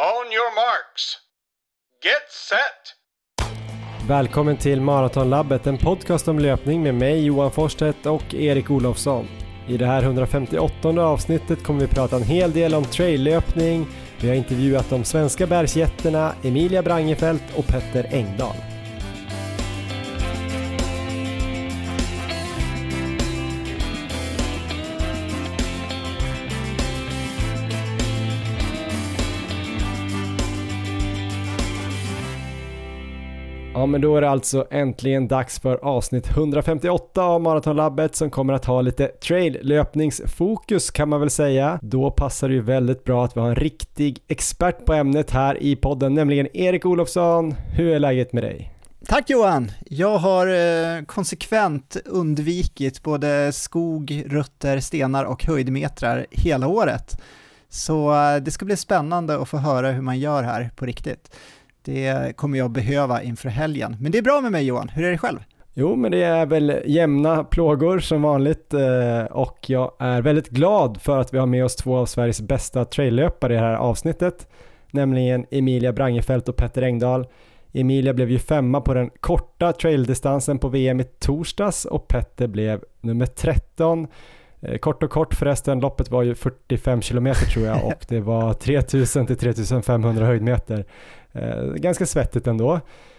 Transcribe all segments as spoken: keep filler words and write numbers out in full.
On your marks. Get set! Välkommen till Maratonlabbet, en podcast om löpning med mig Johan Forstedt och Erik Olofsson. I det här hundrafemtioåttonde avsnittet kommer vi prata en hel del om traillöpning. Vi har intervjuat de svenska bergsjätterna Emilia Brangefelt och Petter Engdahl. Ja, men då är det alltså äntligen dags för avsnitt hundrafemtioåtta av Maratonlabbet som kommer att ha lite trail-löpningsfokus kan man väl säga. Då passar det ju väldigt bra att vi har en riktig expert på ämnet här i podden, nämligen Erik Olofsson. Hur är läget med dig? Tack Johan! Jag har eh, konsekvent undvikit både skog, rötter, stenar och höjdmetrar hela året. Så eh, det ska bli spännande att få höra hur man gör här på riktigt. Det kommer jag behöva inför helgen. Men det är bra med mig Johan, hur är det själv? Jo, men det är väl jämna plågor som vanligt och jag är väldigt glad för att vi har med oss två av Sveriges bästa traillöpare i det här avsnittet, nämligen Emilia Brangefelt och Petter Engdahl. Emilia blev ju femma på den korta traildistansen på V M i torsdags och Petter blev nummer tretton. Kort och kort förresten, loppet var ju fyrtiofem kilometer tror jag och det var tre tusen till tre tusen femhundra höjdmeter. Eh, ganska svettigt ändå.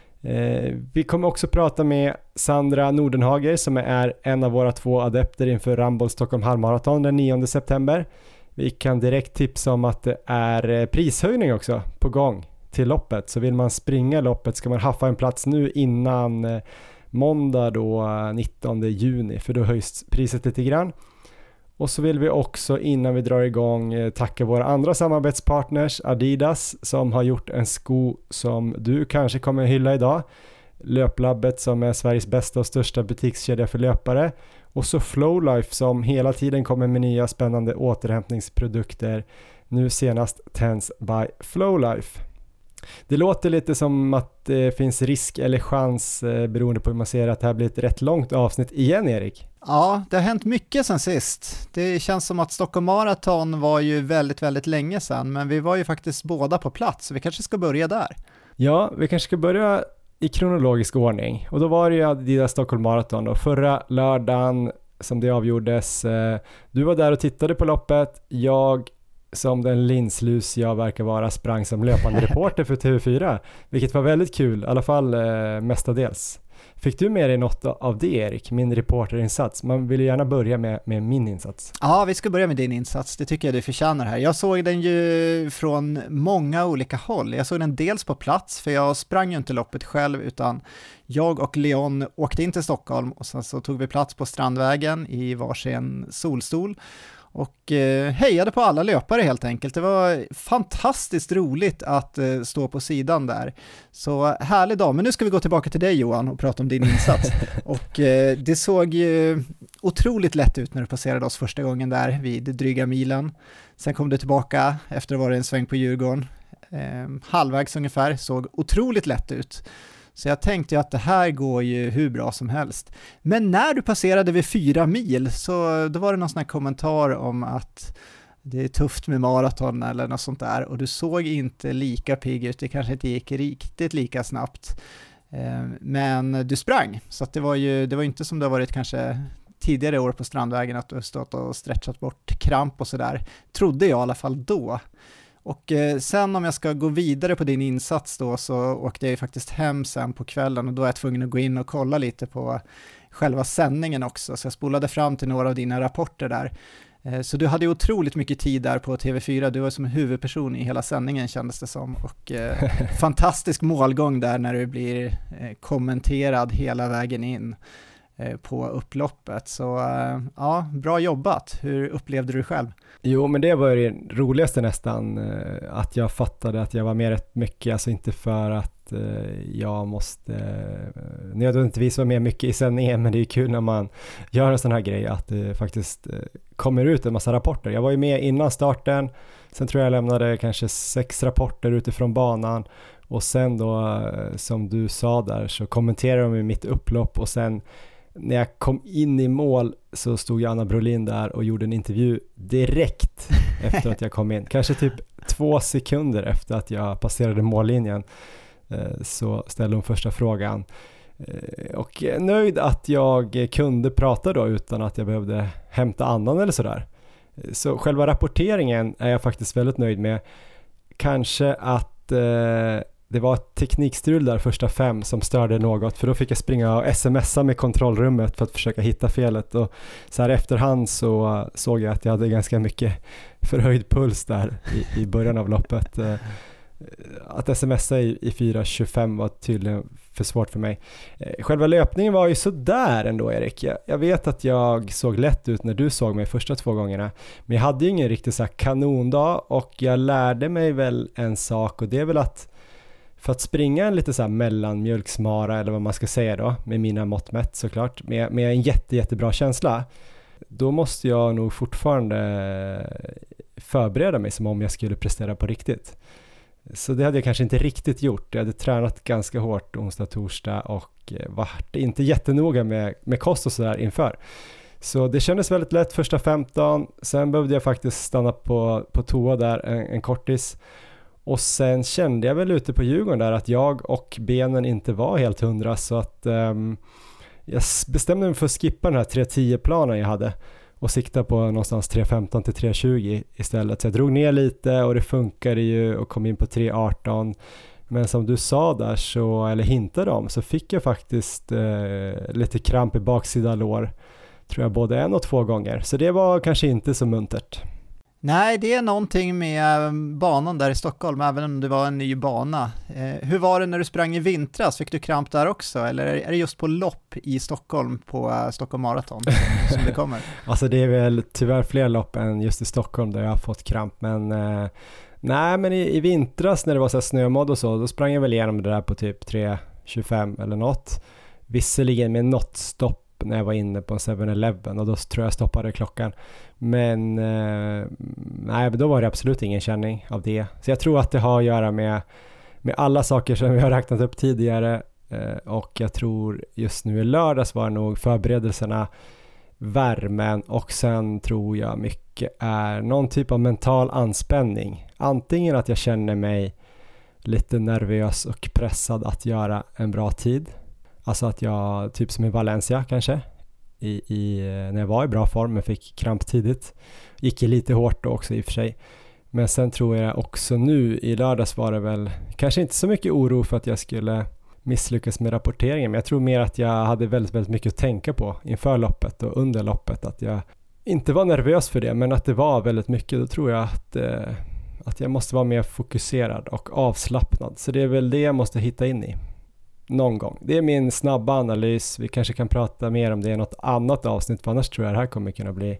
Eh, vi kommer också prata med Sandra Nordenhager som är en av våra två adepter inför Ramboll Stockholm halvmaraton den nionde september. Vi kan direkt tipsa om att det är prishöjning också på gång till loppet. Så vill man springa loppet ska man haffa en plats nu innan eh, måndag då nittonde juni, för då höjs priset lite grann. Och så vill vi också innan vi drar igång tacka våra andra samarbetspartners Adidas som har gjort en sko som du kanske kommer hylla idag. Löplabbet som är Sveriges bästa och största butikskedja för löpare. Och så Flowlife som hela tiden kommer med nya spännande återhämtningsprodukter. Nu senast Tens by Flowlife. Det låter lite som att det finns risk eller chans eh, beroende på hur man ser att det här blir ett rätt långt avsnitt igen, Erik. Ja, det har hänt mycket sen sist. Det känns som att Stockholm Marathon var ju väldigt, väldigt länge sedan, men vi var ju faktiskt båda på plats, så vi kanske ska börja där. Ja, vi kanske ska börja i kronologisk ordning. Och då var det ju Adidas Stockholm Marathon och förra lördagen som det avgjordes. Eh, du var där och tittade på loppet. Jag som den linslus jag verkar vara sprang som löpande reporter för T V fyra, vilket var väldigt kul, i alla fall eh, mestadels. Fick du med dig något av det, Erik, min reporterinsats? Man vill ju gärna börja med, med min insats. Ja, vi ska börja med din insats, det tycker jag du förtjänar här. Jag såg den ju från många olika håll. Jag såg den dels på plats, för jag sprang ju inte loppet själv, utan jag och Leon åkte in till Stockholm och sen så tog vi plats på Strandvägen i varsin solstol och eh, hejade på alla löpare helt enkelt. Det var fantastiskt roligt att eh, stå på sidan där. Så härlig dag. Men nu ska vi gå tillbaka till dig Johan och prata om din insats. och eh, det såg ju otroligt lätt ut när du passerade oss första gången där vid dryga milen. Sen kom du tillbaka efter att ha varit en sväng på Djurgården. Eh, halvvägs ungefär, såg otroligt lätt ut. Så jag tänkte att det här går ju hur bra som helst. Men när du passerade vid fyra mil så då var det någon sån här kommentar om att det är tufft med maraton eller något sånt där. Och du såg inte lika pigg ut, det kanske inte gick riktigt lika snabbt. Men du sprang, så att det var ju det var inte som det har varit kanske tidigare år på Strandvägen att du har stått och stretchat bort kramp och sådär. Trodde jag i alla fall då. Och eh, sen om jag ska gå vidare på din insats då så åkte jag ju faktiskt hem sen på kvällen och då är jag tvungen att gå in och kolla lite på själva sändningen också. Så jag spolade fram till några av dina rapporter där. Eh, så du hade ju otroligt mycket tid där på T V fyra. Du var som huvudperson i hela sändningen kändes det som. Och eh, fantastisk målgång där när du blir eh, kommenterad hela vägen in eh, på upploppet. Så eh, ja, bra jobbat. Hur upplevde du själv? Jo, men det var ju det roligaste nästan, att jag fattade att jag var med rätt mycket, alltså inte för att jag måste nödvändigtvis vara med mycket i sändningen, men det är kul när man gör en sån här grej att det faktiskt kommer ut en massa rapporter. Jag var ju med innan starten, sen tror jag jag lämnade kanske sex rapporter utifrån banan och sen då, som du sa där, så kommenterade de i mitt upplopp och sen när jag kom in i mål så stod Anna Brolin där och gjorde en intervju direkt efter att jag kom in. Kanske typ två sekunder efter att jag passerade mållinjen eh, så ställde hon första frågan. Eh, och nöjd att jag kunde prata då utan att jag behövde hämta annan eller sådär. Så själva rapporteringen är jag faktiskt väldigt nöjd med. Kanske att eh, det var ett teknikstrul där första fem som störde något, för då fick jag springa och smsa med kontrollrummet för att försöka hitta felet, och så här efterhand så såg jag att jag hade ganska mycket förhöjd puls där i, i början av loppet. Eh, att smsa i, i fyra tjugofem var tydligen för svårt för mig. Eh, själva löpningen var ju så där ändå, Erik. Jag, jag vet att jag såg lätt ut när du såg mig första två gångerna, men jag hade ju ingen riktigt så här kanondag, och jag lärde mig väl en sak, och det är väl att för att springa en lite så här mellanmjölksmara eller vad man ska säga då, med mina mått mätt såklart, med, med en jätte, jättebra känsla, då måste jag nog fortfarande förbereda mig som om jag skulle prestera på riktigt. Så det hade jag kanske inte riktigt gjort. Jag hade tränat ganska hårt onsdag, torsdag och var inte jättenoga med, med kost och sådär inför. Så det kändes väldigt lätt första femton. Sen behövde jag faktiskt stanna på, på toa där en, en kortis. Och sen kände jag väl ute på Djurgården där att jag och benen inte var helt hundra, så att um, jag bestämde mig för att skippa den här tre tio-planen jag hade och sikta på någonstans tre femton till tre tjugo istället. Så jag drog ner lite och det funkade ju och kom in på tre arton. Men som du sa där, så, eller hintade om, så fick jag faktiskt eh, lite kramp i baksida lår, tror jag, både en och två gånger. Så det var kanske inte så muntert. Nej, det är någonting med banan där i Stockholm, även om det var en ny bana. Eh, hur var det när du sprang i vintras? Fick du kramp där också? Eller är det just på lopp i Stockholm på uh, Stockholm Marathon som det kommer? Alltså det är väl tyvärr fler lopp än just i Stockholm där jag har fått kramp. Men eh, nej, men i, i vintras när det var så här snömodd och så, då sprang jag väl igenom det där på typ tre tjugofem eller något. Visserligen med något stopp när jag var inne på en seven eleven, och då tror jag stoppade klockan. Men eh, nej, då var det absolut ingen känning av det. Så jag tror att det har att göra med, med alla saker som vi har räknat upp tidigare, eh, och jag tror just nu i lördags var nog förberedelserna, värmen, och sen tror jag mycket är någon typ av mental anspänning. Antingen att jag känner mig lite nervös och pressad att göra en bra tid. Alltså att jag, typ som i Valencia kanske, i, i, när jag var i bra form men fick kramp tidigt. Gick lite hårt då också i och för sig. Men sen tror jag också nu i lördags var det väl kanske inte så mycket oro för att jag skulle misslyckas med rapporteringen. Men jag tror mer att jag hade väldigt, väldigt mycket att tänka på inför loppet och under loppet. Att jag inte var nervös för det, men att det var väldigt mycket. Då tror jag att, eh, att jag måste vara mer fokuserad och avslappnad. Så det är väl det jag måste hitta in i. Någon gång. Det är min snabba analys. Vi kanske kan prata mer om det i något annat avsnitt, för annars tror jag det här kommer kunna bli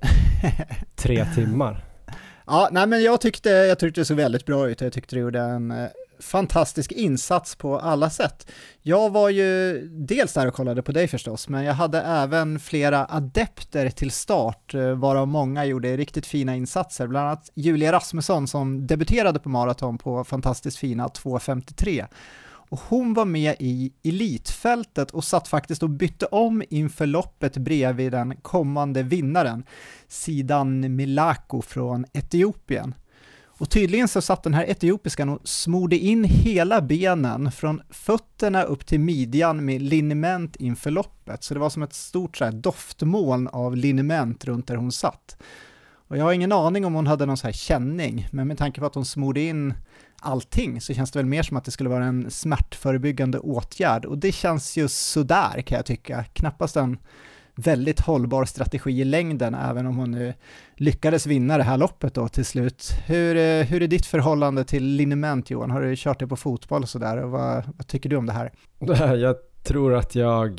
tre timmar. Ja, nej, men jag tyckte, jag tyckte det såg väldigt bra ut. Jag tyckte du gjorde en eh, fantastisk insats på alla sätt. Jag var ju dels där och kollade på dig förstås, men jag hade även flera adepter till start, eh, varav många gjorde riktigt fina insatser. Bland annat Julia Rasmusson som debuterade på maraton på fantastiskt fina två femtiotre. Och hon var med i elitfältet och satt faktiskt och bytte om inför loppet bredvid den kommande vinnaren, Sidan Milako från Etiopien. Och tydligen så satt den här etiopiskan och smorde in hela benen från fötterna upp till midjan med liniment inför loppet. Så det var som ett stort så här doftmoln av liniment runt där hon satt. Och jag har ingen aning om hon hade någon så här känning, men med tanke på att hon smorde in allting så känns det väl mer som att det skulle vara en smärtförebyggande åtgärd, och det känns ju sådär kan jag tycka. Knappast en väldigt hållbar strategi i längden, även om hon nu lyckades vinna det här loppet då till slut. Hur, hur är ditt förhållande till liniment, Johan? Har du kört det på fotboll och sådär, och vad, vad tycker du om det här? Jag tror att jag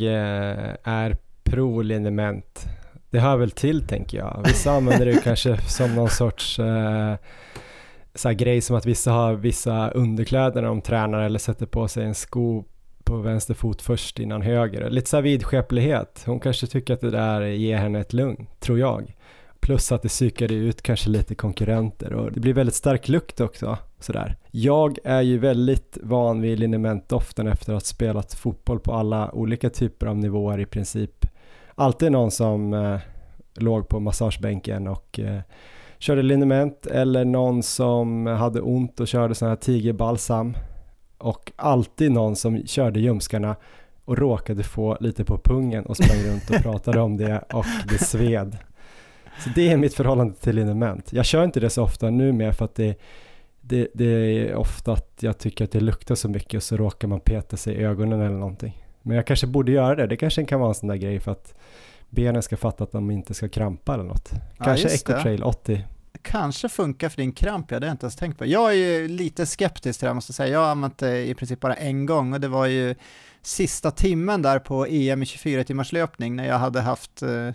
är pro liniment. Det hör väl till, tänker jag. Vissa använder det kanske som någon sorts eh, så här grej, som att vissa har vissa underkläder när de tränar eller sätter på sig en sko på vänster fot först innan höger. Lite så här vidskeplighet. Hon kanske tycker att det där ger henne ett lugn, tror jag. Plus att det psykade ut kanske lite konkurrenter, och det blir väldigt stark lukt också. Sådär. Jag är ju väldigt van vid linementdoften efter att ha spelat fotboll på alla olika typer av nivåer i princip. Alltid någon som eh, låg på massagebänken och eh, körde liniment eller någon som hade ont och körde sån här tigerbalsam. Och alltid någon som körde ljumskarna och råkade få lite på pungen och sprang runt och pratade om det och det sved. Så det är mitt förhållande till liniment. Jag kör inte det så ofta nu med för att det, det, det är ofta att jag tycker att det luktar så mycket och så råkar man peta sig i ögonen eller någonting. Men jag kanske borde göra det. Det kanske kan vara en sån där grej för att benen ska fatta att de inte ska krampa eller något. Kanske ja, Ecotrail åttio. Kanske funkar för din kramp, jag hade inte ens tänkt på. Jag är ju lite skeptisk till det, måste jag säga. Jag har använt det i princip bara en gång och det var ju sista timmen där på E M i tjugofyra timmars löpning när jag hade haft eh,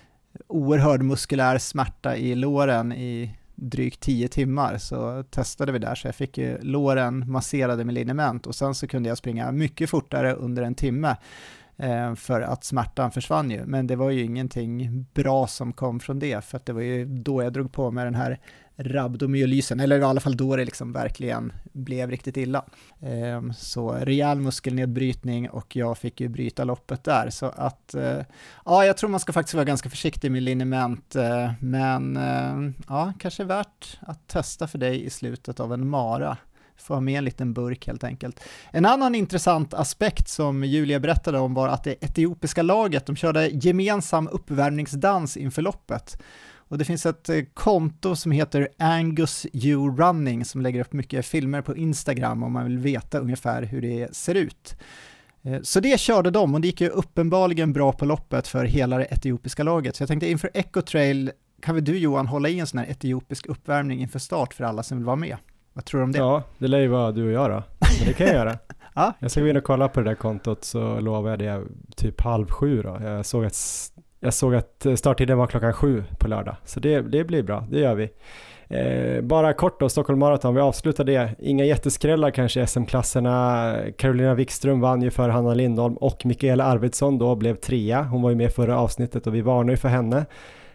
oerhörd muskulär smärta i låren i drygt tio timmar, så testade vi där, så jag fick ju låren masserade med liniment och sen så kunde jag springa mycket fortare under en timme eh, för att smärtan försvann ju, men det var ju ingenting bra som kom från det, för att det var ju då jag drog på med den här rabdomyolysen, eller i alla fall då det liksom verkligen blev riktigt illa. Eh, så rejäl muskelnedbrytning och jag fick ju bryta loppet där, så att eh, ja, jag tror man ska faktiskt vara ganska försiktig med liniment, eh, men eh, ja, kanske värt att testa för dig i slutet av en mara. Få ha med en liten burk helt enkelt. En annan intressant aspekt som Julia berättade om var att det etiopiska laget, de körde gemensam uppvärmningsdans inför loppet. Och det finns ett konto som heter Angus U Running som lägger upp mycket filmer på Instagram om man vill veta ungefär hur det ser ut. Så det körde de och det gick ju uppenbarligen bra på loppet för hela det etiopiska laget. Så jag tänkte inför Ecotrail kan väl du Johan hålla i en sån här etiopisk uppvärmning inför start för alla som vill vara med. Vad tror du om det? Ja, det lär ju vara du och jag då. Men det kan jag göra. Ja. Jag ska gå in och kolla på det där kontot, så lovar jag det typ halv sju då. Jag såg att, jag såg att starttiden var klockan sju på lördag. Så det, det blir bra, det gör vi. Eh, bara kort då, Stockholm Marathon, vi avslutar det. Inga jätteskrällar kanske i S M-klasserna. Carolina Wikström vann ju för Hanna Lindholm och Mikaela Arvidsson då blev trea. Hon var ju med förra avsnittet och vi varnade ju för henne.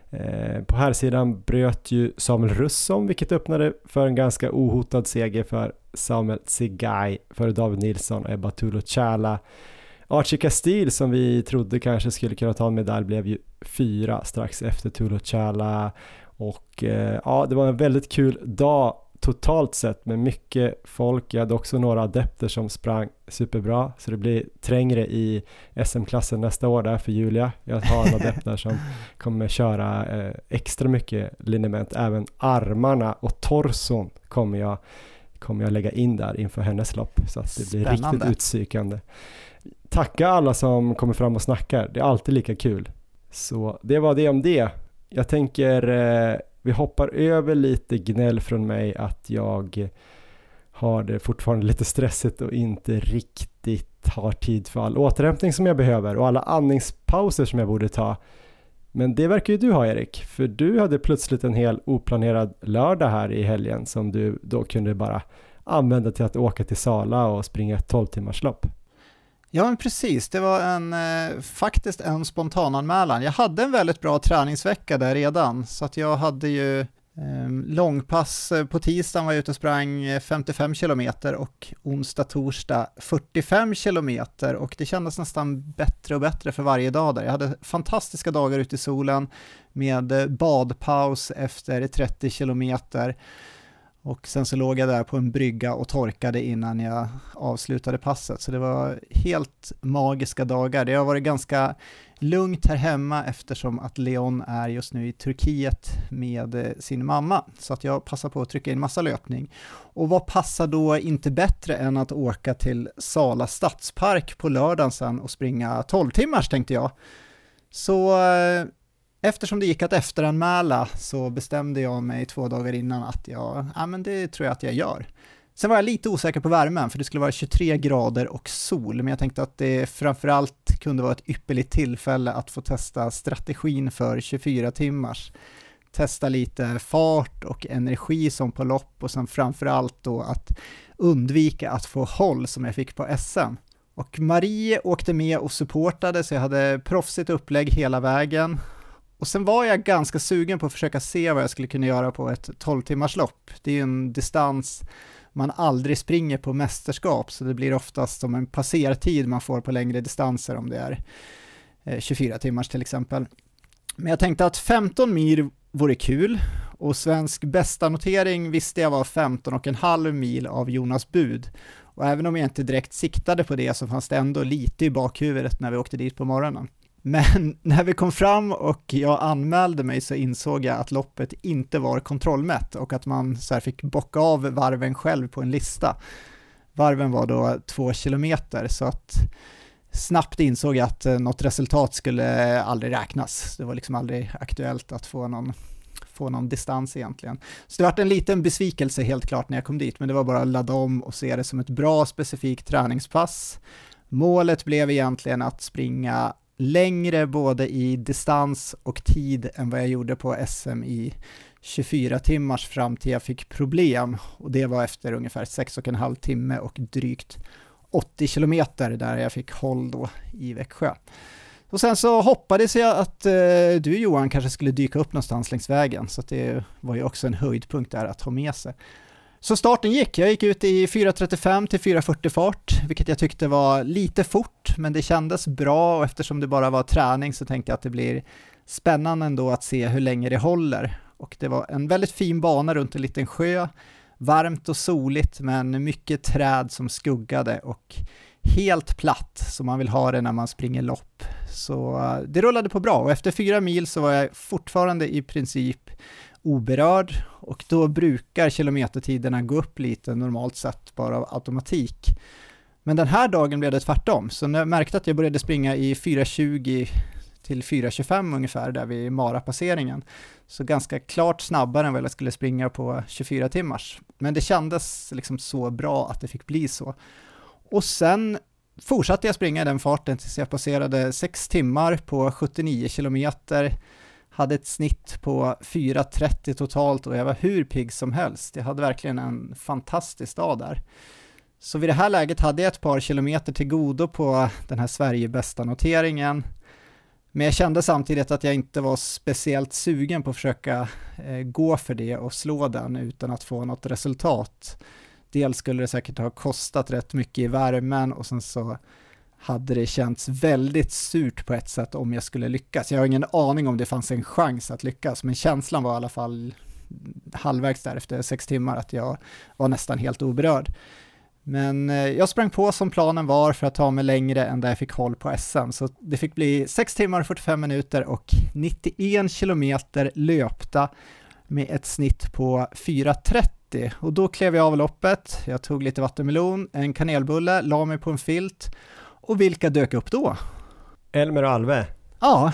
Eh, på här sidan bröt ju Samuel Russom, vilket öppnade för en ganska ohotad seger för Samuel Tsegay för David Nilsson och Ebba Tulo-Tjäla. Archie Castile som vi trodde kanske skulle kunna ta en medalj blev ju fyra strax efter Tulo-Tjäla. Och eh, ja, det var en väldigt kul dag totalt sett med mycket folk. Jag hade också några adepter som sprang superbra, så det blir trängre i S M-klassen nästa år där för Julia. Jag har en adept där som kommer köra eh, extra mycket liniment. Även armarna och torson kommer jag, kommer jag lägga in där inför hennes lopp, så att det blir Spännande. Riktigt utpsykande. Tacka alla som kommer fram och snackar. Det är alltid lika kul. Så det var det om det. Jag tänker eh, vi hoppar över lite gnäll från mig att jag har det fortfarande lite stressigt och inte riktigt har tid för all återhämtning som jag behöver och alla andningspauser som jag borde ta. Men det verkar ju du ha, Erik, för du hade plötsligt en hel oplanerad lördag här i helgen som du då kunde bara använda till att åka till Sala och springa ett tolv timmars lopp. Ja, men precis. Det var en, eh, faktiskt en spontananmälan. Jag hade en väldigt bra träningsvecka där redan, så att jag hade ju eh, långpass på tisdagen, var jag ute och sprang femtiofem kilometer och onsdag, torsdag fyrtiofem kilometer, och det kändes nästan bättre och bättre för varje dag där. Jag hade fantastiska dagar ute i solen med badpaus efter trettio kilometer. Och sen så låg jag där på en brygga och torkade innan jag avslutade passet. Så det var helt magiska dagar. Det har varit ganska lugnt här hemma eftersom att Leon är just nu i Turkiet med sin mamma. Så att jag passar på att trycka in massa löpning. Och vad passar då inte bättre än att åka till Sala stadspark på lördagen sen och springa tolv timmars, tänkte jag. Så eftersom det gick att efteranmäla så bestämde jag mig två dagar innan att jag, ja men det tror jag att jag gör. Sen var jag lite osäker på värmen för det skulle vara tjugotre grader och sol, men jag tänkte att det framförallt kunde vara ett ypperligt tillfälle att få testa strategin för tjugofyra timmars. Testa lite fart och energi som på lopp och sen framförallt då att undvika att få håll som jag fick på S M. Och Marie åkte med och supportade, så jag hade proffsigt upplägg hela vägen. Och sen var jag ganska sugen på att försöka se vad jag skulle kunna göra på ett tolv timmars lopp. Det är ju en distans man aldrig springer på mästerskap, så det blir oftast som en passertid man får på längre distanser om det är tjugofyra timmars till exempel. Men jag tänkte att femton mil vore kul och svensk bästa notering visste jag var femton och en halv mil av Jonas Bud. Och även om jag inte direkt siktade på det så fanns det ändå lite i bakhuvudet när vi åkte dit på morgonen. Men när vi kom fram och jag anmälde mig så insåg jag att loppet inte var kontrollmätt och att man så här fick bocka av varven själv på en lista. Varven var då två kilometer så att snabbt insåg jag att något resultat skulle aldrig räknas. Det var liksom aldrig aktuellt att få någon, få någon distans egentligen. Så det var en liten besvikelse helt klart när jag kom dit, men det var bara att ladda om och se det som ett bra specifikt träningspass. Målet blev egentligen att springa längre både i distans och tid än vad jag gjorde på S M i tjugofyra timmars fram till jag fick problem. Och det var efter ungefär sex och en halv timme och drygt åttio kilometer där jag fick håll då i Växjö. Och sen så hoppades jag att eh, du Johan kanske skulle dyka upp någonstans längs vägen, så att det var ju också en höjdpunkt där att ha med sig. Så starten gick, jag gick ut i fyra trettiofem till fyra fyrtio fart, vilket jag tyckte var lite fort, men det kändes bra och eftersom det bara var träning så tänkte jag att det blir spännande ändå att se hur länge det håller. Och det var en väldigt fin bana runt en liten sjö, varmt och soligt men mycket träd som skuggade och helt platt som man vill ha det när man springer lopp. Så det rullade på bra och efter fyra mil så var jag fortfarande i princip oberörd och då brukar kilometertiderna gå upp lite normalt sett bara av automatik. Men den här dagen blev det tvärtom, så när jag märkte att jag började springa i fyra tjugo till fyra tjugofem ungefär där vid Mara-passeringen, så ganska klart snabbare än vad jag skulle springa på tjugofyra timmars. Men det kändes liksom så bra att det fick bli så. Och sen fortsatte jag springa i den farten tills jag passerade sex timmar på sjuttionio kilometer. Hade ett snitt på fyra trettio totalt och jag var hur pigg som helst. Jag hade verkligen en fantastisk dag där. Så vid det här läget hade jag ett par kilometer till godo på den här Sverige bästa noteringen. Men jag kände samtidigt att jag inte var speciellt sugen på att försöka eh, gå för det och slå den utan att få något resultat. Dels skulle det säkert ha kostat rätt mycket i värmen och sen så hade det känts väldigt surt på ett sätt om jag skulle lyckas. Jag har ingen aning om det fanns en chans att lyckas, men känslan var i alla fall halvvägs där efter sex timmar att jag var nästan helt oberörd. Men jag sprang på som planen var för att ta mig längre än där jag fick håll på S M. Så det fick bli sex timmar och fyrtiofem minuter och nittioen kilometer löpta med ett snitt på fyra trettio. Och då klev jag av loppet, jag tog lite vattenmelon, en kanelbulle, la mig på en filt. Och vilka dök upp då? Elmer och Alve. Ja,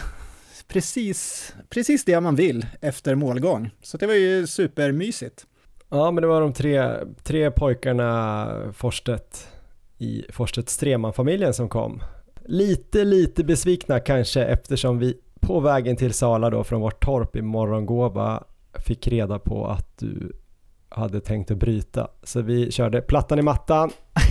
precis, precis det man vill efter målgång. Så det var ju supermysigt. Ja, men det var de tre, tre pojkarna Forstedt i Forstedts Streman-familjen som kom. Lite, lite besvikna kanske eftersom vi på vägen till Sala då från vårt torp i Morgongåva fick reda på att du hade tänkt att bryta. Så vi körde plattan i mattan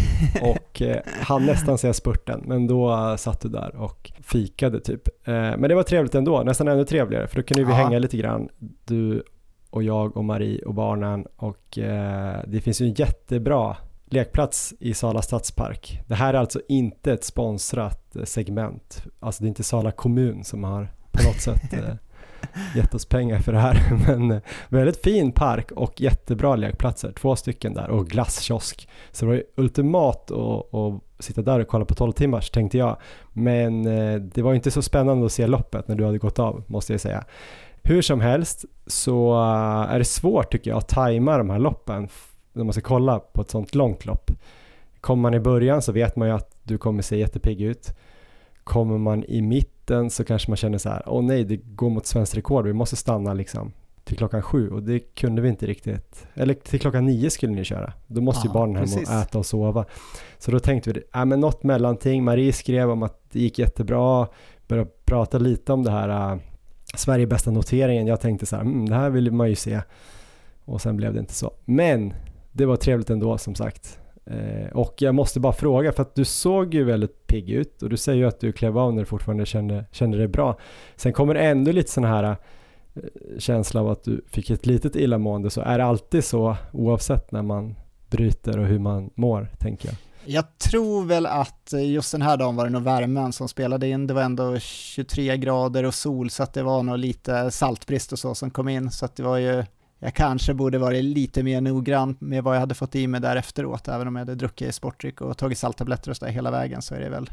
och eh, han nästan säga spurten, men då uh, satt du där och fikade typ. Eh, men det var trevligt ändå, nästan ännu trevligare, för då kunde vi ja. hänga lite grann, du och jag och Marie och barnen, och eh, det finns ju en jättebra lekplats i Sala stadspark. Det här är alltså inte ett sponsrat segment, alltså det är inte Sala kommun som har på något sätt eh, gett oss pengar för det här, men väldigt fin park och jättebra lekplatser, två stycken där och glasskiosk, så det var ju ultimat att, att sitta där och kolla på tolv timmars tänkte jag, men eh, det var inte så spännande att se loppet när du hade gått av, måste jag säga. Hur som helst så är det svårt tycker jag att tajma de här loppen när man ska kolla på ett sånt långt lopp. Kommer man i början så vet man ju att du kommer se jättepigg ut. Kommer man i mitten så kanske man känner så här, åh nej, det går mot svensk rekord, vi måste stanna liksom till klockan sju, och det kunde vi inte riktigt, eller till klockan nio skulle ni köra, då måste ja, ju barnen hem och äta och sova, så då tänkte vi, ja men något mellanting. Marie skrev om att det gick jättebra, började prata lite om det här uh, Sverige bästa noteringen, jag tänkte så här, mm, det här vill man ju se, och sen blev det inte så, men det var trevligt ändå som sagt. Eh, och jag måste bara fråga, för att du såg ju väldigt pigg ut och du säger ju att du klev av när du fortfarande kände, kände det bra. Sen kommer det ändå lite sån här eh, känsla av att du fick ett litet illamående, så är det alltid så oavsett när man bryter och hur man mår, tänker jag. Jag tror väl att just den här dagen var det nog värmen som spelade in. Det var ändå tjugotre grader och sol, så att det var nog lite saltbrist och så som kom in. Så att det var ju, jag kanske borde varit lite mer noggrann med vad jag hade fått i mig där efteråt. Även om jag hade druckit sportdryck och tagit salttabletter och så där hela vägen, så är det väl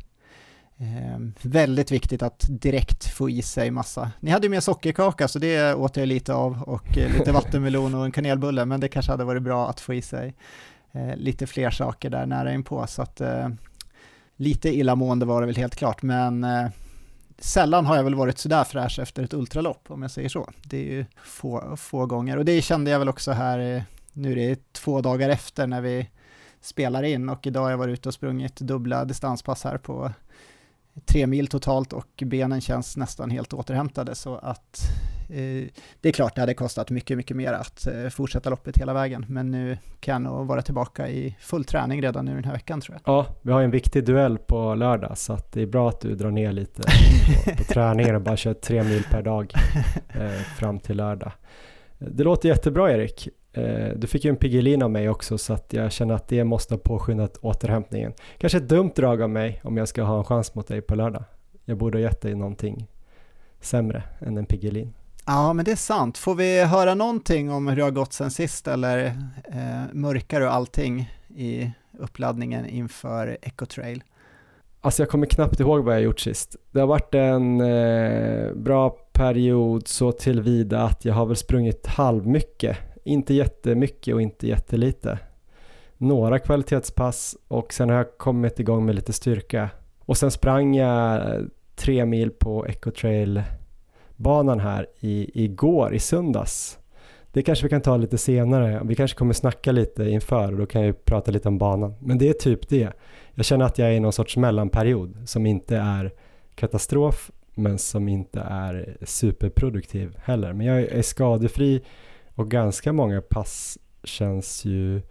eh, väldigt viktigt att direkt få i sig massa. Ni hade ju med sockerkaka, så det åt jag lite av, och eh, lite vattenmelon och en kanelbulle, men det kanske hade varit bra att få i sig Eh, lite fler saker där nära inpå, så att eh, lite illamående var det väl helt klart, men eh, sällan har jag väl varit sådär fräsch efter ett ultralopp, om jag säger så. Det är ju få, få gånger, och det kände jag väl också här, eh, nu är det två dagar efter när vi spelar in, och idag har jag varit ute och sprungit dubbla distanspass här på tre mil totalt, och benen känns nästan helt återhämtade, så att eh, det är klart det hade kostat mycket, mycket mer att eh, fortsätta loppet hela vägen, men nu kan jag nog vara tillbaka i full träning redan nu den här veckan, tror jag. Ja, vi har en viktig duell på lördag, så att det är bra att du drar ner lite på, på träningen och bara kör tre mil per dag eh, fram till lördag. Det låter jättebra, Erik. Eh, du fick ju en Piggelin av mig också, så att jag känner att det måste ha påskyndat återhämtningen. Kanske ett dumt drag av mig om jag ska ha en chans mot dig på lördag. Jag borde ha gett dig någonting sämre än en Piggelin. Ja, men det är sant. Får vi höra någonting om hur det har gått sen sist, eller eh, mörkar du allting i uppladdningen inför Ecotrail? Alltså jag kommer knappt ihåg vad jag gjort sist. Det har varit en eh, bra period så tillvida att jag har väl sprungit halvmycket. Inte jättemycket och inte jättelite. Några kvalitetspass, och sen har jag kommit igång med lite styrka. Och sen sprang jag tre mil på Ecotrail-banan här i, igår, i söndags. Det kanske vi kan ta lite senare. Vi kanske kommer snacka lite inför, och då kan jag prata lite om banan. Men det är typ det. Jag känner att jag är i någon sorts mellanperiod som inte är katastrof, men som inte är superproduktiv heller. Men jag är skadefri, och ganska många pass känns ju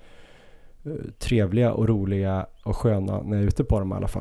trevliga och roliga och sköna när jag är ute på dem i alla fall.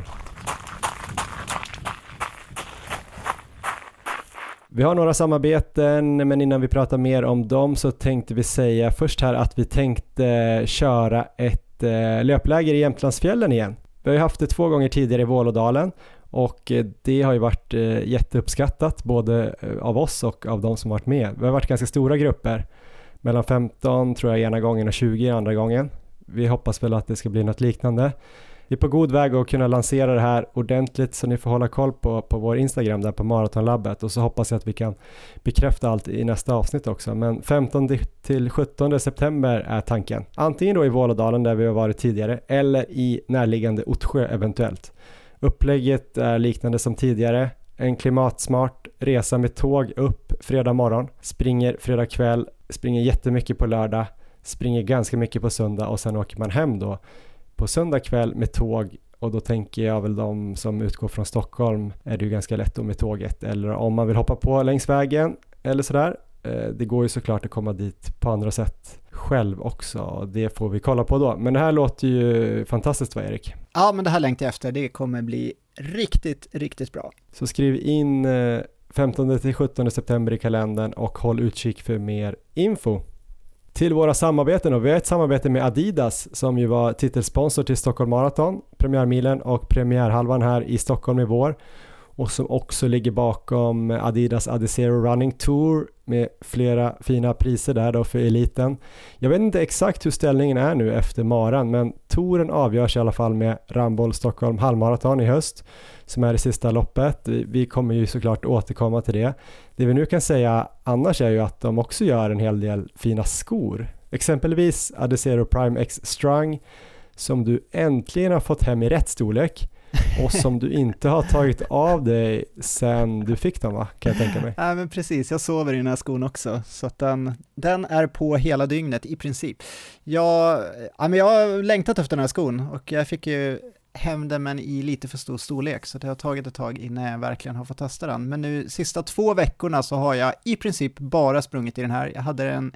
Vi har några samarbeten, men innan vi pratar mer om dem så tänkte vi säga först här att vi tänkte köra ett eh, löpläger i Jämtlandsfjällen igen. Vi har ju haft det två gånger tidigare i Vålådalen, och eh, det har ju varit eh, jätteuppskattat både eh, av oss och av de som varit med. Vi har varit ganska stora grupper, mellan femton tror jag ena gången och tjugo andra gången. Vi hoppas väl att det ska bli något liknande. Vi är på god väg att kunna lansera det här ordentligt, så ni får hålla koll på, på vår Instagram där på Maratonlabbet, och så hoppas jag att vi kan bekräfta allt i nästa avsnitt också. Men femtonde till sjuttonde september är tanken. Antingen då i Vålådalen där vi har varit tidigare, eller i närliggande Ottsjö eventuellt. Upplägget är liknande som tidigare. En klimatsmart resa med tåg upp fredag morgon, springer fredag kväll, springer jättemycket på lördag, springer ganska mycket på söndag, och sen åker man hem då på söndag kväll med tåg. Och då tänker jag väl de som utgår från Stockholm är det ju ganska lätt då med tåget, eller om man vill hoppa på längs vägen eller sådär. Det går ju såklart att komma dit på andra sätt själv också, det får vi kolla på då. Men det här låter ju fantastiskt, va Erik? Ja, men det här längtar jag efter. Det kommer bli riktigt, riktigt bra. Så skriv in femtonde till sjuttonde september i kalendern och håll utkik för mer info. Till våra samarbeten, och vi har ett samarbete med Adidas som ju var titelsponsor till Stockholm Marathon, premiärmilen och premiärhalvan här i Stockholm i vår, och som också ligger bakom Adidas Adizero Running Tour med flera fina priser där då för eliten. Jag vet inte exakt hur ställningen är nu efter maran, men touren avgörs i alla fall med Ramboll Stockholm halvmaraton i höst som är det sista loppet. Vi kommer ju såklart återkomma till det. Det vi nu kan säga annars är ju att de också gör en hel del fina skor. Exempelvis Adizero Prime X Strung som du äntligen har fått hem i rätt storlek. Och som du inte har tagit av dig sen du fick dem, va? Kan jag tänka mig. Ja, men precis, jag sover i den här skon också. Så att den, den är på hela dygnet i princip. Jag, ja, men jag har längtat efter den här skon, och jag fick ju hem den men i lite för stor storlek. Så det har tagit ett tag innan jag verkligen har fått testa den. Men nu sista två veckorna så har jag i princip bara sprungit i den här. Jag hade den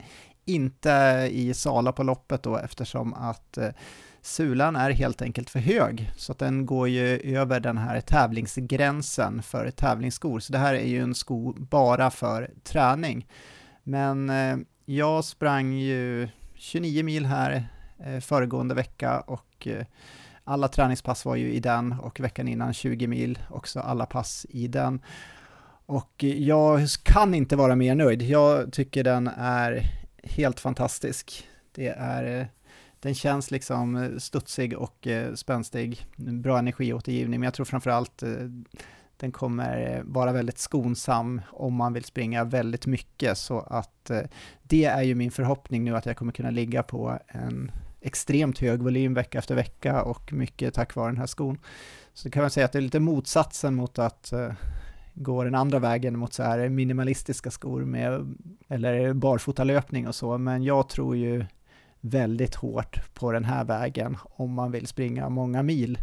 inte i Sala på loppet då, eftersom att eh, sulan är helt enkelt för hög, så att den går ju över den här tävlingsgränsen för tävlingsskor. Så det här är ju en sko bara för träning. Men eh, jag sprang ju tjugonio mil här eh, föregående vecka, och eh, Alla träningspass var ju i den och veckan innan tjugo mil, också alla pass i den. Och jag kan inte vara mer nöjd. Jag tycker den är helt fantastisk. Det är, den känns liksom studsig och spänstig, bra energiåtergivning, men jag tror framförallt den kommer vara väldigt skonsam om man vill springa väldigt mycket, så att det är ju min förhoppning nu, att jag kommer kunna ligga på en extremt hög volym vecka efter vecka, och mycket tack vare den här skon. Så det kan man säga att det är lite motsatsen mot att uh, gå den andra vägen mot så här minimalistiska skor med, eller barfotalöpning och så, men jag tror ju väldigt hårt på den här vägen om man vill springa många mil.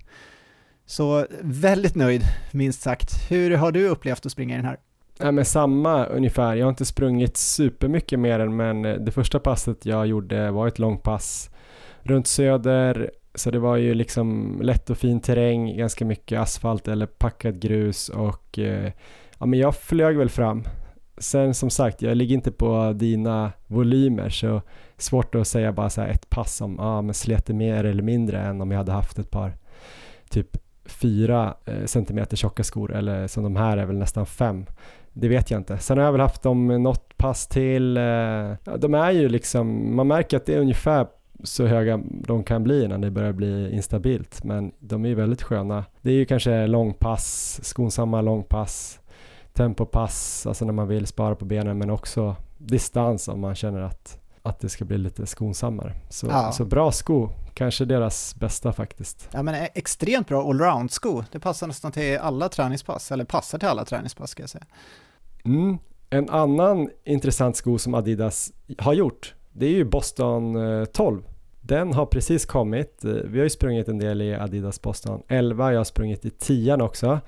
Så väldigt nöjd, minst sagt. Hur har du upplevt att springa i den här? Ja, men samma ungefär. Jag har inte sprungit supermycket mer än, men det första passet jag gjorde var ett långpass runt söder, så det var ju liksom lätt och fin terräng, ganska mycket asfalt eller packad grus, och eh, ja, men jag flög väl fram. Sen som sagt, jag ligger inte på dina volymer, så svårt att säga bara så här ett pass om ja, men slet mer eller mindre än om jag hade haft ett par typ fyra eh, centimeter tjocka skor, eller som de här är väl nästan fem. Det vet jag inte. Sen har jag väl haft dem något pass till. Eh, ja, de är ju liksom, man märker att det är ungefär så höga de kan bli när det börjar bli instabilt, men de är ju väldigt sköna. Det är ju kanske långpass, skonsamma långpass, tempopass, alltså när man vill spara på benen, men också distans om man känner att, att det ska bli lite skonsammare. Så, ja. så bra sko, kanske deras bästa faktiskt. Ja, men extremt bra allround sko. Det passar nästan till alla träningspass, eller passar till alla träningspass ska jag säga. Mm. En annan intressant sko som Adidas har gjort, det är ju Boston tolv. Den har precis kommit. Vi har ju sprungit en del i Adidas Boston elva. Jag har sprungit i tian också.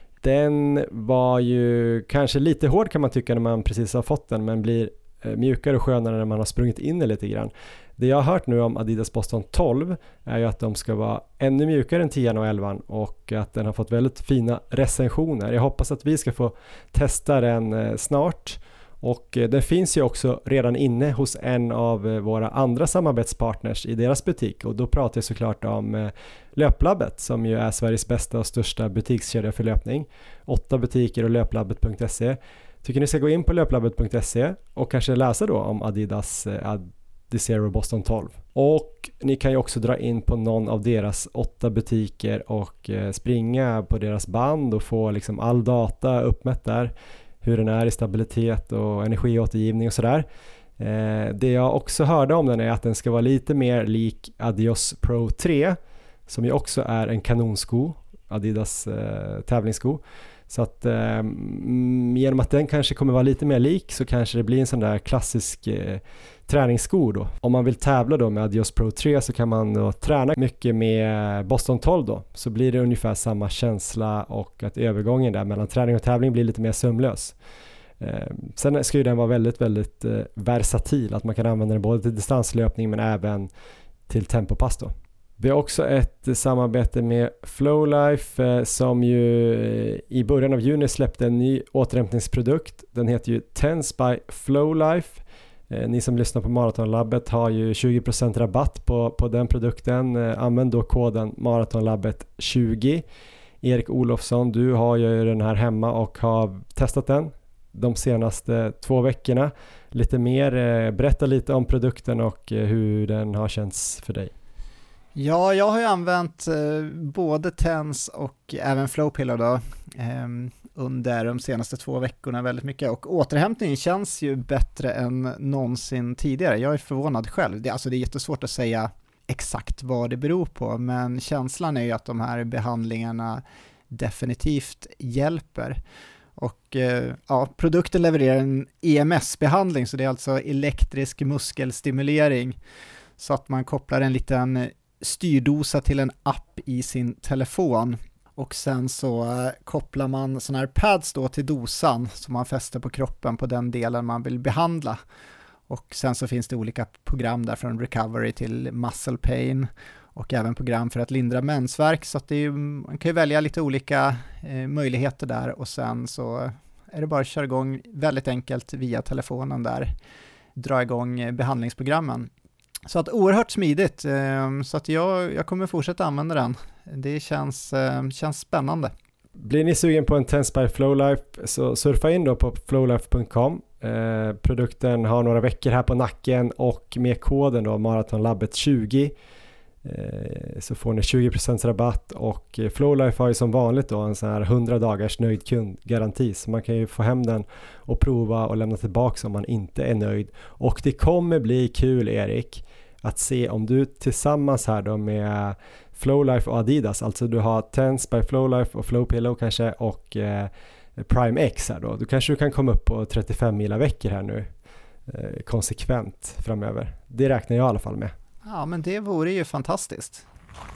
Den var ju kanske lite hård kan man tycka när man precis har fått den, men blir mjukare och skönare när man har sprungit in det lite grann. Det jag har hört nu om Adidas Boston tolv är ju att de ska vara ännu mjukare än tian och elvan, och att den har fått väldigt fina recensioner. Jag hoppas att vi ska få testa den snart. Och den finns ju också redan inne hos en av våra andra samarbetspartners i deras butik. Och då pratar jag såklart om Löplabbet, som ju är Sveriges bästa och största butikskedja för löpning. Åtta butiker och löplabbet punkt se. Tycker ni ska gå in på löplabbet punkt se och kanske läsa då om Adidas Adizero Boston tolv. Och ni kan ju också dra in på någon av deras åtta butiker och springa på deras band och få liksom all data uppmätt där. Hur den är i stabilitet och energiåtergivning och sådär. Eh, det jag också hörde om den är att den ska vara lite mer lik Adios Pro tre, som ju också är en kanonsko, Adidas eh, tävlingssko. Så att eh, genom att den kanske kommer vara lite mer lik, så kanske det blir en sån där klassisk eh, träningssko då. Om man vill tävla då med Adios Pro tre, så kan man då träna mycket med Boston tolv då, så blir det ungefär samma känsla, och att övergången där mellan träning och tävling blir lite mer sömlös. Eh, sen ska ju den vara väldigt väldigt eh, versatil, att man kan använda den både till distanslöpning men även till tempopass då. Vi har också ett samarbete med Flowlife eh, som ju eh, i början av juni släppte en ny återhämtningsprodukt. Den heter ju Tense by Flowlife. Eh, ni som lyssnar på Maratonlabbet har ju tjugo procent rabatt på, på den produkten. Eh, använd då koden Maratonlabbet tjugo. Erik Olofsson, du har ju den här hemma och har testat den de senaste två veckorna. Lite mer, eh, berätta lite om produkten och eh, hur den har känts för dig. Ja, jag har ju använt eh, både Tense och även Flowpillow då, eh, under de senaste två veckorna väldigt mycket, och återhämtningen känns ju bättre än någonsin tidigare. Jag är förvånad själv. Det, alltså det är jättesvårt att säga exakt vad det beror på, men känslan är ju att de här behandlingarna definitivt hjälper. Och eh, ja, produkten levererar en E M S-behandling, så det är alltså elektrisk muskelstimulering, så att man kopplar en liten styrdosa till en app i sin telefon, och sen så eh, kopplar man såna här pads då till dosan som man fäster på kroppen på den delen man vill behandla. Och sen så finns det olika program där, från recovery till muscle pain, och även program för att lindra mensvärk, så att det är, man kan ju välja lite olika eh, möjligheter där, och sen så är det bara att köra igång väldigt enkelt via telefonen där, dra igång behandlingsprogrammen. Så att oerhört smidigt, så att jag, jag kommer fortsätta använda den. Det känns, känns spännande. Blir ni sugen på en Tense by Flowlife så surfa in då på flowlife punkt com. Eh, produkten har några veckor här på nacken och med koden då maratonlabbet tjugo eh, så får ni tjugo procent rabatt och Flowlife har ju som vanligt då en sån här hundra dagars nöjd kundgaranti, så man kan ju få hem den och prova och lämna tillbaka om man inte är nöjd. Och det kommer bli kul, Erik, att se om du tillsammans här då med Flowlife och Adidas, alltså du har Tense by Flowlife och Flowpillow kanske och eh, Prime X här då, då kanske du kan komma upp på trettiofem mila veckor här nu eh, konsekvent framöver. Det räknar jag i alla fall med. Ja, men det vore ju fantastiskt.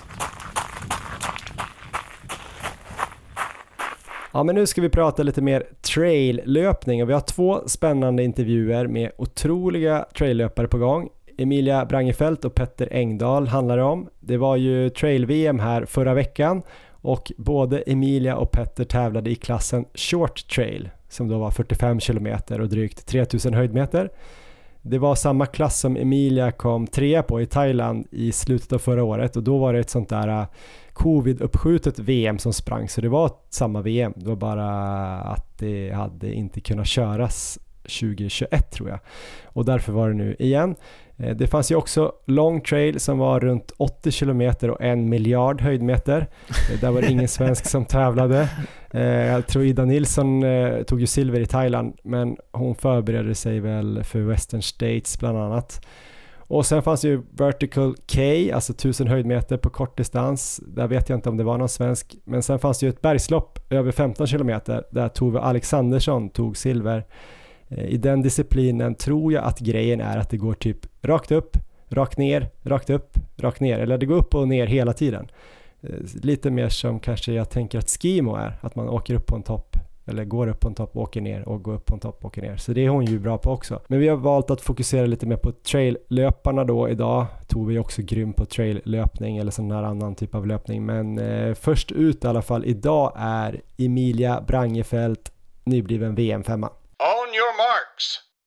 Ja, men nu ska vi prata lite mer traillöpning och vi har två spännande intervjuer med otroliga traillöpare på gång. Emilia Brangefelt och Petter Engdahl handlar det om. Det var ju trail-V M här förra veckan och både Emilia och Petter tävlade i klassen short trail som då var fyrtiofem kilometer och drygt tre tusen höjdmeter. Det var samma klass som Emilia kom trea på i Thailand i slutet av förra året och då var det ett sånt där covid-uppskjutet V M som sprang, så det var samma V M. Det var bara att det hade inte kunnat köras tjugohundratjugoett tror jag, och därför var det nu igen. Det fanns ju också long trail som var runt åttio kilometer och en miljard höjdmeter. Där var det ingen svensk som tävlade. Jag tror Ida Nilsson tog ju silver i Thailand, men hon förberedde sig väl för Western States bland annat. Och sen fanns ju Vertical K, alltså tusen höjdmeter på kortdistans. Där vet jag inte om det var någon svensk. Men sen fanns det ju ett bergslopp över femton kilometer där Tove Alexandersson tog silver. I den disciplinen tror jag att grejen är att det går typ rakt upp, rakt ner, rakt upp, rakt ner. Eller det går upp och ner hela tiden. Lite mer som kanske jag tänker att skimo är. Att man åker upp på en topp, eller går upp på en topp och åker ner och går upp på en topp och åker ner. Så det är hon ju bra på också. Men vi har valt att fokusera lite mer på traillöparna då idag. Tove är också grym på traillöpning eller sån här annan typ av löpning. Men eh, först ut i alla fall idag är Emilia Brangefelt, nybliven V M-femma. On your marks.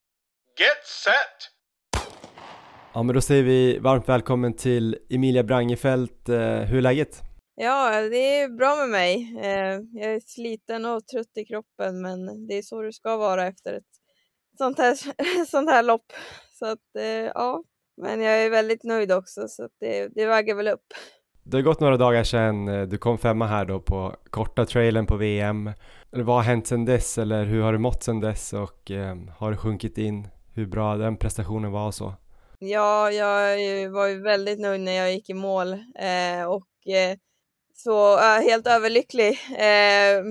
Get set. Ja, men då säger vi varmt välkommen till Emilia Brangefelt. Hur är läget? Ja, det är bra med mig. Jag är sliten och trött i kroppen, men det är så det ska vara efter ett sånt här, sånt här lopp. Så att, ja, men jag är väldigt nöjd också, så att det, det väger väl upp. Det har gått några dagar sedan du kom femma här då på korta trailen på V M. Vad har hänt sedan dess, eller hur har du mått sedan dess och eh, har du sjunkit in? Hur bra den prestationen var och så? Ja, jag var ju väldigt nöjd när jag gick i mål eh, och eh, så äh, helt överlycklig. Eh,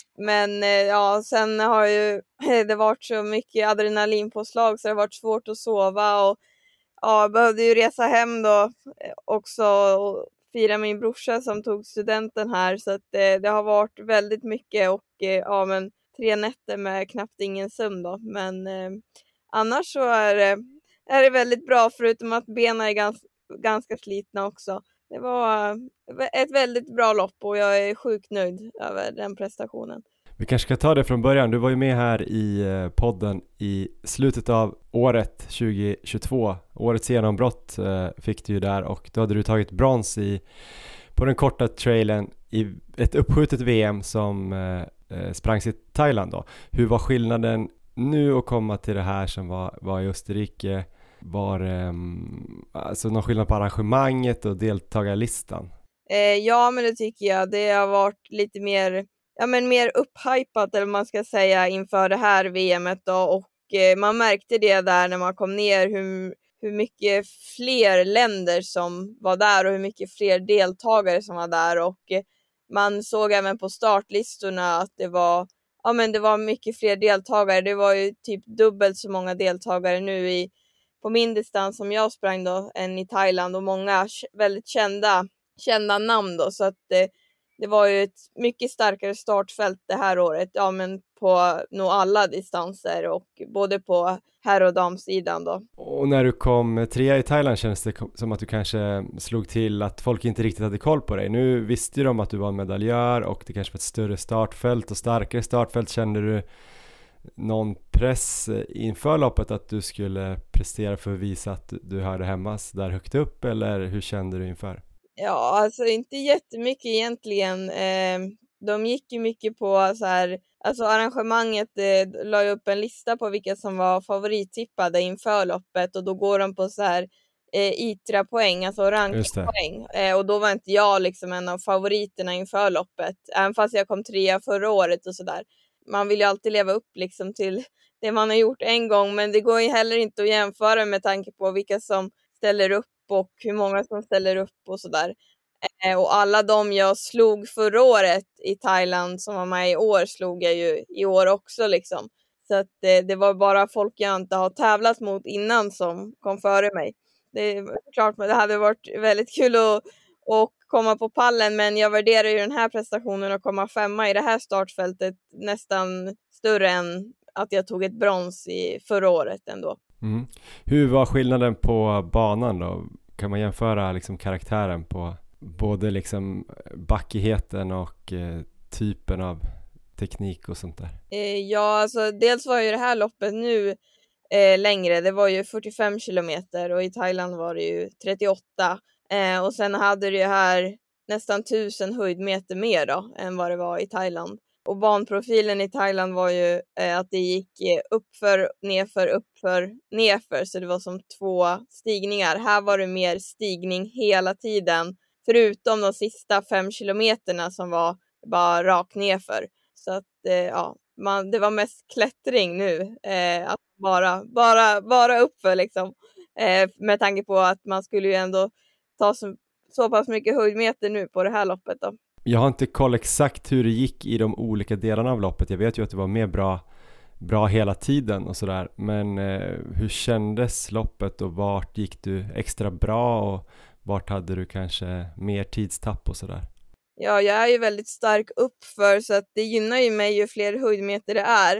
men eh, ja, sen har ju det varit så mycket adrenalinpåslag så det har varit svårt att sova och ja, jag behövde ju resa hem då också och fira min brorsa som tog studenten här, så att eh, det har varit väldigt mycket och eh, ja, men tre nätter med knappt ingen sömn då, men eh, annars så är det, är det väldigt bra, förutom att benen är gans, ganska slitna också. Det var ett väldigt bra lopp och jag är sjukt nöjd över den prestationen. Vi kanske ska ta det från början. Du var ju med här i podden i slutet av året tjugohundratjugotvå. Årets genombrott fick du ju där och då hade du tagit brons i, på den korta trailen i ett uppskjutet V M som eh, sprangs i Thailand då. Hur var skillnaden nu att komma till det här som var, var i Österrike? Var det um, alltså någon skillnad på arrangemanget och deltagarlistan? Eh, ja, men det tycker jag. Det har varit lite mer, ja, men mer upphypat eller man ska säga inför det här V M:et då, och eh, man märkte det där när man kom ner hur, hur mycket fler länder som var där och hur mycket fler deltagare som var där, och eh, man såg även på startlistorna att det var, ja, men det var mycket fler deltagare. Det var ju typ dubbelt så många deltagare nu i på min distans som jag sprang då än i Thailand, och många väldigt kända kända namn då, så att det, det var ju ett mycket starkare startfält det här året, ja, men på nog alla distanser och både på herr- och damsidan då. Och när du kom trea i Thailand känns det som att du kanske slog till att folk inte riktigt hade koll på dig. Nu visste ju de att du var en medaljör och det kanske var ett större startfält och starkare startfält. Kände du någon press inför loppet att du skulle prestera för att visa att du hörde hemma där högt upp, eller hur kände du inför? Ja, alltså inte jättemycket egentligen. Eh, de gick ju mycket på så här, alltså arrangemanget eh, la ju upp en lista på vilka som var favorittippade inför loppet, och då går de på så här eh, I T R A-poäng, alltså rankingpoäng. Eh, och då var inte jag liksom en av favoriterna inför loppet, även fast jag kom trea förra året och sådär. Man vill ju alltid leva upp liksom till det man har gjort en gång, men det går ju heller inte att jämföra med tanke på vilka som ställer upp och hur många som ställer upp och sådär. Eh, och alla de jag slog förra året i Thailand som var med i år slog jag ju i år också liksom. Så att eh, det var bara folk jag inte har tävlat mot innan som kom före mig. Det är klart, men det hade varit väldigt kul att, att komma på pallen, men jag värderar ju den här prestationen att komma femma i det här startfältet nästan större än att jag tog ett brons i förra året ändå. Mm. Hur var skillnaden på banan då? Kan man jämföra liksom karaktären på både liksom backigheten och eh, typen av teknik och sånt där? Eh, ja, alltså dels var ju det här loppet nu eh, längre. Det var ju fyrtiofem kilometer och i Thailand var det ju trettioåtta. Eh, och sen hade det ju här nästan tusen höjdmeter mer då än vad det var i Thailand. Och banprofilen i Thailand var ju eh, att det gick uppför, nerför, uppför, nerför. Så det var som två stigningar. Här var det mer stigning hela tiden. Förutom de sista fem kilometerna som var bara rakt nerför. Så att eh, ja, man, det var mest klättring nu. Eh, att bara, bara, bara uppför liksom. Eh, med tanke på att man skulle ju ändå ta så, så pass mycket höjdmeter nu på det här loppet då. Jag har inte koll exakt hur det gick i de olika delarna av loppet. Jag vet ju att det var mer bra, bra hela tiden och sådär. Men eh, hur kändes loppet och vart gick du extra bra och vart hade du kanske mer tidstapp och sådär? Ja, jag är ju väldigt stark uppför, så att det gynnar ju mig ju fler höjdmeter det är.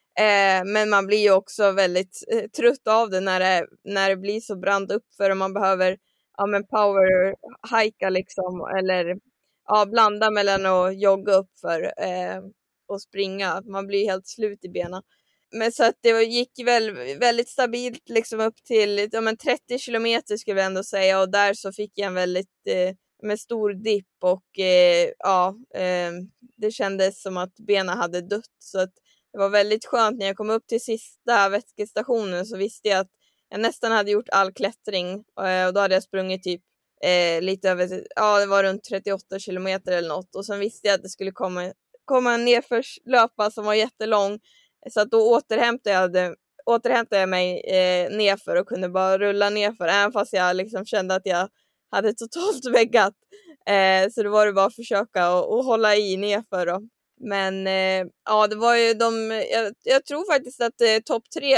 Eh, men man blir ju också väldigt eh, trött av det när, det när det blir så brant uppför och man behöver ja, men power hika liksom, eller ja, blanda mellan att jogga uppför eh, och springa. Man blir helt slut i benen. Men så att det gick väl väldigt stabilt liksom upp till ja, men trettio kilometer skulle jag ändå säga, och där så fick jag en väldigt eh, med stor dipp och eh, ja, eh, det kändes som att benen hade dött, så att det var väldigt skönt när jag kom upp till sista vätskestationen, så visste jag att jag nästan hade gjort all klättring eh, och då hade jag sprungit typ eh, lite över, ja det var runt trettioåtta kilometer eller något, och sen visste jag att det skulle komma, komma en nedförslöpa som var jättelång, så att då återhämtade jag, det, återhämtade jag mig eh, nerför och kunde bara rulla nerför, även fast jag liksom kände att jag hade totalt väggat. Eh, så det var det bara att försöka och, och hålla i nerför då. Men eh, ja, det var ju de, jag, jag tror faktiskt att eh, topp tre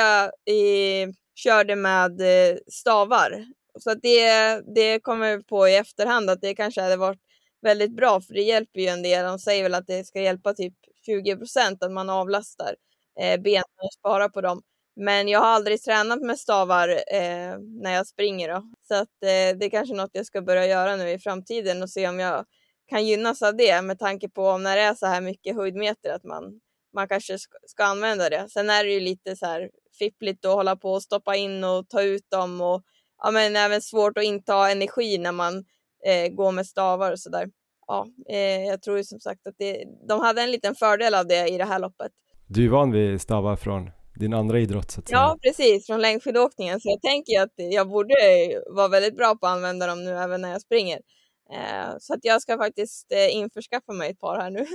i, körde med eh, stavar. Så att det, det kommer på i efterhand att det kanske hade varit väldigt bra, för det hjälper ju en del. De säger väl att det ska hjälpa typ tjugo procent att man avlastar eh, benen och sparar på dem. Men jag har aldrig tränat med stavar eh, när jag springer då. Så att eh, det är kanske något jag ska börja göra nu i framtiden och se om jag kan gynnas av det, med tanke på om när det är så här mycket höjdmeter att man, man kanske ska, ska använda det. Sen är det ju lite så här fippligt att hålla på och stoppa in och ta ut dem, och ja, men även svårt att inta energi när man eh, går med stavar och sådär. Ja, eh, jag tror ju som sagt att det, de hade en liten fördel av det i det här loppet. Du är van vid stavar från din andra idrott så att säga. Ja, precis, från längdskidåkningen. Så jag tänker att jag borde vara väldigt bra på att använda dem nu även när jag springer. Eh, så att jag ska faktiskt eh, införskaffa mig ett par här nu.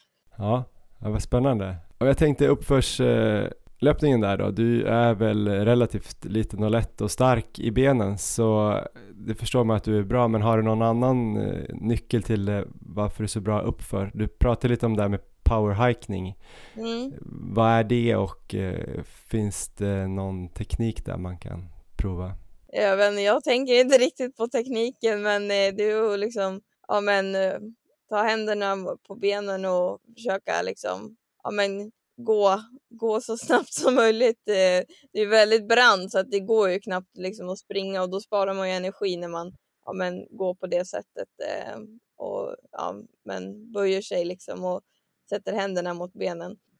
Ja, det var spännande. Och jag tänkte uppförs eh, löpningen där då. Du är väl relativt liten och lätt och stark i benen, så det förstår man att du är bra. Men har du någon annan eh, nyckel till eh, varför du är så bra uppför? Du pratade lite om det här med powerhiking. Mm. Vad är det, och eh, finns det någon teknik där man kan prova? Jag vet inte, jag tänker inte riktigt på tekniken, men eh, det är ju liksom, ja men eh, ta händerna på benen och försöka liksom, ja men gå, gå så snabbt som möjligt. Eh, det är väldigt brant, så att det går ju knappt liksom att springa, och då sparar man ju energi när man, ja men går på det sättet eh, och ja men böjer sig liksom och sätter händerna mot benen.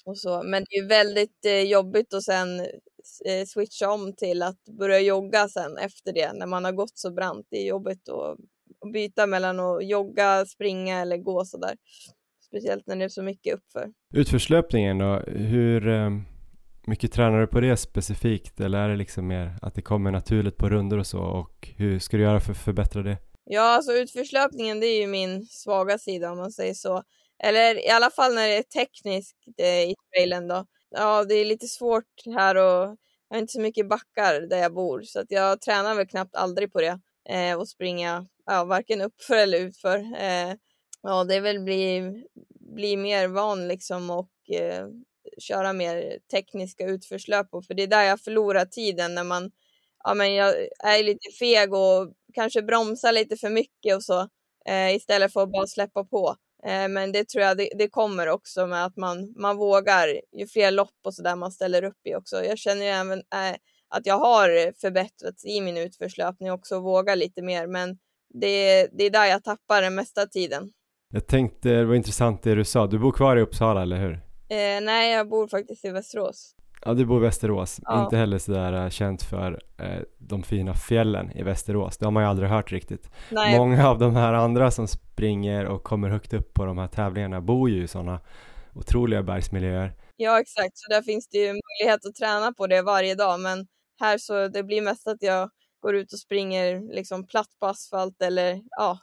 och så. Men det är väldigt eh, jobbigt att sen eh, switcha om till att börja jogga sen efter det när man har gått så brant. Det är jobbigt att, att byta mellan att jogga, springa eller gå så där. Speciellt när det är så mycket uppför. Utförslöpningen då, hur eh, mycket tränar du på det specifikt? Eller är det liksom mer att det kommer naturligt på runder och så? Och hur ska du göra för att förbättra det? Ja, alltså utförslöpningen det är ju min svaga sida om man säger så. Eller i alla fall när det är tekniskt eh, i trailen då. Ja, det är lite svårt här och jag har inte så mycket backar där jag bor. Så att jag tränar väl knappt aldrig på det. Eh, och springa ja, varken uppför eller utför. Eh, ja, det är väl bli, bli mer van liksom och eh, köra mer tekniska utförslöp. För det är där jag förlorar tiden när man, ja men jag är lite feg och kanske bromsar lite för mycket och så. Eh, istället för att bara släppa på. Eh, men det tror jag det, det kommer också med att man, man vågar ju fler lopp och så där man ställer upp i också. Jag känner ju även eh, att jag har förbättrats i min utförslöpning också och vågar lite mer. Men det, det är där jag tappar den mesta tiden. Jag tänkte, det var intressant det du sa. Du bor kvar i Uppsala, eller hur? Eh, nej, jag bor faktiskt i Västerås. Ja, du bor i Västerås. Ja. Inte heller sådär uh, känt för uh, de fina fjällen i Västerås. Det har man ju aldrig hört riktigt. Nej. Många av de här andra som springer och kommer högt upp på de här tävlingarna bor ju i sådana otroliga bergsmiljöer. Ja, exakt. Så där finns det ju möjlighet att träna på det varje dag. Men här så det blir mest att jag går ut och springer liksom platt på asfalt eller ja,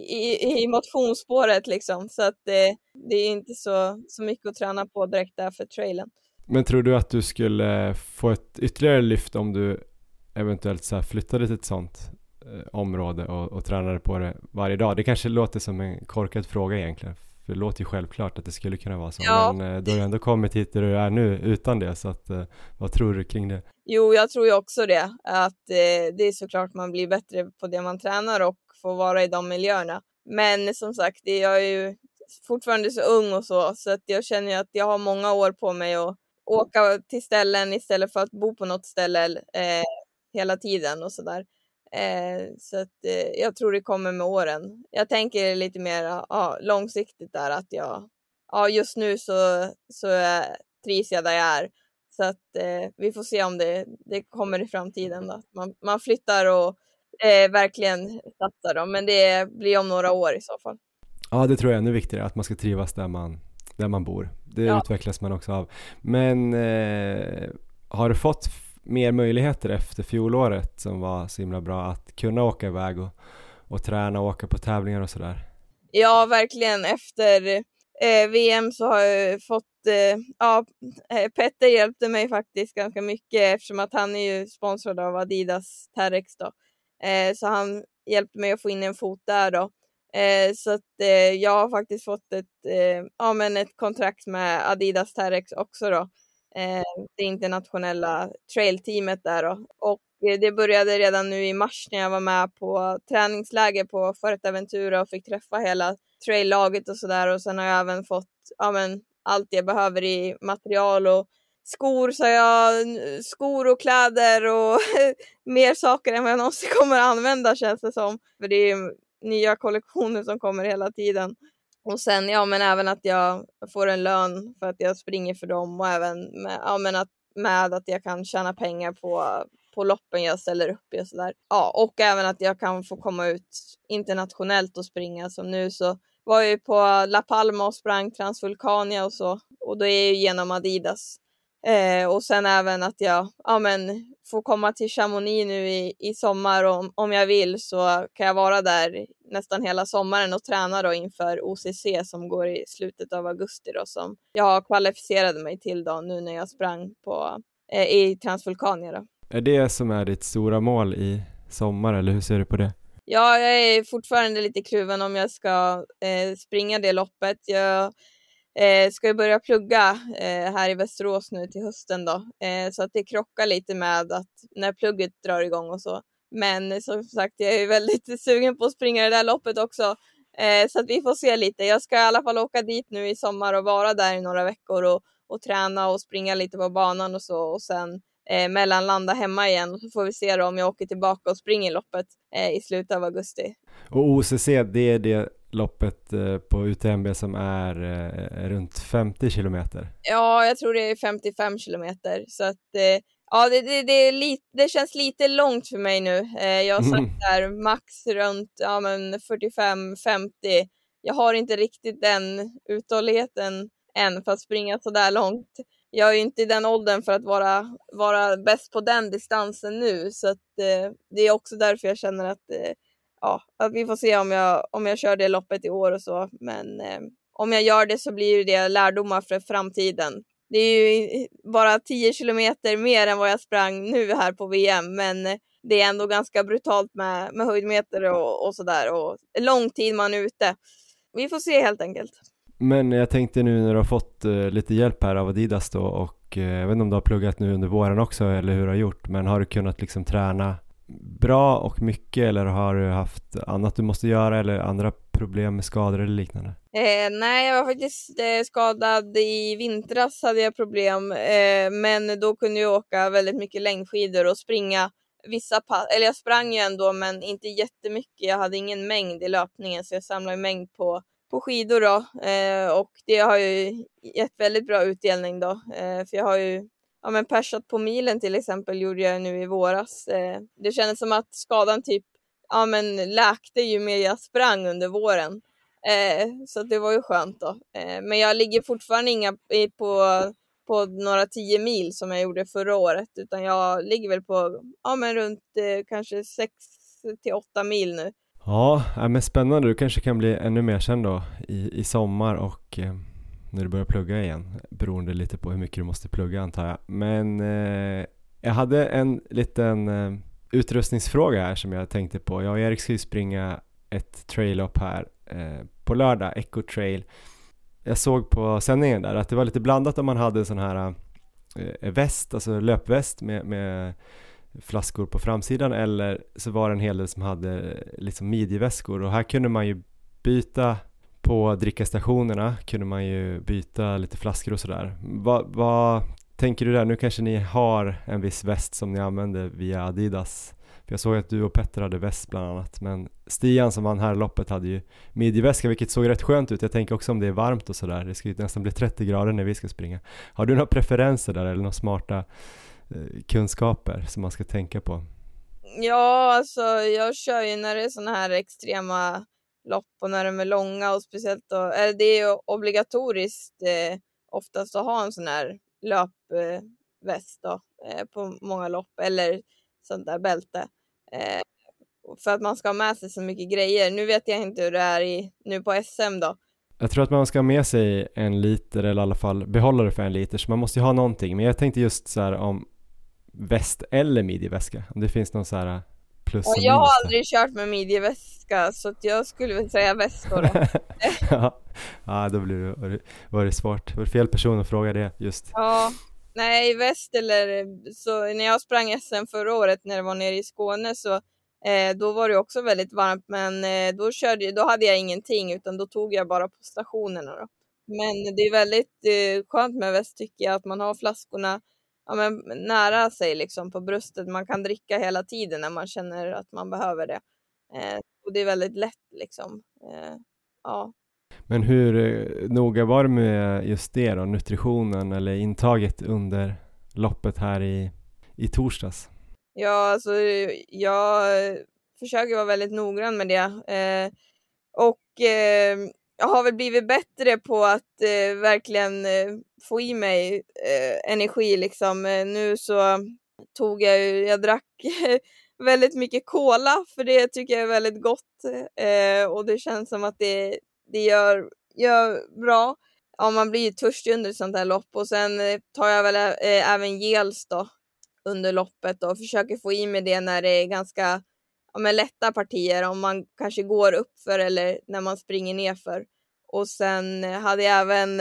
i, i motionsspåret liksom. Så att det, det är inte så, så mycket att träna på direkt där för trailen. Men tror du att du skulle få ett ytterligare lyft om du eventuellt så här flyttade till ett sånt eh, område och, och tränade på det varje dag? Det kanske låter som en korkad fråga egentligen. För det låter ju självklart att det skulle kunna vara så. Ja. Men eh, du har ju ändå kommit hit där du är nu utan det. Så att, eh, vad tror du kring det? Jo, jag tror ju också det. Att eh, det är såklart man blir bättre på det man tränar och får vara i de miljöerna. Men som sagt, det, jag är ju fortfarande så ung och så. Så att jag känner ju att jag har många år på mig att åka till ställen istället för att bo på något ställe eh, hela tiden och sådär. Eh, så att eh, jag tror det kommer med åren. Jag tänker lite mer ja, långsiktigt där att jag, ja just nu så, så är, trivs jag där jag är. Så att eh, vi får se om det, det kommer i framtiden då. Man, man flyttar och eh, verkligen satsar då, men det blir om några år i så fall. Ja, det tror jag är ännu viktigare, att man ska trivas där man, där man bor. Det Ja. utvecklas man också av. Men eh, har du fått f- mer möjligheter efter fjolåret som var så himla bra att kunna åka iväg och, och träna och åka på tävlingar och sådär? Ja, verkligen. Efter eh, V M så har jag fått, eh, ja, eh, Petter hjälpte mig faktiskt ganska mycket eftersom att han är ju sponsrad av Adidas Terrex då. Eh, så han hjälpte mig att få in en fot där då. Eh, så att eh, jag har faktiskt fått ett, eh, ja, men ett kontrakt med Adidas Terrex också då. Eh, det internationella trailteamet där då. Och eh, det började redan nu i mars när jag var med på träningsläger på Fuerteventura och fick träffa hela traillaget och sådär. Och sen har jag även fått ja, men, allt jag behöver i material och skor, så jag skor och kläder och mer saker än vad jag någonsin kommer att använda känns det som. För det är nya kollektioner som kommer hela tiden. Och sen ja men även att jag får en lön för att jag springer för dem och även med, ja, men att, med att jag kan tjäna pengar på, på loppen jag ställer upp i och sådär. Ja, och även att jag kan få komma ut internationellt och springa som nu så var jag ju på La Palma och sprang Transvulcania och så. Och då är jag ju genom Adidas. Eh, och sen även att jag ja, men, får komma till Chamonix nu i, i sommar och om, om jag vill så kan jag vara där nästan hela sommaren och träna då inför O C C som går i slutet av augusti då, som jag kvalificerade mig till då nu när jag sprang på, eh, i Transvulcania då. Är det som är ditt stora mål i sommar eller hur ser du på det? Ja, jag är fortfarande lite kluven om jag ska eh, springa det loppet. Jag Eh, ska jag börja plugga eh, här i Västerås nu till hösten då. Eh, så att det krockar lite med att när plugget drar igång och så. Men som sagt, jag är väldigt sugen på att springa det där loppet också. Eh, så att vi får se lite. Jag ska i alla fall åka dit nu i sommar och vara där i några veckor och, och träna och springa lite på banan och så. Och sen eh, mellanlanda hemma igen. Och så får vi se då om jag åker tillbaka och springer loppet eh, i slutet av augusti. Och O C C, det är det loppet eh, på U T M B som är eh, runt femtio kilometer. Ja, jag tror det är femtiofem kilometer. Så att eh, ja, det, det, det, är lite, det känns lite långt för mig nu. Eh, jag har sagt Mm. där max runt ja, men fyrtiofem femtio. Jag har inte riktigt den uthålligheten än för att springa så där långt. Jag är ju inte i den åldern för att vara, vara bäst på den distansen nu. Så att, eh, det är också därför jag känner att, eh, ja, att vi får se om jag, om jag kör det loppet i år och så. Men eh, om jag gör det så blir det lärdomar för framtiden. Det är ju bara tio kilometer mer än vad jag sprang nu här på V M. Men det är ändå ganska brutalt med, med höjdmeter och, och sådär. Och lång tid man är ute. Vi får se helt enkelt. Men jag tänkte nu när du har fått uh, lite hjälp här av Adidas då och uh, jag vet inte om du har pluggat nu under våren också eller hur du har gjort, men har du kunnat liksom träna bra och mycket eller har du haft annat du måste göra eller andra problem med skador eller liknande? Eh, nej, jag var faktiskt eh, skadad i vintras, hade jag problem. Eh, men då kunde jag åka väldigt mycket längdskidor och springa vissa pass. Eller jag sprang ju ändå, men inte jättemycket. Jag hade ingen mängd i löpningen, så jag samlade mängd på, på skidor då. Eh, och det har ju gett väldigt bra utdelning då. Eh, för jag har ju ja, men persat på milen till exempel, gjorde jag nu i våras. Eh, det kändes som att skadan typ ja, men läkte ju mer jag sprang under våren. Eh, så det var ju skönt då. Eh, men jag ligger fortfarande inga på, på några tio mil som jag gjorde förra året. Utan jag ligger väl på ja, men runt eh, kanske sex till åtta mil nu. Ja, men spännande. Du kanske kan bli ännu mer sen då i, i sommar och eh, när du börjar plugga igen. Beroende lite på hur mycket du måste plugga antar jag. Men eh, jag hade en liten eh, utrustningsfråga här som jag tänkte på. Jag och Erik ska ju springa ett trail-up här eh, på lördag, Echo Trail. Jag såg på sändningen där att det var lite blandat om man hade en sån här eh, väst, alltså löpväst med, med flaskor på framsidan eller så var det en hel del som hade liksom midjeväskor och här kunde man ju byta på drickastationerna, kunde man ju byta lite flaskor och sådär. Vad, vad tänker du där? Nu kanske ni har en viss väst som ni använder via Adidas. För jag såg att du och Petter hade väst bland annat. Men Stian som vann här loppet hade ju midjeväska, vilket såg rätt skönt ut. Jag tänker också om det är varmt och sådär. Det ska ju nästan bli trettio grader när vi ska springa. Har du några preferenser där eller några smarta eh, kunskaper som man ska tänka på? Ja, alltså jag kör ju när det är såna här extrema lopp och när de är långa och speciellt då, eller det är ju obligatoriskt eh, oftast att ha en sån här löpväst eh, då eh, på många lopp eller sånt där bälte eh, för att man ska ha med sig så mycket grejer. Nu vet jag inte hur det är i, nu på S M då. Jag tror att man ska ha med sig en liter eller i alla fall behålla det för en liter så man måste ju ha någonting. Men jag tänkte just så här om väst eller midjeväska. Om det finns någon så här plus och ja, jag har minus aldrig kört med midjeväska så att jag skulle väl säga väst då. då. ja. ja, då blir det, var det, var det svårt. Var det fel person att fråga det just? Ja, nej väst eller så när jag sprang S M förra året när det var nere i Skåne så eh, då var det också väldigt varmt men eh, då körde då hade jag ingenting utan då tog jag bara på stationerna då. Men det är väldigt eh, skönt med väst tycker jag att man har flaskorna ja, men nära sig liksom på bröstet. Man kan dricka hela tiden när man känner att man behöver det. Eh, och det är väldigt lätt liksom. Eh, ja. Men hur eh, noga var det med just det då? Nutritionen eller intaget under loppet här i, i torsdags? Ja, alltså jag försöker vara väldigt noggrann med det. Eh, och eh, jag har väl blivit bättre på att eh, verkligen eh, få i mig eh, energi liksom. Eh, nu så tog jag ju, jag drack väldigt mycket cola för det tycker jag är väldigt gott. Eh, och det känns som att det, det gör, gör bra. Ja, man blir ju törstig under sånt här lopp och sen eh, tar jag väl eh, även gels då under loppet och försöker få i mig det när det är ganska ja, men lätta partier om man kanske går upp för eller när man springer ner för. Och sen hade jag även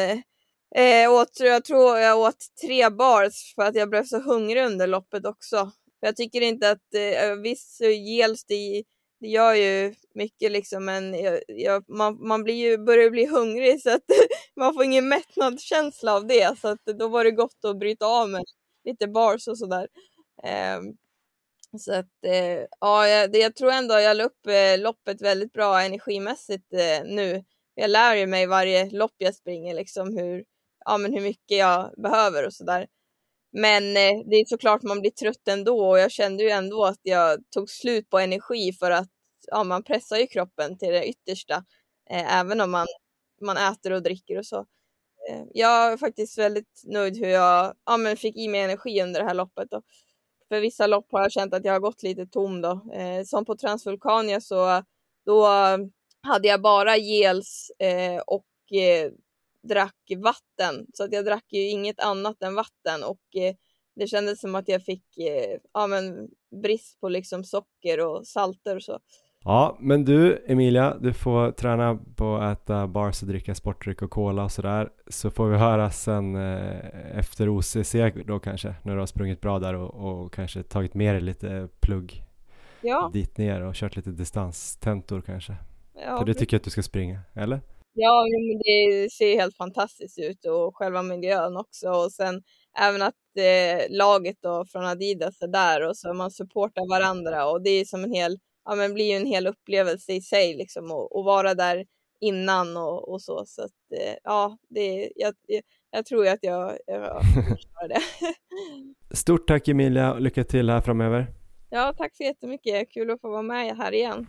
eh, åt, jag tror jag åt tre bars för att jag blev så hungrig under loppet också. För jag tycker inte att eh, visst gels det, det gör ju mycket liksom men jag, jag, man, man blir ju, börjar bli hungrig så att man får ingen mättnadskänsla av det så att då var det gott att bryta av med lite bars och sådär. Eh, Så att, eh, ja, jag, det, jag tror ändå jag la upp eh, loppet väldigt bra energimässigt eh, nu. Jag lär ju mig varje lopp jag springer liksom hur, ja, men hur mycket jag behöver och sådär. Men eh, det är såklart man blir trött ändå, och jag kände ju ändå att jag tog slut på energi för att ja, man pressar ju kroppen till det yttersta, eh, även om man, man äter och dricker och så. Eh, jag är faktiskt väldigt nöjd hur jag ja, men fick i mig energi under det här loppet då. För vissa lopp har jag känt att jag har gått lite tom då. Eh, som på Transvulkania så då hade jag bara gels eh, och eh, drack vatten. Så att jag drack ju inget annat än vatten. Och eh, det kändes som att jag fick eh, ja, men brist på liksom socker och salter och så. Ja, men du Emilia, du får träna på att äta bars och dricka sportdryck och cola och sådär. Så får vi höra sen eh, efter O C C då kanske, när du har sprungit bra där och, och kanske tagit med dig lite plugg ja. dit ner och kört lite distanstentor kanske. Ja, För det tycker jag att du ska springa, eller? Ja, men det ser helt fantastiskt ut, och själva miljön också. Och sen även att eh, laget då från Adidas är där, och så man supportar varandra, och det är som en hel ja, men blir ju en hel upplevelse i sig liksom, och, och vara där innan och, och så. Så att, eh, ja, det, jag, jag, jag tror att jag, jag gör det. Stort tack Emilia, och lycka till här framöver. Ja, tack så jättemycket. Kul att få vara med här igen.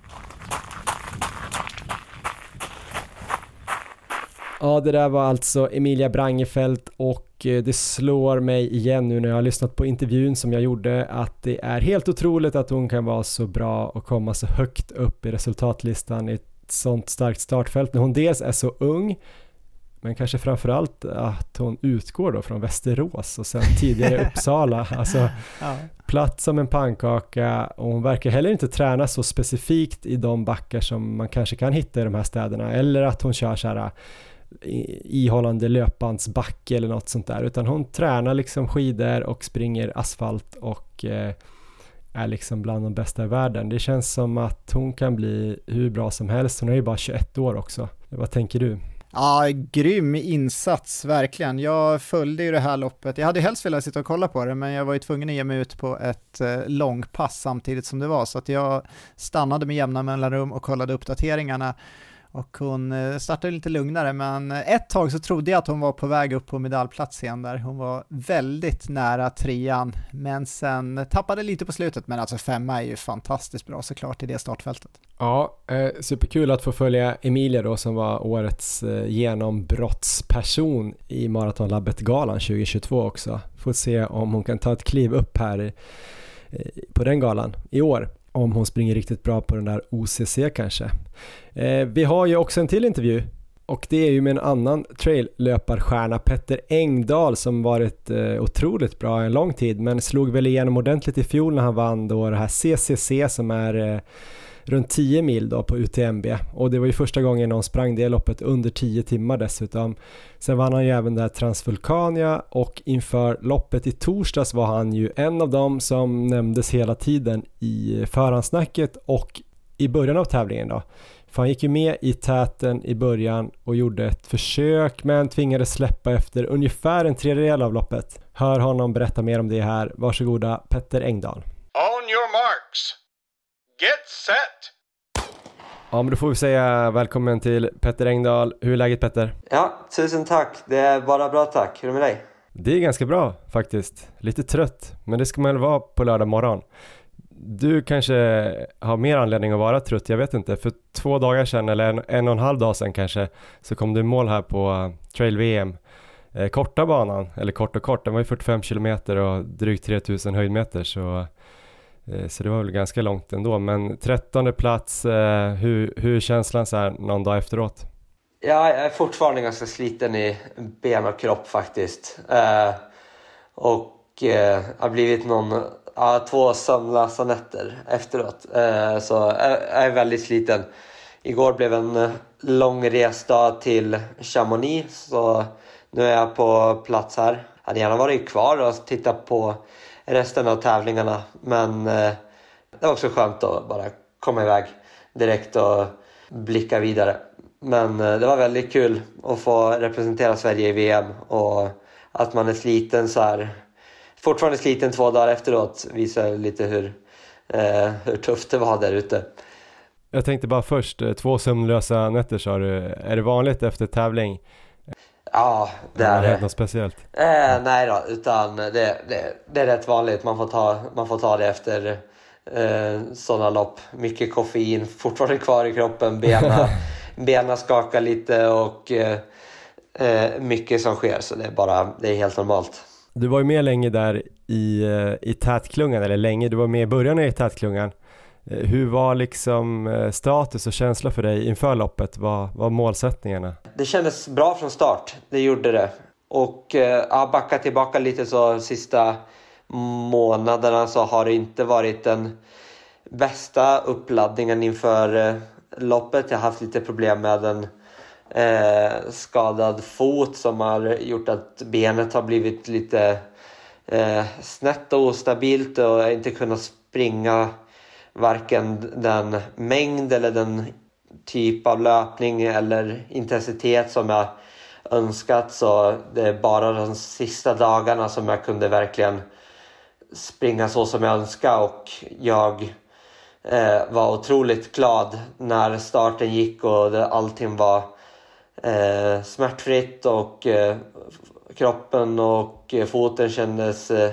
Ja, det där var alltså Emilia Brangefelt, och det slår mig igen nu när jag har lyssnat på intervjun som jag gjorde att det är helt otroligt att hon kan vara så bra och komma så högt upp i resultatlistan i ett sånt starkt startfält när hon dels är så ung, men kanske framförallt att hon utgår då från Västerås och sen tidigare Uppsala. Alltså ja. Platt som en pannkaka, och hon verkar heller inte träna så specifikt i de backar som man kanske kan hitta i de här städerna, eller att hon kör så här ihållande löpbandsbacke eller något sånt där, utan hon tränar liksom skidor och springer asfalt och eh, är liksom bland de bästa i världen. Det känns som att hon kan bli hur bra som helst. Hon är ju bara tjugoett år också. Vad tänker du? Ja, grym insats, verkligen. Jag följde ju det här loppet. Jag hade helst velat sitta och kolla på det, men jag var ju tvungen att ge mig ut på ett eh, långpass samtidigt som det var, så att jag stannade med jämna mellanrum och kollade uppdateringarna. Och hon startade lite lugnare, men ett tag så trodde jag att hon var på väg upp på medaljplats igen där. Hon var väldigt nära trean, men sen tappade lite på slutet. Men alltså femma är ju fantastiskt bra såklart i det startfältet. Ja, eh, superkul att få följa Emilia då, som var årets eh, genombrottsperson i Maratonlabbet-galan tjugo tjugotvå också. Får se om hon kan ta ett kliv upp här eh, på den galan i år. Om hon springer riktigt bra på den där O C C kanske. Eh, vi har ju också en till intervju, och det är ju med en annan traillöparstjärna, Petter Engdahl, som varit eh, otroligt bra en lång tid, men slog väl igenom ordentligt i fjol när han vann då det här C C C som är eh, runt tio mil då på U T M B, och det var ju första gången någon sprang det loppet under tio timmar dessutom. Sen vann han ju även där Transvulkania, och inför loppet i torsdags var han ju en av dem som nämndes hela tiden i förhandsnacket och i början av tävlingen då. För han gick ju med i täten i början och gjorde ett försök, men tvingades släppa efter ungefär en tredjedel av loppet. Hör honom berätta mer om det här. Varsågoda, Petter Engdahl. On your marks. Get set! Ja, men då får vi säga välkommen till Petter Engdahl. Hur är läget, Petter? Ja, tusen tack. Det är bara bra, tack. Hur är det med dig? Det är ganska bra faktiskt. Lite trött, men det ska man väl vara på lördag morgon. Du kanske har mer anledning att vara trött, jag vet inte. För två dagar sedan, eller en, en och en halv dag sedan kanske, så kom du i mål här på Trail V M. Eh, korta banan, eller kort och kort, den var ju fyrtiofem kilometer och drygt tre tusen höjdmeter, så... Så det var väl ganska långt ändå. Men trettonde plats, eh, hur, hur är känslan så här någon dag efteråt? Ja, jag är fortfarande ganska sliten i ben och kropp faktiskt. Eh, och eh, har blivit någon, ja, två sömnlösa nätter efteråt. Eh, så jag är väldigt sliten. Igår blev en lång resdag till Chamonix. Så nu är jag på plats här. Jag hade gärna varit kvar och tittat på resten av tävlingarna, men eh, det var också skönt att bara komma iväg direkt och blicka vidare. Men eh, det var väldigt kul att få representera Sverige i V M, och att man är sliten så här, fortfarande sliten två dagar efteråt, visar lite hur eh, hur tufft det var där ute. Jag tänkte bara först, två sömnlösa nätter sa du. Är det vanligt efter tävling? Ja, det är det. Något speciellt? Eh, nej då, utan det, det, det är rätt vanligt. Man får ta, man får ta det efter eh, sådana lopp. Mycket koffein, fortfarande kvar i kroppen. Bena, bena skakar lite och eh, eh, mycket som sker. Så det är bara, det är helt normalt. Du var ju med länge där i, i tätklungan, eller länge, du var med i början i tätklungan. Hur var liksom status och känsla för dig inför loppet? Vad var målsättningarna? Det kändes bra från start, det gjorde det. Och eh, backa tillbaka lite så sista månaderna så har det inte varit den bästa uppladdningen inför eh, loppet. Jag har haft lite problem med en eh, skadad fot som har gjort att benet har blivit lite eh, snett och ostabilt och jag har inte kunnat springa varken den mängd eller den typ av löpning eller intensitet som jag önskat. Så det är bara de sista dagarna som jag kunde verkligen springa så som jag önskade. Och jag eh, var otroligt glad när starten gick och det, allting var eh, smärtfritt och eh, kroppen och eh, foten kändes eh,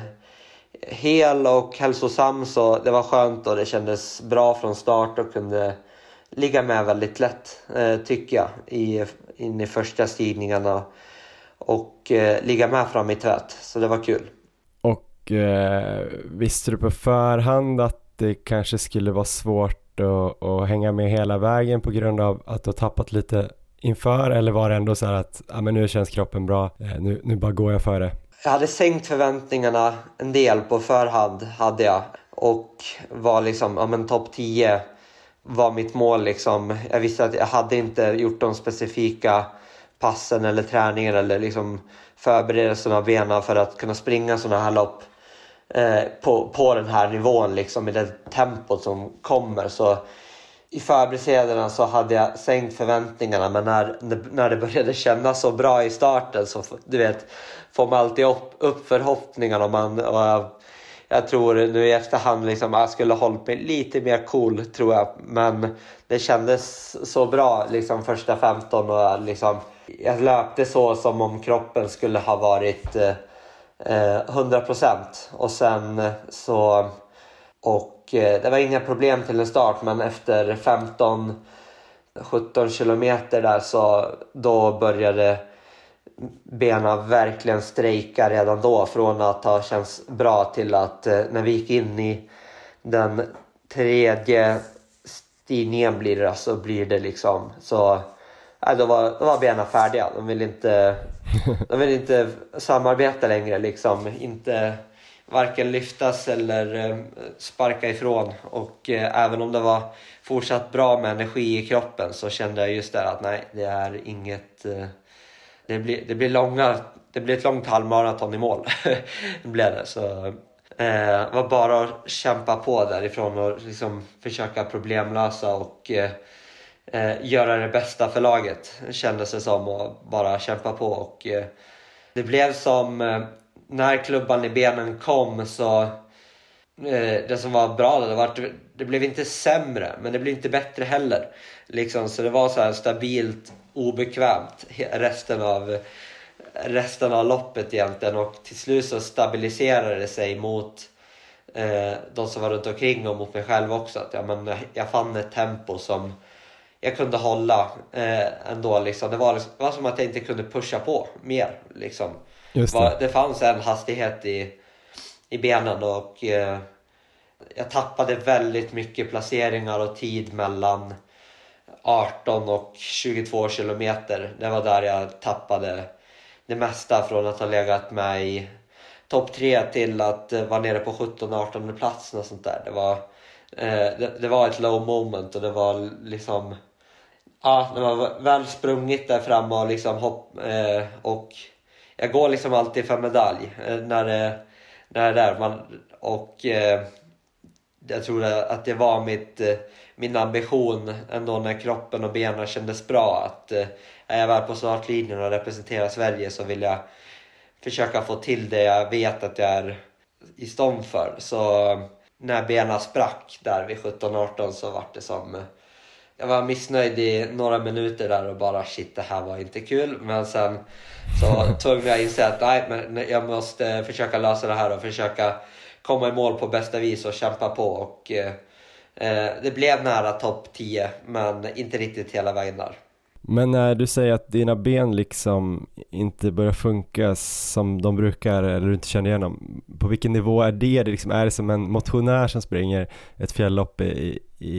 hel och hälsosam, så det var skönt och det kändes bra från start och kunde ligga med väldigt lätt eh, tycker jag i, in i första stigningarna och eh, ligga med fram i tvätt, så det var kul. Och eh, visste du på förhand att det kanske skulle vara svårt att, att hänga med hela vägen på grund av att du har tappat lite inför, eller var det ändå så här att ja, men nu känns kroppen bra, eh, nu, nu bara går jag för det? Jag hade sänkt förväntningarna en del på förhand hade jag och var liksom, ja men topp tio var mitt mål liksom. Jag visste att jag hade inte gjort de specifika passen eller träningen eller liksom förberedelserna av benen för att kunna springa sådana här lopp eh, på, på den här nivån liksom, i det tempot som kommer. Så i förberedelserna så hade jag sänkt förväntningarna, men när, när det började kännas så bra i starten så du vet, får man alltid upp, upp förhoppningarna. Och man, och jag, jag tror nu i efterhand liksom, jag skulle hållit mig lite mer cool tror jag, men det kändes så bra liksom första femton och liksom, jag löpte så som om kroppen skulle ha varit eh, hundra procent och sen så och det var inga problem till en start, men efter femton sjutton kilometer där så då började benen verkligen strejka redan då, från att ha känts bra till att när vi gick in i den tredje stigningen blir det, så blir det liksom så nej, då var, då var benen färdiga, de vill inte de vill inte samarbeta längre liksom, inte varken lyftas eller eh, sparka ifrån. Och eh, även om det var fortsatt bra med energi i kroppen så kände jag just där att nej, det är inget eh, det blir det blir långa det blir ett långt halvmaraton i mål. Det blev det, så eh, var bara att kämpa på därifrån och liksom försöka problemlösa och eh, eh, göra det bästa för laget, kändes det som, och bara kämpa på. Och eh, det blev som eh, när klubban i benen kom så eh, det som var bra då, det, var, det blev inte sämre, men det blev inte bättre heller liksom, så det var så här stabilt obekvämt resten av resten av loppet egentligen, och till slut så stabiliserade det sig mot eh, de som var runt omkring och mot mig själv också, att ja, men jag fann ett tempo som jag kunde hålla eh, ändå liksom. Det var, det var som att jag inte kunde pusha på mer liksom. Just det. Det fanns en hastighet i, i benen och eh, jag tappade väldigt mycket placeringar och tid mellan arton och tjugotvå kilometer. Det var där jag tappade det mesta, från att ha legat med i topp tre till att eh, vara nere på sjutton arton plats och sånt där. Det var, eh, det, det var ett low moment och det var liksom, ja, när man väl sprungit där fram och liksom hopp eh, och jag går liksom alltid för medalj eh, när det, när det är där man, och eh, jag tror att det var mitt, eh, min ambition ändå när kroppen och benen kändes bra, att eh, är jag väl på startlinjen och representerar Sverige så vill jag försöka få till det jag vet att jag är i stånd för. Så när benen sprack där vid sjutton arton så var det som... Jag var missnöjd i några minuter där och bara shit, det här var inte kul. Men sen så tog jag inse att nej, men jag måste försöka lösa det här och försöka komma i mål på bästa vis och kämpa på. Och eh, det blev nära topp tio, men inte riktigt hela vägen där. Men när du säger att dina ben liksom inte börjar funka som de brukar, eller du inte känner igen dem, på vilken nivå är det? det liksom, är det som en motionär som springer ett fjälllopp i,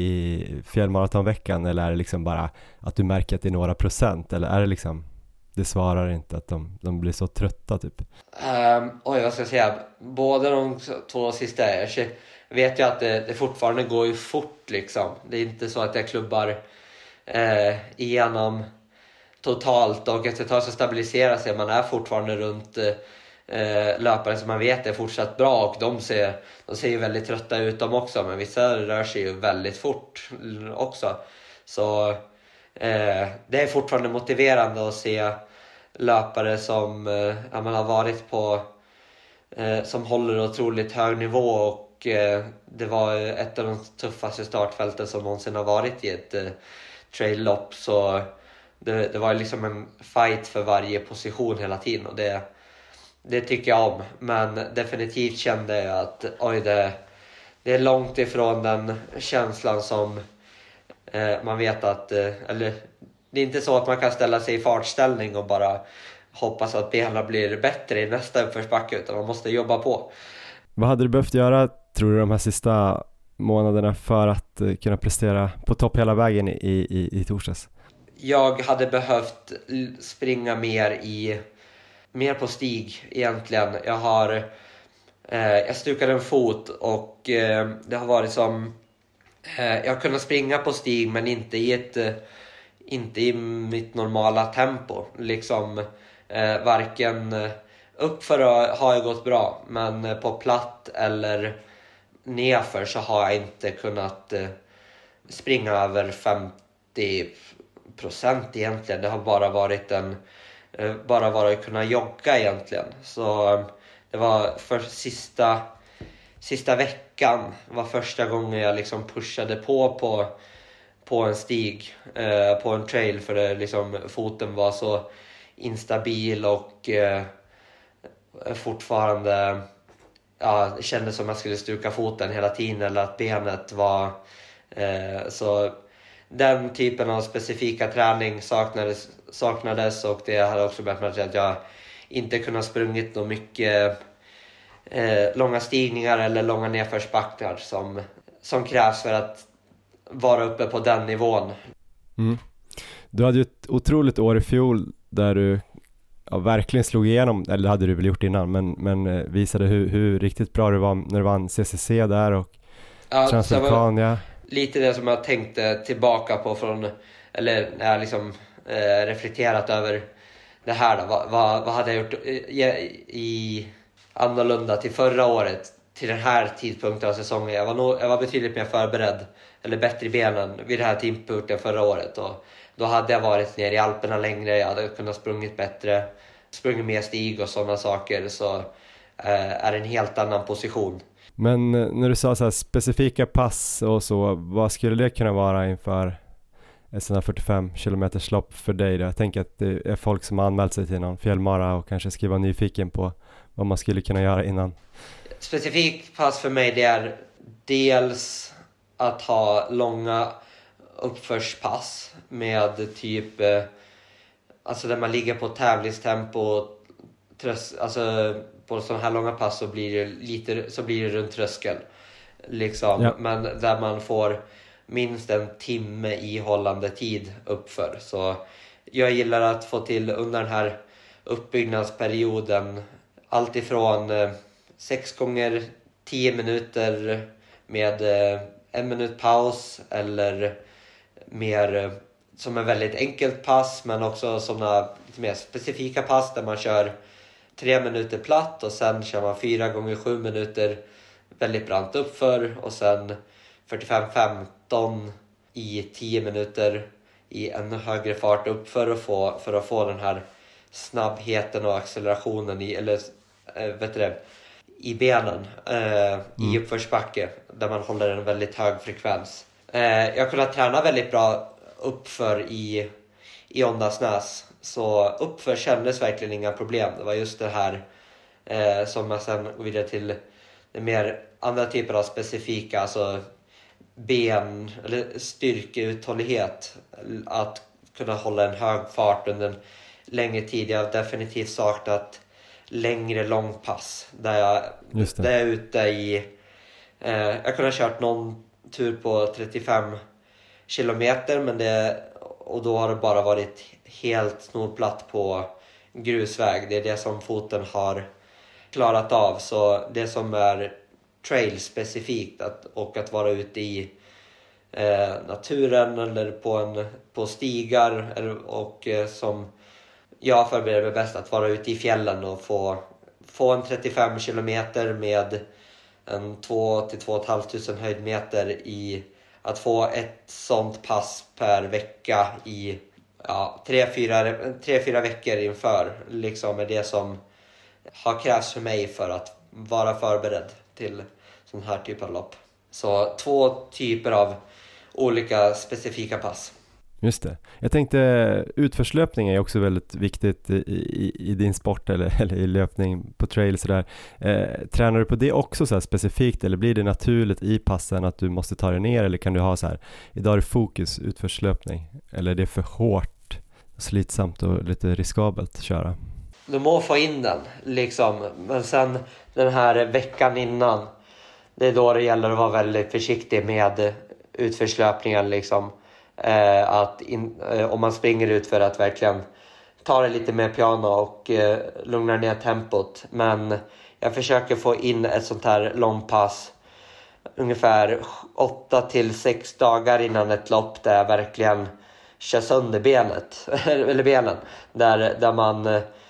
i fjällmaratonveckan, eller är det liksom bara att du märker att det är några procent, eller är det liksom, det svarar inte att de, de blir så trötta typ? Um, oj, vad ska jag säga? Både de två sista, jag vet ju att det, det fortfarande går ju fort liksom. Det är inte så att jag klubbar Eh, igenom totalt, och efter ett tag så stabiliserar sig. Man är fortfarande runt eh, löpare som man vet är fortsatt bra, och de ser, de ser ju väldigt trötta ut de också, men vissa rör sig ju väldigt fort också. Så eh, det är fortfarande motiverande att se löpare som eh, man har varit på eh, som håller otroligt hög nivå, och eh, det var ett av de tuffaste startfälten som någonsin har varit i ett eh, trail-lopp, så det, det var liksom en fight för varje position hela tiden, och det, det tycker jag om. Men definitivt kände jag att oj, det, det är långt ifrån den känslan som eh, man vet att eh, eller det är inte så att man kan ställa sig i fartställning och bara hoppas att benen blir bättre i nästa uppförsbacke, utan man måste jobba på. Vad hade du behövt göra, tror du, de här sista månaderna för att uh, kunna prestera på topp hela vägen i, i, i torsdags? Jag hade behövt springa mer i mer på stig egentligen. Jag har eh, jag stukade en fot, och eh, det har varit som eh, jag har kunnat springa på stig, men inte i ett eh, inte i mitt normala tempo liksom. eh, varken eh, uppför har jag gått bra, men eh, på platt eller nerför så har jag inte kunnat eh, springa över femtio procent egentligen. Det har bara varit en eh, bara varit att kunna jogga egentligen. Så eh, det var för sista sista veckan var första gången jag liksom pushade på på på en stig eh, på en trail, för det liksom foten var så instabil, och eh, fortfarande ja, det kändes som att jag skulle stuka foten hela tiden, eller att benet var eh, så den typen av specifika träning saknades, saknades och det hade också börjat med att jag inte kunnat sprungit något mycket eh, långa stigningar eller långa nedförsbackar som, som krävs för att vara uppe på den nivån. Mm. Du hade ju ett otroligt år i fjol där du ja, verkligen slog igenom, eller det hade du väl gjort innan, men, men visade hur, hur riktigt bra du var när du vann C C C där och ja, Transvulkania. Lite det som jag tänkte tillbaka på från, eller när jag liksom eh, reflekterat över det här då. Vad, vad, vad hade jag gjort i, i annorlunda till förra året, till den här tidpunkten av säsongen? Jag var, nog, jag var betydligt mer förberedd, eller bättre i benen vid det här tidpunkten förra året, och då hade jag varit nere i Alperna längre, jag hade kunnat sprungit bättre, sprungit mer stig och sådana saker, så eh, är det en helt annan position. Men när du sa så här specifika pass och så, vad skulle det kunna vara inför ett sådant här fyrtiofem kilometers lopp för dig då? Jag tänker att det är folk som har anmält sig till någon fjällmara och kanske ska vara nyfiken på vad man skulle kunna göra innan. Specifikt pass för mig, det är dels att ha långa uppförspass med typ eh, alltså där man ligger på tävlingstempo, trös, alltså på sådana här långa pass så blir det lite så blir det runt tröskel liksom, ja. Men där man får minst en timme i hållande tid uppför. Så jag gillar att få till under den här uppbyggnadsperioden allt ifrån eh, sex gånger tio minuter med eh, en minut paus, eller mer eh, som en väldigt enkelt pass, men också sådana lite mer specifika pass där man kör tre minuter platt och sen kör man fyra gånger sju minuter väldigt brant uppför, och sen fyrtiofem femton i tio minuter i en högre fart uppför och få, för att få den här snabbheten och accelerationen i, eller äh, vet du det, i benen eh, Mm. i uppförsbacke där man håller en väldigt hög frekvens. Eh, jag har kunnat träna väldigt bra uppför i, i Åndalsnäs, så uppför kändes verkligen inga problem. Det var just det här eh, som jag sen går vidare till det mer andra typer av specifika, alltså ben eller styrkeuthållighet, att kunna hålla en hög fart under en längre tid. Jag har definitivt saknat längre långpass där jag, Just det. där jag är ute i eh, jag kunde ha kört någon tur på trettiofem kilometer, men det, och då har det bara varit helt snorplatt på grusväg. Det är det som foten har klarat av. Så det som är trail specifikt att, och att vara ute i eh, naturen eller på, en, på stigar eller, och eh, som jag förbereder mig bäst att vara ute i fjällen och få, få en trettiofem kilometer med en två till två och ett halvt tusen höjdmeter i att få ett sånt pass per vecka i ja, tre, fyra, tre, fyra veckor inför liksom är det som har krävts för mig för att vara förberedd till sån här typ av lopp. Så två typer av olika specifika pass. Just det. Jag tänkte utförslöpning är också väldigt viktigt i, i, i din sport eller, eller i löpning på trail sådär. Eh, tränar du på det också så här specifikt eller blir det naturligt i passen att du måste ta dig ner, eller kan du ha så här idag är det fokus utförslöpning, eller är det för hårt, slitsamt och lite riskabelt att köra? Du må få in den liksom, men sen den här veckan innan, det är då det gäller att vara väldigt försiktig med utförslöpningen liksom. Eh, att in, eh, om man springer ut för att verkligen ta det lite mer piano och eh, lugna ner tempot. Men jag försöker få in ett sånt här långpass ungefär åtta till sex dagar innan ett lopp där jag verkligen kör sönder benet eller benen, där, där man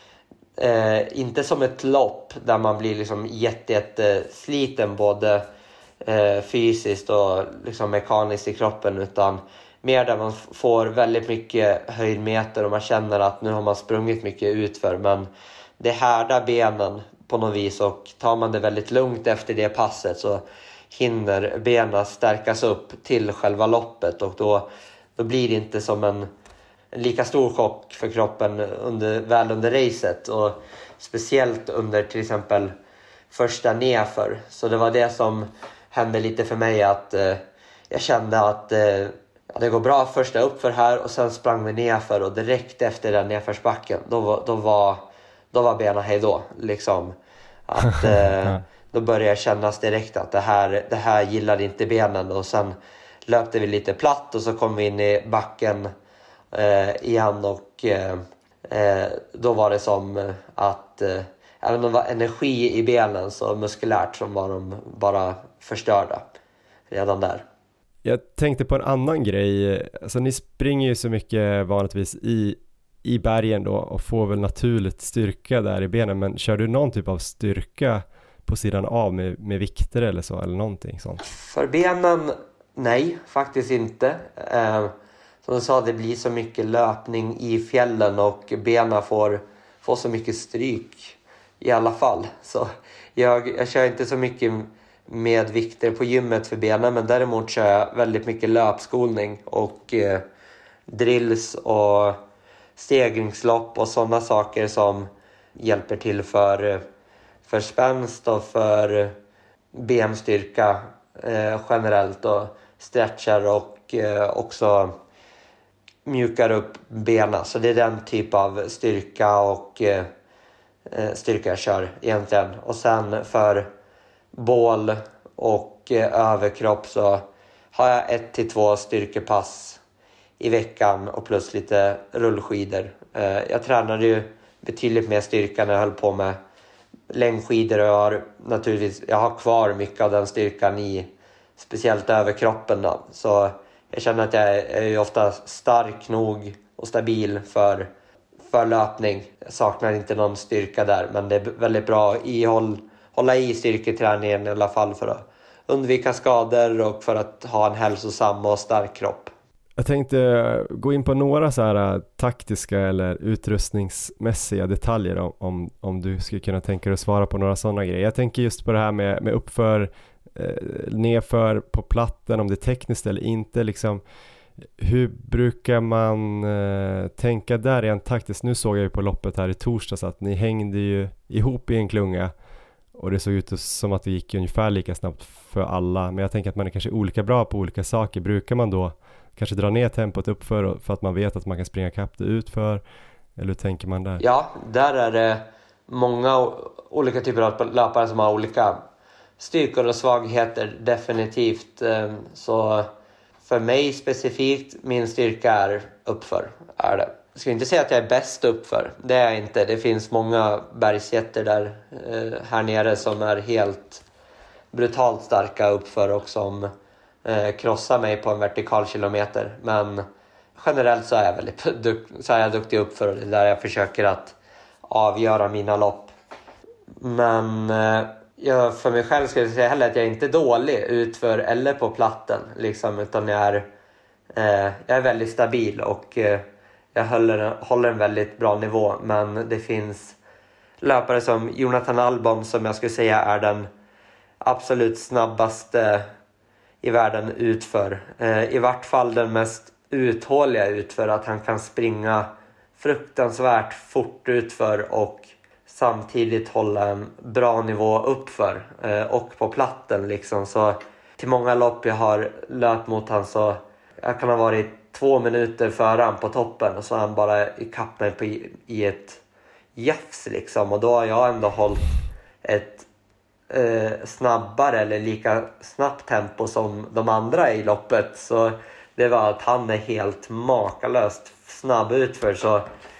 eh, inte som ett lopp där man blir liksom jätte, jätte sliten både eh, fysiskt och liksom mekaniskt i kroppen, utan mer där man får väldigt mycket höjdmeter och man känner att nu har man sprungit mycket utför, men det härdar benen på något vis, och tar man det väldigt lugnt efter det passet så hinner benen stärkas upp till själva loppet, och då, då blir det inte som en, en lika stor chock för kroppen under, väl under racet, och speciellt under till exempel första nerför. Så det var det som hände lite för mig, att eh, jag kände att eh, det går bra första uppför här, och sen sprang vi nerför, och direkt efter den nerförsbacken då, då var då var benen hej då liksom, att eh, då började jag kännas direkt att det här, det här gillade inte benen, och sen löpte vi lite platt och så kom vi in i backen eh, igen, och eh, eh, då var det som att eh, även om det var energi i benen så muskulärt som var de bara förstörda redan där. Jag tänkte på en annan grej, alltså ni springer ju så mycket vanligtvis i, i bergen då och får väl naturligt styrka där i benen, men kör du någon typ av styrka på sidan av med, med vikter eller så, eller någonting sånt? För benen, nej, faktiskt inte. Eh, som du sa, det blir så mycket löpning i fjällen och benen får, får så mycket stryk i alla fall. Så jag, jag kör inte så mycket med vikter på gymmet för benen, men däremot kör jag väldigt mycket löpskolning och eh, drills och stegringslopp och sådana saker som hjälper till för, för spänst och för benstyrka eh, generellt, och stretchar och eh, också mjukar upp benen. Så det är den typ av styrka och eh, styrka jag kör egentligen. Och sen för bål och eh, överkropp så har jag ett till två styrkepass i veckan och plus lite rullskidor. Eh, jag tränade ju betydligt mer styrka när jag höll på med längdskidor, och jag har naturligtvis jag har kvar mycket av den styrkan i speciellt överkroppen då. Så jag känner att jag är ofta stark nog och stabil för, för löpning. Jag saknar inte någon styrka där, men det är väldigt bra i håll, hålla i styrketräningen i alla fall för att undvika skador och för att ha en hälsosam och stark kropp. Jag tänkte gå in på några så här taktiska eller utrustningsmässiga detaljer om, om, om du skulle kunna tänka dig att svara på några sådana grejer. Jag tänker just på det här med, med uppför, eh, nedför på platten, om det är tekniskt eller inte. Liksom, hur brukar man eh, tänka där rent taktiskt? Nu såg jag ju på loppet här i torsdags att ni hängde ju ihop i en klunga och det såg ut som att det gick ungefär lika snabbt för alla. Men jag tänker att man är kanske olika bra på olika saker. Brukar man då kanske dra ner tempot uppför för att man vet att man kan springa kapp det utför? Eller hur tänker man där? Ja, där är det många olika typer av löpare som har olika styrkor och svagheter, definitivt. Så för mig specifikt, min styrka är uppför. Är det. Jag ska inte säga att jag är bäst uppför, det är jag inte. Det finns många bergsjätter där här nere som är helt brutalt starka uppför och som krossar mig på en vertikal kilometer. Men generellt så är jag väldigt duk- så är jag duktig uppför, och det är där jag försöker att avgöra mina lopp. Men jag, för mig själv skulle jag säga heller att jag är inte dålig utför eller på platten liksom, utan jag är, eh, jag är väldigt stabil och eh, jag håller, håller en väldigt bra nivå. Men det finns löpare som Jonathan Albon som jag skulle säga är den absolut snabbaste i världen utför. Eh, I vart fall den mest uthålliga utför, att han kan springa fruktansvärt fort utför och samtidigt hålla en bra nivå uppför eh, och på platten liksom. Så till många lopp jag har löpt mot han, så jag kan ha varit två minuter före han på toppen och så har han bara ikapp mig på, i ett jafs liksom, och då har jag ändå hållit ett eh, snabbare eller lika snabbt tempo som de andra i loppet. Så det var att han är helt makalöst snabb utför. Så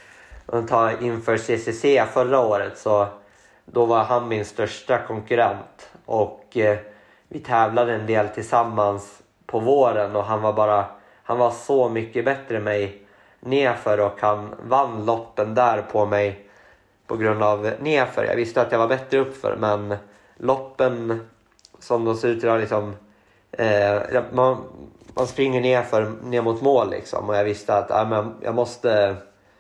om tar inför C C C förra året, så då var han min största konkurrent och eh, vi tävlade en del tillsammans på våren, och han var bara han var så mycket bättre än mig nerför, och han vann loppen där på mig på grund av nerför. Jag visste att jag var bättre uppför, men loppen som de ser ut idag liksom, eh, man, man springer nerför ner mot mål liksom, och jag visste att äh, men jag måste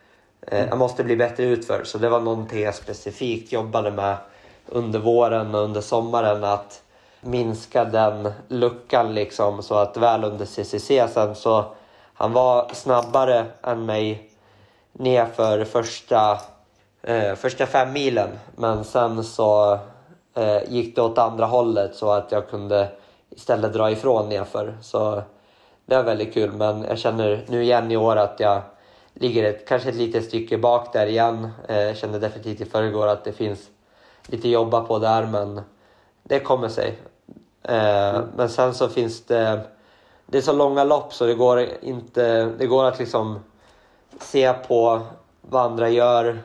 eh, jag måste bli bättre utför. Så det var någonting jag specifikt jobbade med under våren och under sommaren, att minska den luckan liksom, så att väl under C C C sen så han var snabbare än mig nerför första eh, första fem milen, men sen så eh, gick det åt andra hållet så att jag kunde istället dra ifrån nerför. Så det var väldigt kul, men jag känner nu igen i år att jag ligger ett, kanske ett litet stycke bak där igen. eh, jag kände definitivt i förrgår att det finns lite jobba på där, men det kommer sig. Eh, men sen så finns det det är så långa lopp, så det går inte det går att liksom se på vad andra gör.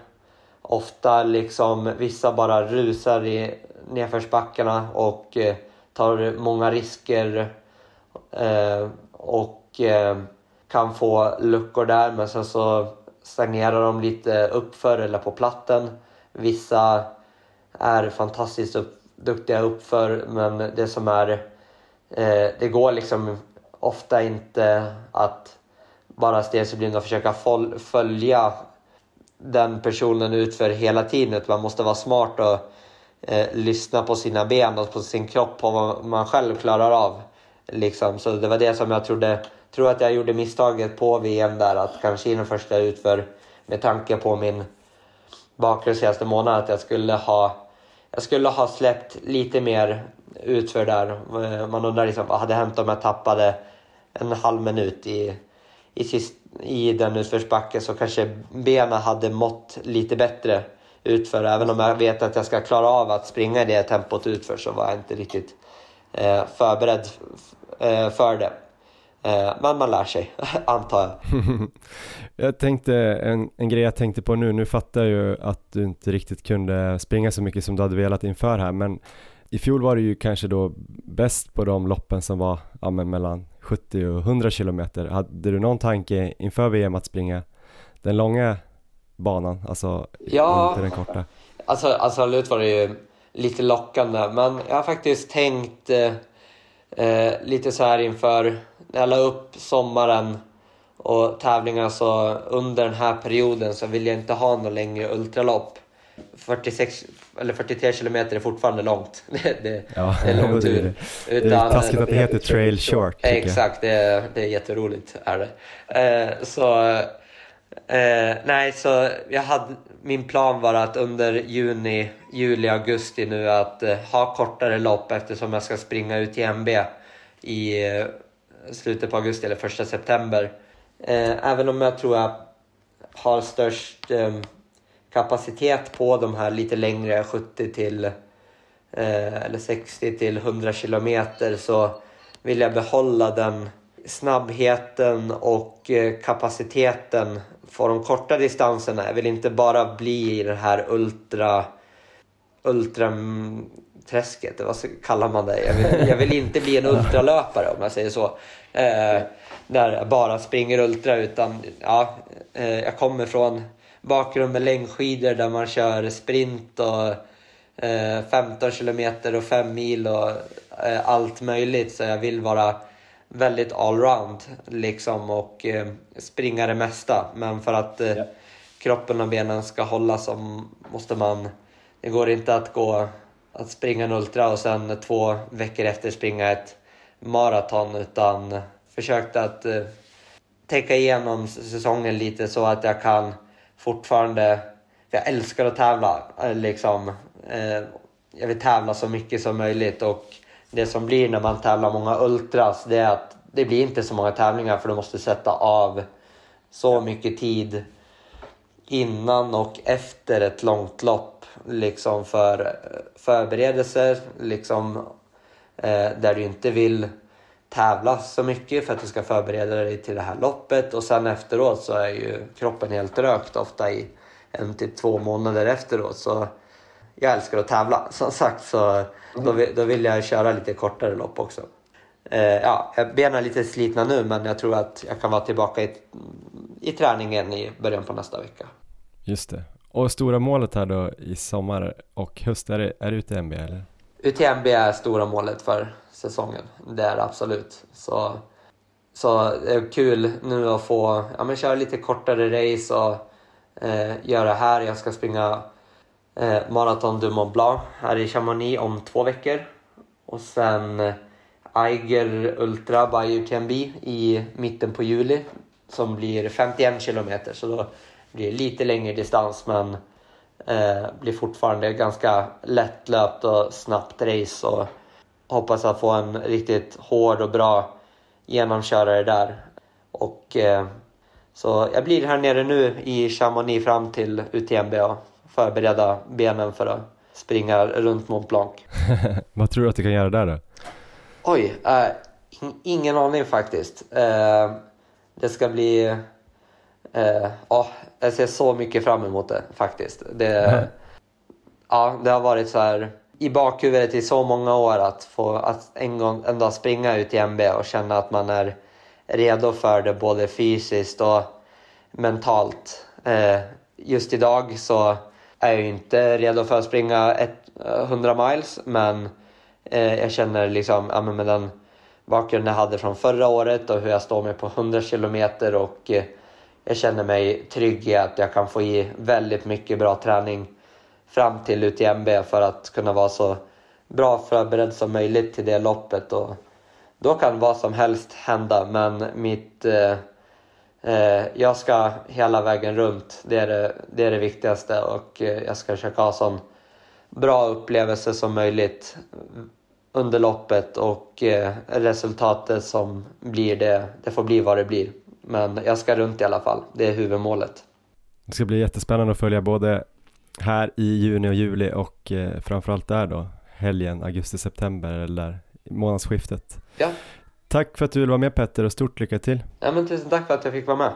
Ofta liksom vissa bara rusar i nedförsbackarna och eh, tar många risker eh, och eh, kan få luckor där, men sen så stagnerar de lite uppför eller på platten. Vissa är fantastiskt upp duktiga uppför, men det som är eh, det går liksom ofta inte att bara stirra sig blind och försöka följa den personen utför hela tiden. Man måste vara smart och eh, lyssna på sina ben och på sin kropp, på vad man själv klarar av liksom. Så det var det som jag trodde tror att jag gjorde misstaget på V M där, att kanske i den första utför, med tanke på min bakgrund senaste månaden, att jag skulle ha Jag skulle ha släppt lite mer utför där. Man undrar liksom, vad hade hänt om jag tappade en halv minut i, i, sist, i den utförsbacken, så kanske benen hade mått lite bättre utför. Även om jag vet att jag ska klara av att springa i det tempot utför, så var jag inte riktigt eh, förberedd eh, för det. Eh, men man lär sig, antar jag. Jag tänkte, en, en grej jag tänkte på nu, nu fattar jag ju att du inte riktigt kunde springa så mycket som du hade velat inför här, men i fjol var du ju kanske då bäst på de loppen som var ja, men mellan sjuttio och hundra kilometer. Hade du någon tanke inför V M att springa den långa banan, alltså ja, inte den korta? Alltså, alltså absolut var det ju lite lockande, men jag har faktiskt tänkt eh, eh, lite så här inför när jag la upp sommaren och tävlingar, så under den här perioden så vill jag inte ha någon längre ultralopp. fyrtiosex eller fyrtiotre kilometer är fortfarande långt. Det, det, ja, det är lång tur. Det är, det är taskigt att det heter trail short. Exakt, det är, det är jätteroligt. Är det. Eh, så, eh, nej, så jag hade, min plan var att under juni, juli, augusti nu att eh, ha kortare lopp, eftersom jag ska springa ut i M B i eh, slutet på augusti eller första september. Eh, även om jag tror jag har störst eh, kapacitet på de här lite längre sjuttio till eh, eller sextio till hundra kilometer, så vill jag behålla den snabbheten och eh, kapaciteten för de korta distanserna. Jag vill inte bara bli i det här ultra ultra träsket, vad kallar man det? Jag vill, jag vill inte bli en ultralöpare, om jag säger så. Eh, där jag bara springer ultra, utan ja, eh, jag kommer från bakgrund med längdskidor där man kör sprint och eh, femton kilometer och fem mil och eh, allt möjligt. Så jag vill vara väldigt allround liksom, och eh, springa det mesta. Men för att eh, ja. kroppen och benen ska hålla, så måste man, det går inte att gå att springa en ultra och sen två veckor efter springa ett maraton, utan försökte att eh, täcka igenom säsongen lite så att jag kan fortfarande, för jag älskar att tävla liksom, eh, jag vill tävla så mycket som möjligt, och det som blir när man tävlar många ultras, det är att det blir inte så många tävlingar, för du måste sätta av så mycket tid innan och efter ett långt lopp liksom, för förberedelser liksom, eh, där du inte vill tävla så mycket för att du ska förbereda dig till det här loppet, och sen efteråt så är ju kroppen helt rökt ofta i en till två månader efteråt. Så jag älskar att tävla, som sagt, så då vill, då vill jag köra lite kortare lopp också. Eh, ja, benen är lite slitna nu, men jag tror att jag kan vara tillbaka i, i träningen i början på nästa vecka. Just det. Och stora målet här då i sommar och höst, är det, är det U T M B eller? U T M B är stora målet för säsongen, det är det absolut. Så, så det är kul nu att få ja, men köra lite kortare race och eh, göra här. Jag ska springa eh, Marathon du Mont Blanc här i Chamonix om två veckor. Och sen eh, Eiger Ultra by U T M B i mitten på juli, som blir femtioen kilometer. Så då blir det lite längre distans, men eh, blir fortfarande ganska lättlöpt och snabbt race, och hoppas att få en riktigt hård och bra genomkörare där. Och eh, så jag blir här nere nu i Chamonix fram till U T M B och förbereda benen för att springa runt Mont Blanc. Vad tror du att du kan göra där då? Oj, äh, in, ingen aning faktiskt. Äh, det ska bli... Äh, oh, jag ser så mycket fram emot det faktiskt. Det, mm. ja, det har varit så här i bakhuvudet i så många år att få att en gång en dag springa ut i M B och känna att man är redo för det både fysiskt och mentalt. Äh, just idag så är jag inte redo för att springa hundra miles, men eh, jag känner liksom ja, med den bakgrunden jag hade från förra året och hur jag står med på hundra kilometer, och eh, jag känner mig trygg i att jag kan få i väldigt mycket bra träning fram till U T M B för att kunna vara så bra förberedd som möjligt till det loppet. Och då kan vad som helst hända, men mitt eh, eh, jag ska hela vägen runt, det är det, det är det viktigaste, och eh, jag ska försöka ha sån bra upplevelse som möjligt under loppet, och eh, resultatet som blir det, det får bli vad det blir. Men jag ska runt i alla fall, det är huvudmålet. Det ska bli jättespännande att följa både här i juni och juli, och eh, framförallt där då, helgen, augusti-september eller månadsskiftet. Ja. Tack för att du vill vara med, Petter, och stort lycka till. Ja, men tusen tack för att jag fick vara med.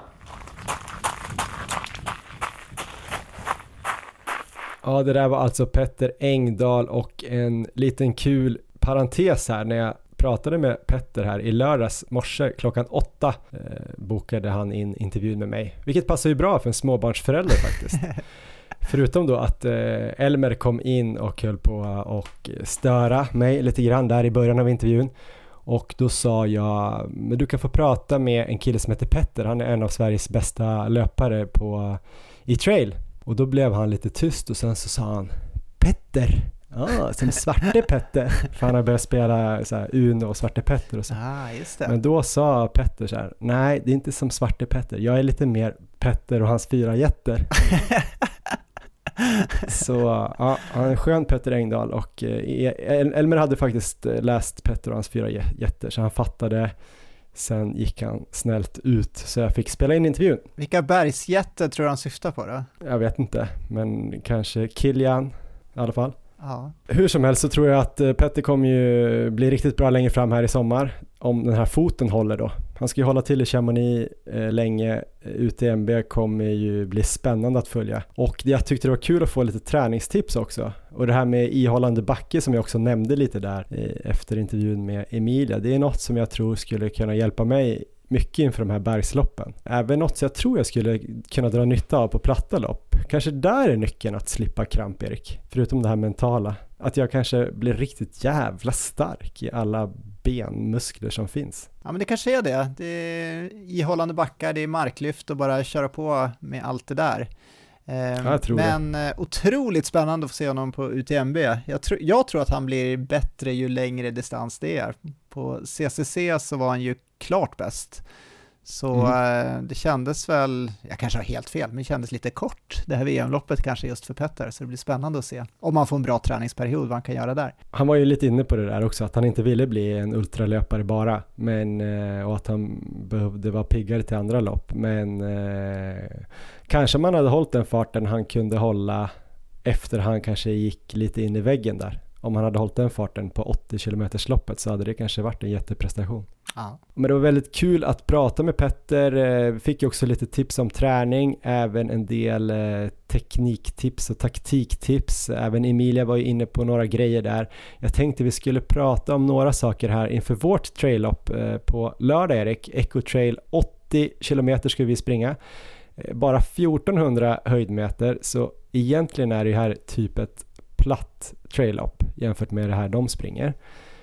Ja, det där var alltså Petter Engdahl, och en liten kul parentes här. När jag pratade med Petter här i lördags morse klockan åtta eh, bokade han in intervjun med mig. Vilket passar ju bra för en småbarnsförälder faktiskt. Förutom då att eh, Elmer kom in och höll på och störa mig lite grann där i början av intervjun. Och då sa jag, men du kan få prata med en kille som heter Petter. Han är en av Sveriges bästa löpare på, i trail. Och då blev han lite tyst och sen så sa han, Petter. Ja, ah, som Svarte Petter. För han har börjat spela så här, Uno och Svarte Petter och så. Ah, just det. Men då sa Petter så här, nej det är inte som Svarte Petter. Jag är lite mer Petter och hans fyra jätter. Så ja, han är en skön Petter Engdahl. Och eh, Elmer hade faktiskt läst Petter och hans fyra jätter, så han fattade. Sen gick han snällt ut så jag fick spela in intervjun. Vilka bergsjätter tror du han syftar på då? Jag vet inte, men kanske Kilian i alla fall. Ja. Hur som helst så tror jag att Petter kommer ju bli riktigt bra längre fram här i sommar. Om den här foten håller då. Han ska ju hålla till i Chamonix eh, länge. U T M B kommer ju bli spännande att följa. Och jag tyckte det var kul att få lite träningstips också. Och det här med ihållande backe som jag också nämnde lite där eh, efter intervjun med Emilia. Det är något som jag tror skulle kunna hjälpa mig mycket inför de här bergsloppen. Även något som jag tror jag skulle kunna dra nytta av på platta lopp. Kanske där är nyckeln att slippa kramp, Erik. Förutom det här mentala. Att jag kanske blir riktigt jävla stark i alla benmuskler som finns. Ja, men det kanske är det. Det är ihållande backar, det är marklyft och bara köra på med allt det där. Ja, jag tror men det. Otroligt spännande att få se honom på U T M B. Jag, tro, jag tror att han blir bättre ju längre distans det är. På C C C så var han ju klart bäst. Så mm. det kändes väl, jag kanske har helt fel, men det kändes lite kort det här V M-loppet kanske just för Petter. Så det blir spännande att se om man får en bra träningsperiod vad han kan göra där. Han var ju lite inne på det där också, att han inte ville bli en ultralöpare bara, men, och att han behövde vara piggare till andra lopp. Men eh, kanske man hade hållit den farten han kunde hålla efter han kanske gick lite in i väggen där. Om han hade hållit den farten på åttio kilometers loppet så hade det kanske varit en jätteprestation. Ja. Men det var väldigt kul att prata med Petter. Fick ju också lite tips om träning, även en del eh, tekniktips och taktiktips. Även Emilia var ju inne på några grejer där. Jag tänkte vi skulle prata om några saker här inför vårt trail-lopp eh, på lördag, Erik. Eco Trail, åttio kilometer ska vi springa. Eh, bara fjortonhundra höjdmeter, så egentligen är det här typ ett platt trail-up jämfört med det här de springer.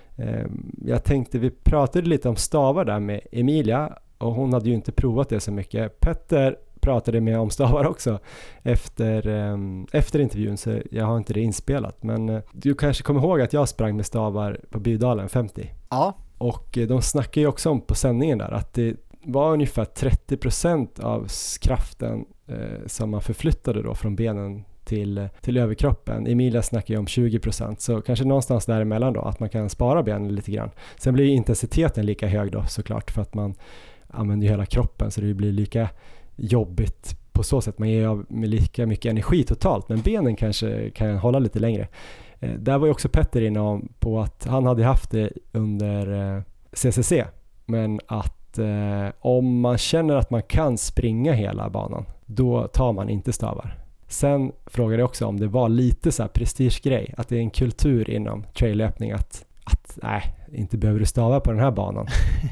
Jag tänkte vi pratade lite om stavar där med Emilia och hon hade ju inte provat det så mycket. Petter pratade med om stavar också efter, efter intervjun, så jag har inte det inspelat. Men du kanske kommer ihåg att jag sprang med stavar på Bydalen femtio. Ja. Och de snackar ju också om på sändningen där att det var ungefär trettio procent av kraften eh, som man förflyttade då från benen till, till överkroppen. Emilia snackar ju om tjugo procent, så kanske någonstans däremellan då, att man kan spara benen lite grann. Sen blir ju intensiteten lika hög då såklart, för att man använder ju hela kroppen, så det blir lika jobbigt på så sätt. Man ger av med lika mycket energi totalt, men benen kanske kan hålla lite längre. Eh, där var ju också Petter inne om på att han hade haft det under eh, C C C, men att eh, om man känner att man kan springa hela banan, då tar man inte stavar. Sen frågade jag också om det var lite så här prestigegrej, att det är en kultur inom traillöpning att, att nej, inte behöver du stava på den här banan.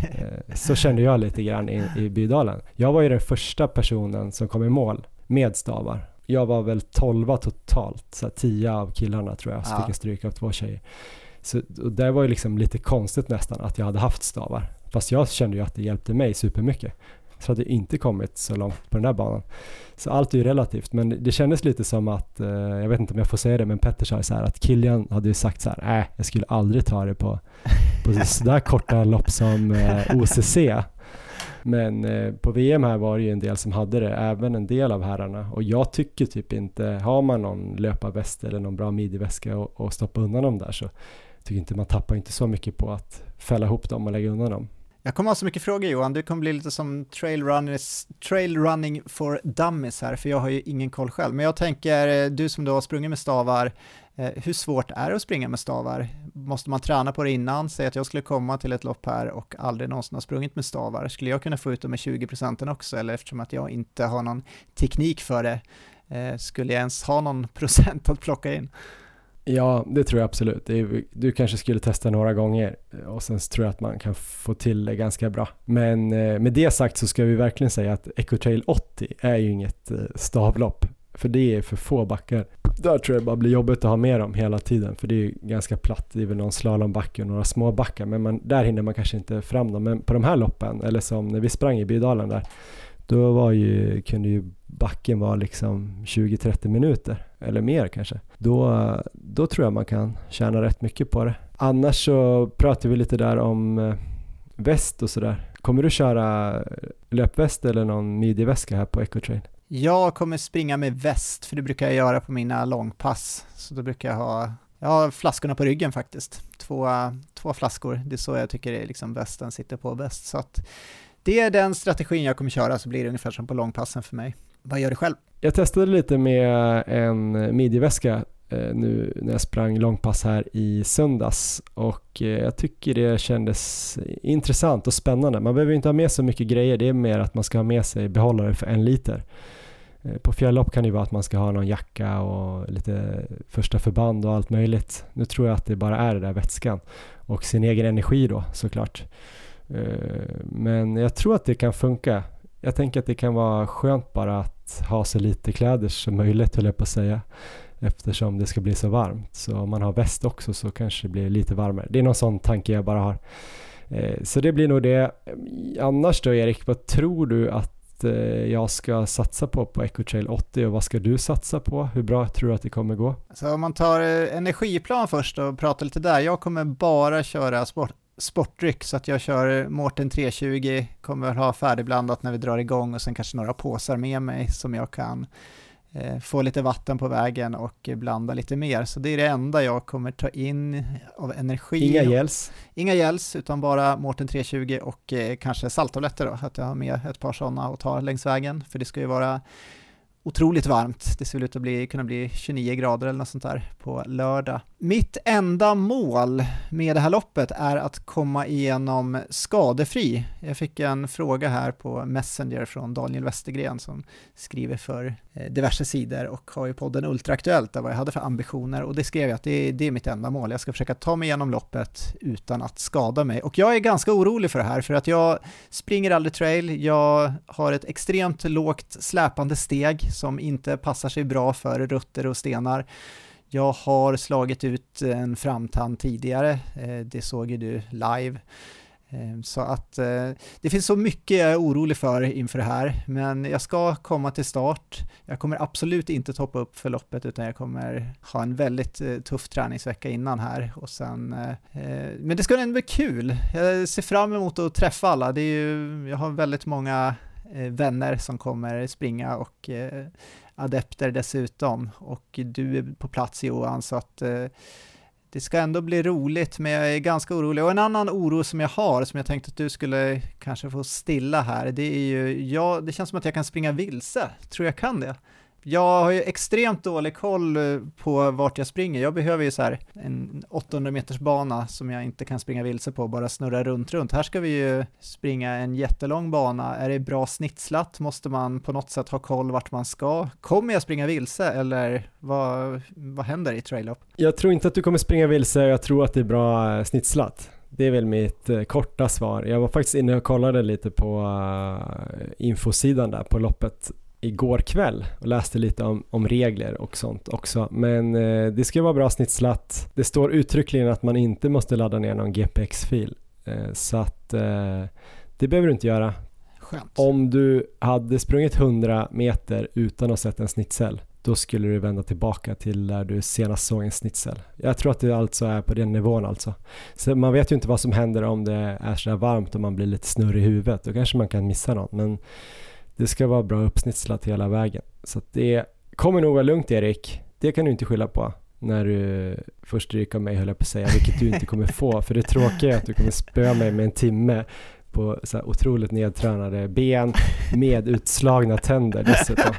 Så kände jag lite grann i, i Bydalen. Jag var ju den första personen som kom i mål med stavar. Jag var väl tolva totalt, så här tio av killarna tror jag, så ja. fick jag stryka av två tjejer. Så och det var ju liksom lite konstigt nästan att jag hade haft stavar. Fast jag kände ju att det hjälpte mig supermycket. Så hade jag inte kommit så långt på den här banan. Så allt är ju relativt, men det kändes lite som att, eh, jag vet inte om jag får säga det, men Petter sa så här att Kilian hade ju sagt så här, nej, äh, jag skulle aldrig ta det på, på sådär korta lopp som eh, O C C. Men eh, på V M här var det ju en del som hade det, även en del av herrarna. Och jag tycker typ inte, har man någon löparväst eller någon bra midjeväska och, och stoppa undan dem där, så tycker inte man tappar inte så mycket på att fälla ihop dem och lägga undan dem. Jag kommer ha så mycket frågor, Johan. Du kommer bli lite som trail, runners, trail running for dummies här, för jag har ju ingen koll själv. Men jag tänker, du som då har sprungit med stavar, eh, hur svårt är det att springa med stavar? Måste man träna på det innan? Säg att jag skulle komma till ett lopp här och aldrig någonsin har sprungit med stavar. Skulle jag kunna få ut dem med tjugo procent också? Eller eftersom att jag inte har någon teknik för det, eh, skulle jag ens ha någon procent att plocka in? Ja, det tror jag absolut. Det är, du kanske skulle testa några gånger och sen tror jag att man kan få till det ganska bra. Men eh, med det sagt så ska vi verkligen säga att Eco Trail åttio är ju inget eh, stavlopp, för det är för få backar. Där tror jag bara blir jobbigt att ha med dem hela tiden, för det är ju ganska platt. Det är väl någon slalombacke och några små backar, men man, där hinner man kanske inte fram dem. Men på de här loppen, eller som när vi sprang i Bydalen där, då var ju, kunde ju backen vara liksom tjugo till trettio minuter eller mer kanske. Då, då tror jag man kan tjäna rätt mycket på det. Annars så pratar vi lite där om eh, väst och sådär. Kommer du köra löpväst eller någon midjeväska här på Ecotrail? Jag kommer springa med väst, för det brukar jag göra på mina långpass. Så då brukar jag ha, jag har flaskorna på ryggen faktiskt. Två, två flaskor, det är så jag tycker det är liksom västen sitter på bäst. Så att det är den strategin jag kommer köra, så blir det ungefär som på långpassen för mig. Vad gör du själv? Jag testade lite med en midjeväska eh, nu när jag sprang långpass här i söndags, och eh, jag tycker det kändes intressant och spännande. Man behöver inte ha med så mycket grejer, det är mer att man ska ha med sig behållare för en liter. Eh, på fjälllopp kan det vara att man ska ha någon jacka och lite första förband och allt möjligt. Nu tror jag att det bara är det där vätskan och sin egen energi då såklart. Eh, men jag tror att det kan funka. Jag tänker att det kan vara skönt bara att ha så lite kläder som möjligt, höll jag på att säga, eftersom det ska bli så varmt. Så om man har väst också så kanske det blir lite varmare. Det är någon sån tanke jag bara har. Eh, så det blir nog det. Annars då, Erik, vad tror du att eh, jag ska satsa på på Ecotrail åttio, och vad ska du satsa på? Hur bra tror du att det kommer gå? Så om man tar eh, energiplan först och pratar lite där. Jag kommer bara köra sport sportdryck, så att jag kör Mårten tre tjugo, kommer ha färdigblandat när vi drar igång, och sen kanske några påsar med mig som jag kan eh, få lite vatten på vägen och blanda lite mer. Så det är det enda jag kommer ta in av energi. Inga gels? Inga gels, utan bara Mårten tre tjugo och eh, kanske salttabletter då, att jag har med ett par sådana och tar längs vägen, för det ska ju vara otroligt varmt. Det ser ut att bli, kunna bli tjugonio grader eller något sånt där på lördag. Mitt enda mål med det här loppet är att komma igenom skadefri. Jag fick en fråga här på Messenger från Daniel Westergren som skriver för diverse sidor och har ju podden Ultraaktuellt där vad jag hade för ambitioner, och det skrev jag att det är, det är mitt enda mål. Jag ska försöka ta mig igenom loppet utan att skada mig. Och jag är ganska orolig för det här, för att jag springer aldrig trail. Jag har ett extremt lågt släpande steg som inte passar sig bra för rutter och stenar. Jag har slagit ut en framtand tidigare, det såg ju du live. Så att det finns så mycket jag är orolig för inför det här, men jag ska komma till start. Jag kommer absolut inte toppa upp för loppet, utan jag kommer ha en väldigt tuff träningsvecka innan här. Och sen, men det ska ändå bli kul. Jag ser fram emot att träffa alla. Det är ju, jag har väldigt många vänner som kommer springa och adepter dessutom, och du är på plats, Johan, så att eh, det ska ändå bli roligt, men jag är ganska orolig. Och en annan oro som jag har, som jag tänkte att du skulle kanske få stilla här, det är ju, ja, det känns som att jag kan springa vilse. Tror jag kan det. Jag har ju extremt dålig koll på vart jag springer. Jag behöver ju så här en åttahundra meters bana som jag inte kan springa vilse på, bara snurra runt runt. Här ska vi ju springa en jättelång bana. Är det bra snittslat? Måste man på något sätt ha koll vart man ska? Kommer jag springa vilse, eller vad, vad händer i trail-up? Jag tror inte att du kommer springa vilse. Jag tror att det är bra snittslat. Det är väl mitt eh, korta svar. Jag var faktiskt inne och kollade lite på uh, infosidan där på loppet igår kväll och läste lite om, om regler och sånt också. Men eh, det ska vara bra snittslat. Det står uttryckligen att man inte måste ladda ner någon G P X-fil. Eh, så att eh, det behöver du inte göra. Skönt. Om du hade sprungit hundra meter utan att sätta en snittsel, då skulle du vända tillbaka till där du senast såg en snittsel. Jag tror att det alltså är på den nivån alltså. Så man vet ju inte vad som händer om det är så där varmt och man blir lite snurrig i huvudet. Då kanske man kan missa något. Men det ska vara bra uppsnitslat hela vägen. Så att det kommer nog vara lugnt, Erik. Det kan du inte skylla på när du först stryker mig, höll jag på att säga, vilket du inte kommer få. För det tråkiga är att du kommer spöa mig med en timme på så här otroligt nedtränade ben med utslagna tänder dessutom.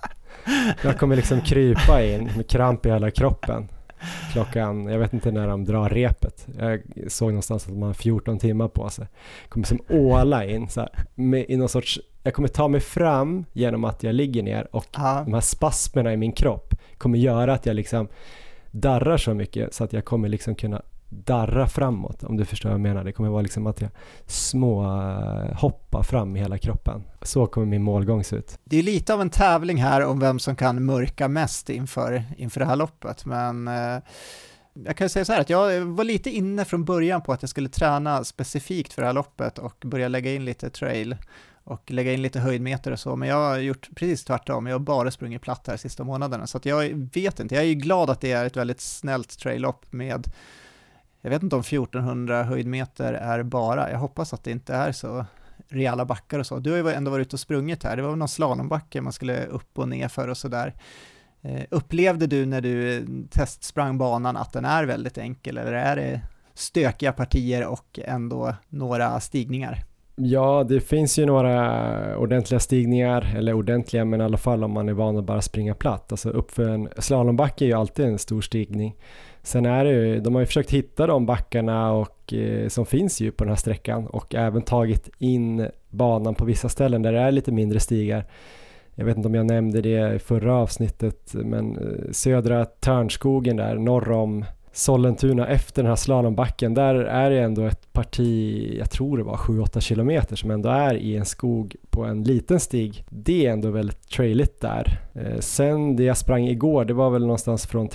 Jag kommer liksom krypa in med kramp i hela kroppen. Klockan, jag vet inte när de drar repet. Jag såg någonstans att man har fjorton timmar på sig. Jag kommer som åla in så här, med, i någon sorts, jag kommer ta mig fram genom att jag ligger ner, och Ja. de här spasmerna i min kropp kommer göra att jag liksom darrar så mycket så att jag kommer liksom kunna darra framåt, om du förstår vad jag menar. Det kommer vara liksom att jag små hoppa fram i hela kroppen. Så kommer min målgång se ut. Det är lite av en tävling här om vem som kan mörka mest inför, inför det här loppet, men eh, jag kan säga så här att jag var lite inne från början på att jag skulle träna specifikt för det här loppet och börja lägga in lite trail och lägga in lite höjdmeter och så, men jag har gjort precis tvärtom. Jag har bara sprungit platt här sista månaderna, så att jag vet inte. Jag är ju glad att det är ett väldigt snällt trail-lopp med, jag vet inte om fjortonhundra höjdmeter är bara. Jag hoppas att det inte är så rejäla backar och så. Du har ju ändå varit ute och sprungit här. Det var väl någon slalombacke man skulle upp och ner för och så där. Eh, upplevde du när du testsprang banan att den är väldigt enkel, eller är det stökiga partier och ändå några stigningar? Ja, det finns ju några ordentliga stigningar, eller ordentliga, men i alla fall om man är van att bara springa platt. Alltså uppför en slalombacke är ju alltid en stor stigning. Sen är det ju, de har ju försökt hitta de backarna och, eh, som finns ju på den här sträckan, och även tagit in banan på vissa ställen där det är lite mindre stigar. Jag vet inte om jag nämnde det i förra avsnittet, men eh, södra Törnskogen där norr om Sollentuna efter den här slalombacken, där är det ändå ett parti, jag tror det var sju åtta kilometer, som ändå är i en skog på en liten stig. Det är ändå väldigt trailigt där. Eh, sen det jag sprang igår, det var väl någonstans från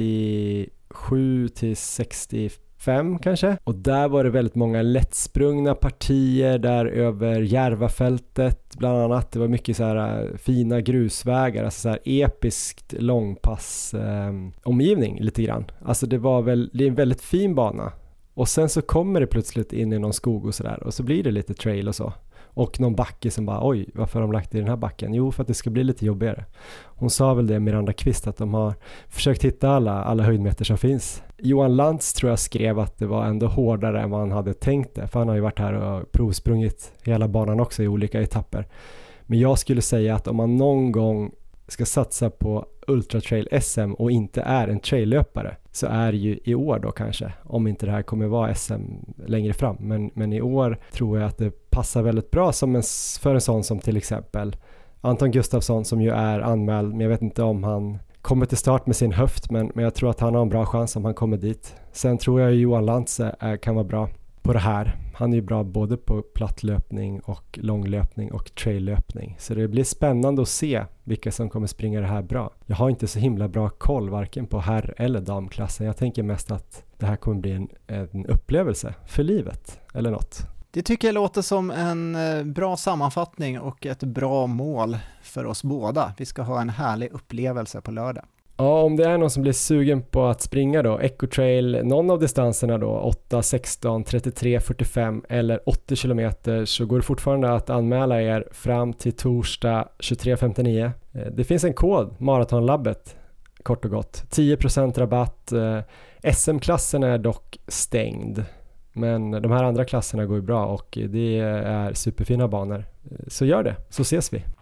trettiosju till sextiofem kanske. Och där var det väldigt många lättsprungna partier där över Järvafältet bland annat. Det var mycket så här fina grusvägar, alltså så här episkt långpass eh, omgivning lite grann. Alltså det var väl, det är en väldigt fin bana. Och sen så kommer det plötsligt in i någon skog och sådär, och så blir det lite trail och så. Och någon backe som bara, oj, varför har de lagt i den här backen? Jo, för att det ska bli lite jobbigare. Hon sa väl det, Miranda Kvist, att de har försökt hitta alla, alla höjdmeter som finns. Johan Lantz tror jag skrev att det var ändå hårdare än vad han hade tänkt det. För han har ju varit här och provsprungit hela banan också i olika etapper. Men jag skulle säga att om man någon gång ska satsa på Ultra Trail S M och inte är en traillöpare, så är det ju i år då kanske, om inte det här kommer vara S M längre fram. Men, men i år tror jag att det passar väldigt bra som en, för en sån som till exempel Anton Gustafsson, som ju är anmäld, men jag vet inte om han kommer till start med sin höft, men, men jag tror att han har en bra chans om han kommer dit. Sen tror jag Johan Lantz är, kan vara bra på det här. Han är ju bra både på plattlöpning och långlöpning och traillöpning. Så det blir spännande att se vilka som kommer springa det här bra. Jag har inte så himla bra koll varken på herr- eller damklassen. Jag tänker mest att det här kommer bli en, en upplevelse för livet eller något. Det tycker jag låter som en bra sammanfattning och ett bra mål för oss båda. Vi ska ha en härlig upplevelse på lördag. Ja, om det är någon som blir sugen på att springa då, Ecotrail, någon av distanserna då, åtta, sexton, trettiotre, fyrtiofem eller åttio kilometer, så går det fortfarande att anmäla er fram till torsdag tjugotre femtionio. Det finns en kod, Maratonlabbet, kort och gott. tio procent rabatt. S M-klassen är dock stängd, men de här andra klasserna går ju bra och det är superfina banor. Så gör det, så ses vi.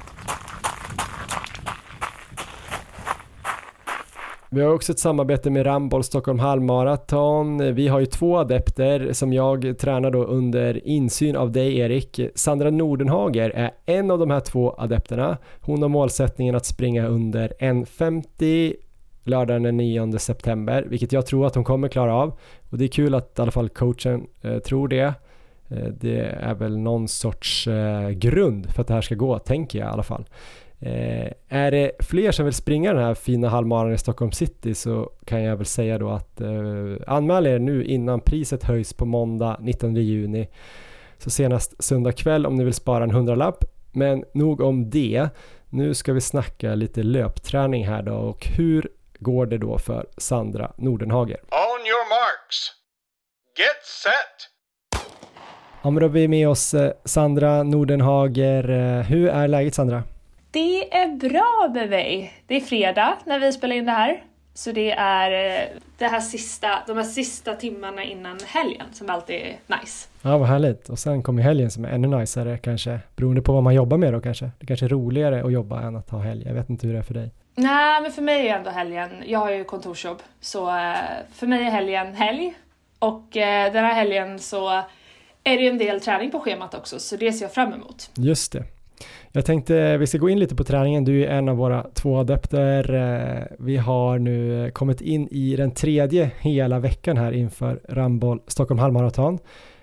Vi har också ett samarbete med Ramboll Stockholm halvmaraton. Vi har ju två adepter som jag tränar då under insyn av dig, Erik. Sandra Nordenhager är en av de här två adepterna. Hon har målsättningen att springa under en femtio lördagen den nionde september, vilket jag tror att hon kommer klara av. Och det är kul att i alla fall coachen eh, tror det. Eh, det är väl någon sorts eh, grund för att det här ska gå, tänker jag i alla fall. Eh, är det fler som vill springa den här fina halvmaran i Stockholm city, så kan jag väl säga då att eh, anmäl er nu innan priset höjs på måndag nittonde juni, så senast söndag kväll om ni vill spara en hundralapp. Men nog om det, nu ska vi snacka lite löpträning här då, och hur går det då för Sandra Nordenhager? On your marks. Get set. Ja, men då är vi med oss Sandra Nordenhager. Hur är läget, Sandra? Det är bra med mig. Det är fredag när vi spelar in det här. Så det är det här sista, de här sista timmarna innan helgen som alltid är nice. Ja, vad härligt. Och sen kommer helgen som är ännu najsare kanske. Beroende på vad man jobbar med då kanske. Det kanske är roligare att jobba än att ha helg. Jag vet inte hur det är för dig. Nej, men för mig är ändå helgen. Jag har ju kontorsjobb. Så för mig är helgen helg. Och den här helgen så är det ju en del träning på schemat också. Så det ser jag fram emot. Just det. Jag tänkte vi ska gå in lite på träningen. Du är en av våra två adepter. Vi har nu kommit in i den tredje hela veckan här inför Ramboll Stockholm halvmaraton.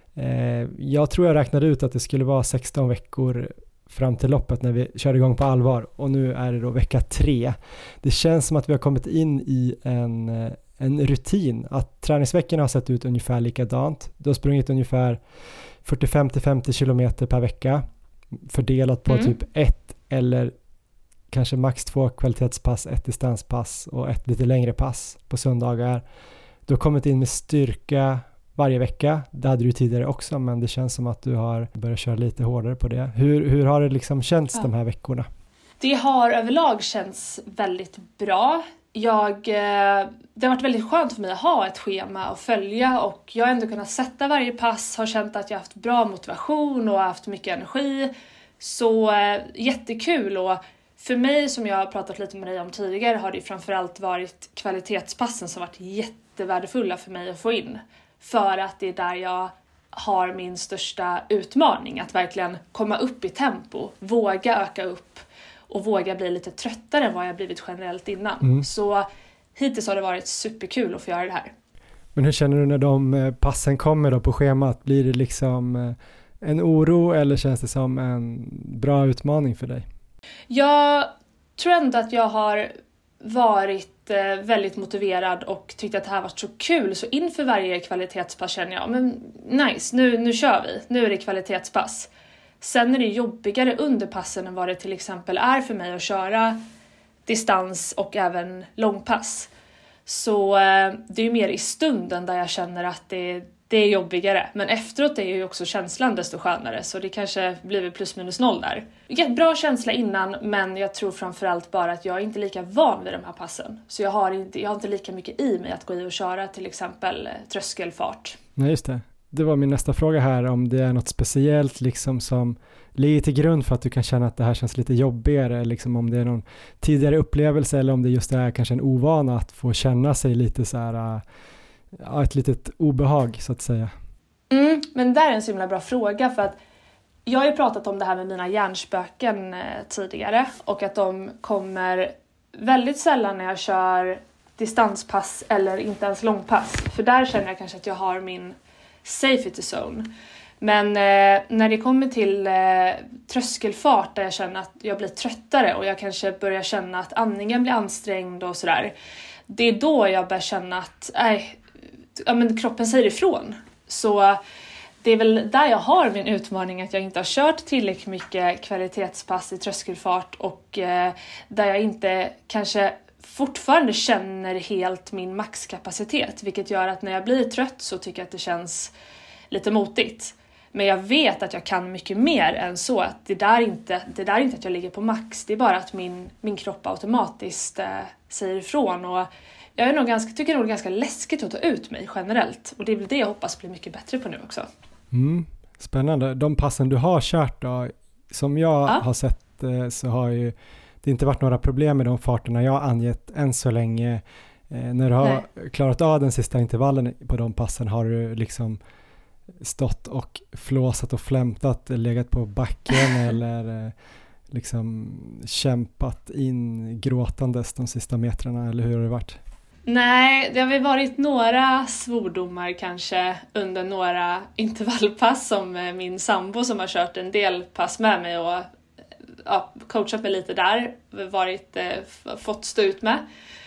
Jag tror jag räknade ut att det skulle vara sexton veckor fram till loppet när vi körde igång på allvar, och nu är det då vecka tre. Det känns som att vi har kommit in i en, en rutin, att träningsveckorna har sett ut ungefär likadant. Du har sprungit ungefär fyrtiofem till femtio kilometer per vecka fördelat på mm. typ ett eller kanske max två kvalitetspass, ett distanspass och ett lite längre pass på söndagar. Du har kommit in med styrka varje vecka. Det hade du tidigare också, men det känns som att du har börjat köra lite hårdare på det. Hur, hur har det liksom känts ja. de här veckorna? Det har överlag känts väldigt bra. Jag, det har varit väldigt skönt för mig att ha ett schema att följa, och jag har ändå kunnat sätta varje pass, har känt att jag har haft bra motivation och haft mycket energi. Så jättekul, och för mig, som jag har pratat lite med dig om tidigare, har det framförallt varit kvalitetspassen som varit jättevärdefulla för mig att få in. För att det är där jag har min största utmaning, att verkligen komma upp i tempo, våga öka upp och våga bli lite tröttare än vad jag blivit generellt innan. Mm. Så hittills har det varit superkul att få göra det här. Men hur känner du när de passen kommer då på schemat? Blir det liksom en oro eller känns det som en bra utmaning för dig? Jag tror ändå att jag har varit väldigt motiverad och tyckte att det här var så kul, så inför varje kvalitetspass känner jag, men nice, nu, nu kör vi, nu är det kvalitetspass. Sen är det jobbigare under passen än vad det till exempel är för mig att köra distans och även långpass. Så det är ju mer i stunden där jag känner att det, det är jobbigare. Men efteråt är ju också känslan desto skönare, så det kanske blir plus minus noll där. Jättebra känsla innan, men jag tror framförallt bara att jag är inte lika van vid de här passen. Så jag har inte, jag har inte lika mycket i mig att gå i och köra till exempel tröskelfart. Nej, just det. Det var min nästa fråga här, om det är något speciellt liksom som ligger till grund för att du kan känna att det här känns lite jobbigare, liksom om det är någon tidigare upplevelse eller om det just är kanske en ovana att få känna sig lite så här, ja, ett litet obehag så att säga. Mm, men det är en så himla bra fråga, för att jag har ju pratat om det här med mina hjärnspöken eh, tidigare, och att de kommer väldigt sällan när jag kör distanspass eller inte ens långpass, för där känner jag kanske att jag har min safety zone. Men eh, när det kommer till eh, tröskelfart där jag känner att jag blir tröttare och jag kanske börjar känna att andningen blir ansträngd och sådär, det är då jag börjar känna att nej, ja, men kroppen säger ifrån. Så det är väl där jag har min utmaning, att jag inte har kört tillräckligt mycket kvalitetspass i tröskelfart, och eh, där jag inte kanske fortfarande känner helt min maxkapacitet, vilket gör att när jag blir trött så tycker jag att det känns lite motigt. Men jag vet att jag kan mycket mer än så, att det där inte, det där är inte att jag ligger på max, det är bara att min, min kropp automatiskt eh, säger ifrån, och jag är nog ganska, tycker nog det är ganska läskigt att ta ut mig generellt, och det är väl det jag hoppas bli mycket bättre på nu också. Mm, spännande. De passen du har kört då, som jag ja. har sett eh, så har ju det inte varit några problem med de farterna jag har angett än så länge. Eh, när du har Nej. klarat av den sista intervallen på de passen, har du liksom stått och flåsat och flämtat, legat på backen eller eh, liksom kämpat in gråtandes de sista metrarna, eller hur har det varit? Nej, det har väl varit några svordomar kanske under några intervallpass, som min sambo som har kört en del pass med mig och ja, coachat mig lite där, varit, eh, fått stå ut med.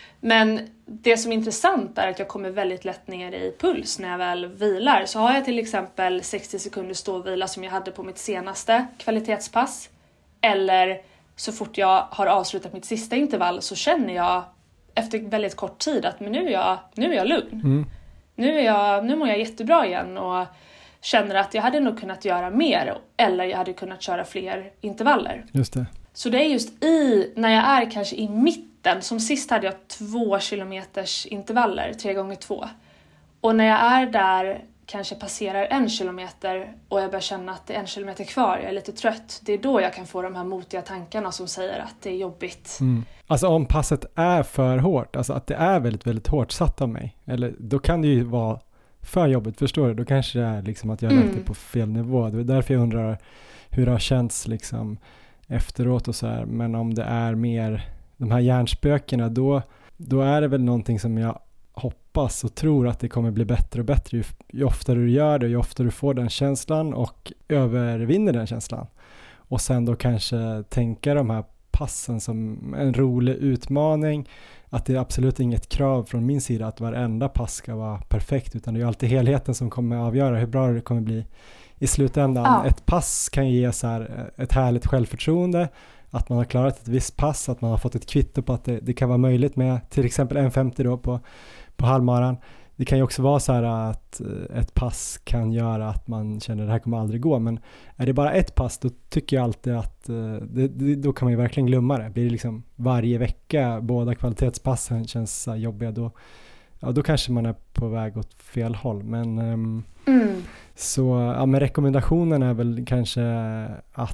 Men det som är intressant är att jag kommer väldigt lätt ner i puls när jag väl vilar. Så har jag till exempel sextio sekunder ståvila som jag hade på mitt senaste kvalitetspass, eller så fort jag har avslutat mitt sista intervall, så känner jag efter väldigt kort tid att men nu är jag, nu är jag lugn. Mm. Nu, är jag, nu mår jag jättebra igen och känner att jag hade nog kunnat göra mer, eller jag hade kunnat köra fler intervaller. Just det. Så det är just i, när jag är kanske i mitten, som sist hade jag två kilometers intervaller, tre gånger två. Och när jag är där, kanske passerar en kilometer och jag börjar känna att det är en kilometer kvar, jag är lite trött. Det är då jag kan få de här motiga tankarna som säger att det är jobbigt. Mm. Alltså om passet är för hårt, alltså att det är väldigt, väldigt hårt satt av mig, eller då kan det ju vara för jobbigt, förstår du? Då kanske det är liksom att jag har lagt det på fel nivå. Det är därför jag undrar hur det har känts liksom efteråt och så här. Men om det är mer de här hjärnspökena, då, då är det väl någonting som jag hoppas och tror att det kommer bli bättre och bättre ju, ju oftare du gör det, ju oftare du får den känslan och övervinner den känslan. Och sen då kanske tänka de här passen som en rolig utmaning, att det är absolut inget krav från min sida att varenda pass ska vara perfekt, utan det är alltid helheten som kommer avgöra hur bra det kommer bli i slutändan. Ja. Ett pass kan ge så här ett härligt självförtroende, att man har klarat ett visst pass, att man har fått ett kvitto på att det, det kan vara möjligt med till exempel en femtio då på, på halvmaran. Det kan ju också vara så här att ett pass kan göra att man känner att det här kommer aldrig gå, men är det bara ett pass, då tycker jag alltid att det, det, då kan man ju verkligen glömma det. Blir det liksom varje vecka båda kvalitetspassen känns så jobbiga, då, ja, då kanske man är på väg åt fel håll. Men um, mm. så ja, men rekommendationen är väl kanske att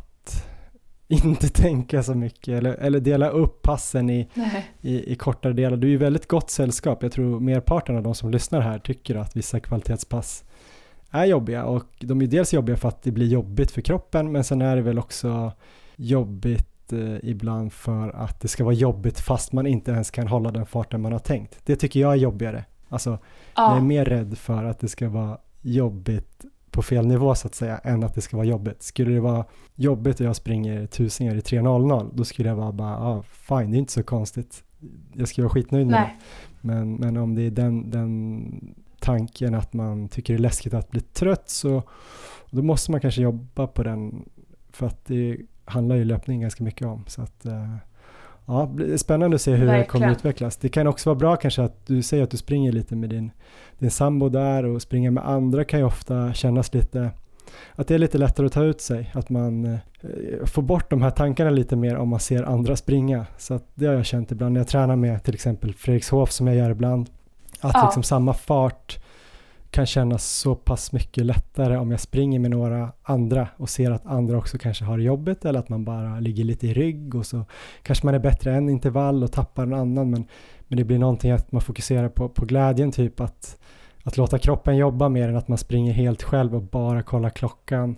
inte tänka så mycket eller, eller dela upp passen i, i, i kortare delar. Du är ju väldigt gott sällskap. Jag tror merparten av de som lyssnar här tycker att vissa kvalitetspass är jobbiga, och de är dels jobbiga för att det blir jobbigt för kroppen, men sen är det väl också jobbigt eh, ibland för att det ska vara jobbigt fast man inte ens kan hålla den farten man har tänkt. Det tycker jag är jobbigare. Alltså, ja. Jag är mer rädd för att det ska vara jobbigt på fel nivå så att säga, än att det ska vara jobbigt. Skulle det vara jobbigt och jag springer tusingar i tre noll noll, då skulle jag vara bara, ah, fine, det är inte så konstigt. Jag ska vara skitnöjd med det. Men, men om det är den, den tanken att man tycker det är läskigt att bli trött, så då måste man kanske jobba på den, för att det handlar ju löpning ganska mycket om. Så att, ja, det är spännande att se hur Verkligen. Det kommer utvecklas. Det kan också vara bra kanske att du säger att du springer lite med din, din sambo där, och springa med andra kan ju ofta kännas lite, att det är lite lättare att ta ut sig, att man eh, får bort de här tankarna lite mer om man ser andra springa. Så att det har jag känt ibland när jag tränar med till exempel Fredrikshof, som jag gör ibland, att ja. liksom samma fart kan kännas så pass mycket lättare om jag springer med några andra och ser att andra också kanske har jobbet, eller att man bara ligger lite i rygg och så kanske man är bättre än intervall och tappar en annan, men, men det blir någonting att man fokuserar på, på glädjen, typ att, att låta kroppen jobba mer än att man springer helt själv och bara kollar klockan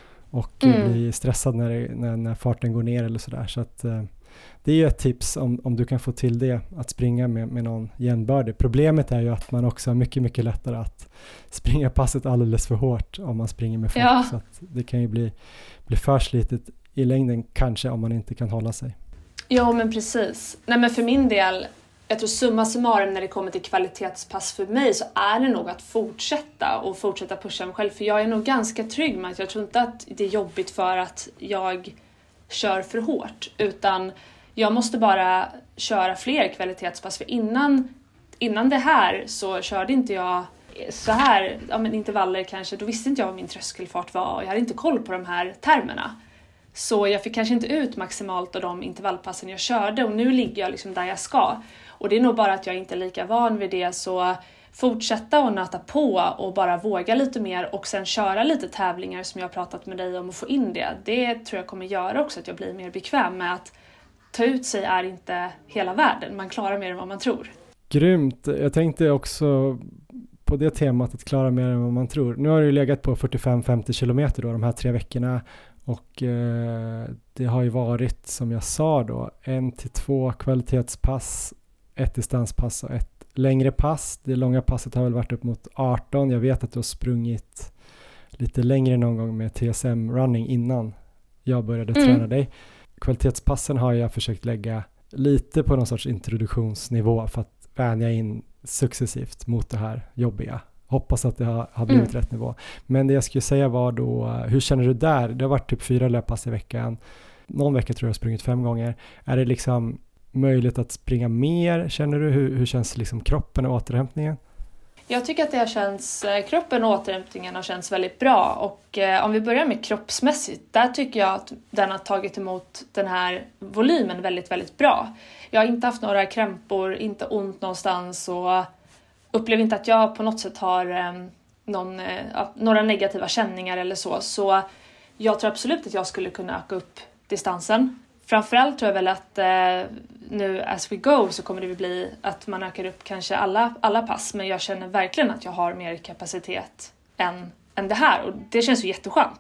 och mm. blir stressad när, det, när, när farten går ner eller sådär. Så att eh, det är ju ett tips om, om du kan få till det, att springa med, med någon jämnbördig. Problemet är ju att man också har mycket, mycket lättare att springa passet alldeles för hårt om man springer med folk. Ja. Så att det kan ju bli, bli för slitet i längden kanske, om man inte kan hålla sig. Ja, men precis. Nej, men för min del, jag tror summa summarum när det kommer till kvalitetspass för mig, så är det nog att fortsätta och fortsätta pusha mig själv. För jag är nog ganska trygg med att jag tror inte att det är jobbigt för att jag kör för hårt, utan jag måste bara köra fler kvalitetspass. För innan, innan det här så körde inte jag så här, ja, men intervaller kanske, då visste inte jag vad min tröskelfart var och jag hade inte koll på de här termerna. Så jag fick kanske inte ut maximalt av de intervallpassen jag körde, och nu ligger jag liksom där jag ska. Och det är nog bara att jag inte är lika van vid det, så fortsätta och nöta på och bara våga lite mer, och sen köra lite tävlingar som jag har pratat med dig om, och få in det. Det tror jag kommer göra också att jag blir mer bekväm med att ta ut sig är inte hela världen. Man klarar mer än vad man tror. Grymt. Jag tänkte också på det temat, att klara mer än vad man tror. Nu har du legat på fyrtiofem till femtio kilometer då, de här tre veckorna. Och eh, det har ju varit, som jag sa då, en till två kvalitetspass, ett distanspass och ett längre pass. Det långa passet har väl varit upp mot arton. Jag vet att du har sprungit lite längre någon gång med T S M running innan jag började mm. träna dig. Kvalitetspassen har jag försökt lägga lite på någon sorts introduktionsnivå för att vänja in successivt mot det här jobbiga. Hoppas att det har, har blivit mm. rätt nivå. Men det jag skulle säga var då, hur känner du där? Det har varit typ fyra löppass i veckan. Någon vecka tror jag har sprungit fem gånger. Är det liksom möjligt att springa mer? Känner du, hur, hur känns liksom kroppen och återhämtningen? Jag tycker att det känns, kroppen och återhämtningen har känts väldigt bra. Och eh, om vi börjar med kroppsmässigt, där tycker jag att den har tagit emot den här volymen väldigt, väldigt bra. Jag har inte haft några krämpor, inte ont någonstans, och upplever inte att jag på något sätt har eh, någon, eh, några negativa känningar eller så. Så jag tror absolut att jag skulle kunna öka upp distansen. Framförallt tror jag väl att eh, nu as we go så kommer det bli att man ökar upp kanske alla, alla pass. Men jag känner verkligen att jag har mer kapacitet än, än det här. Och det känns ju jätteskönt.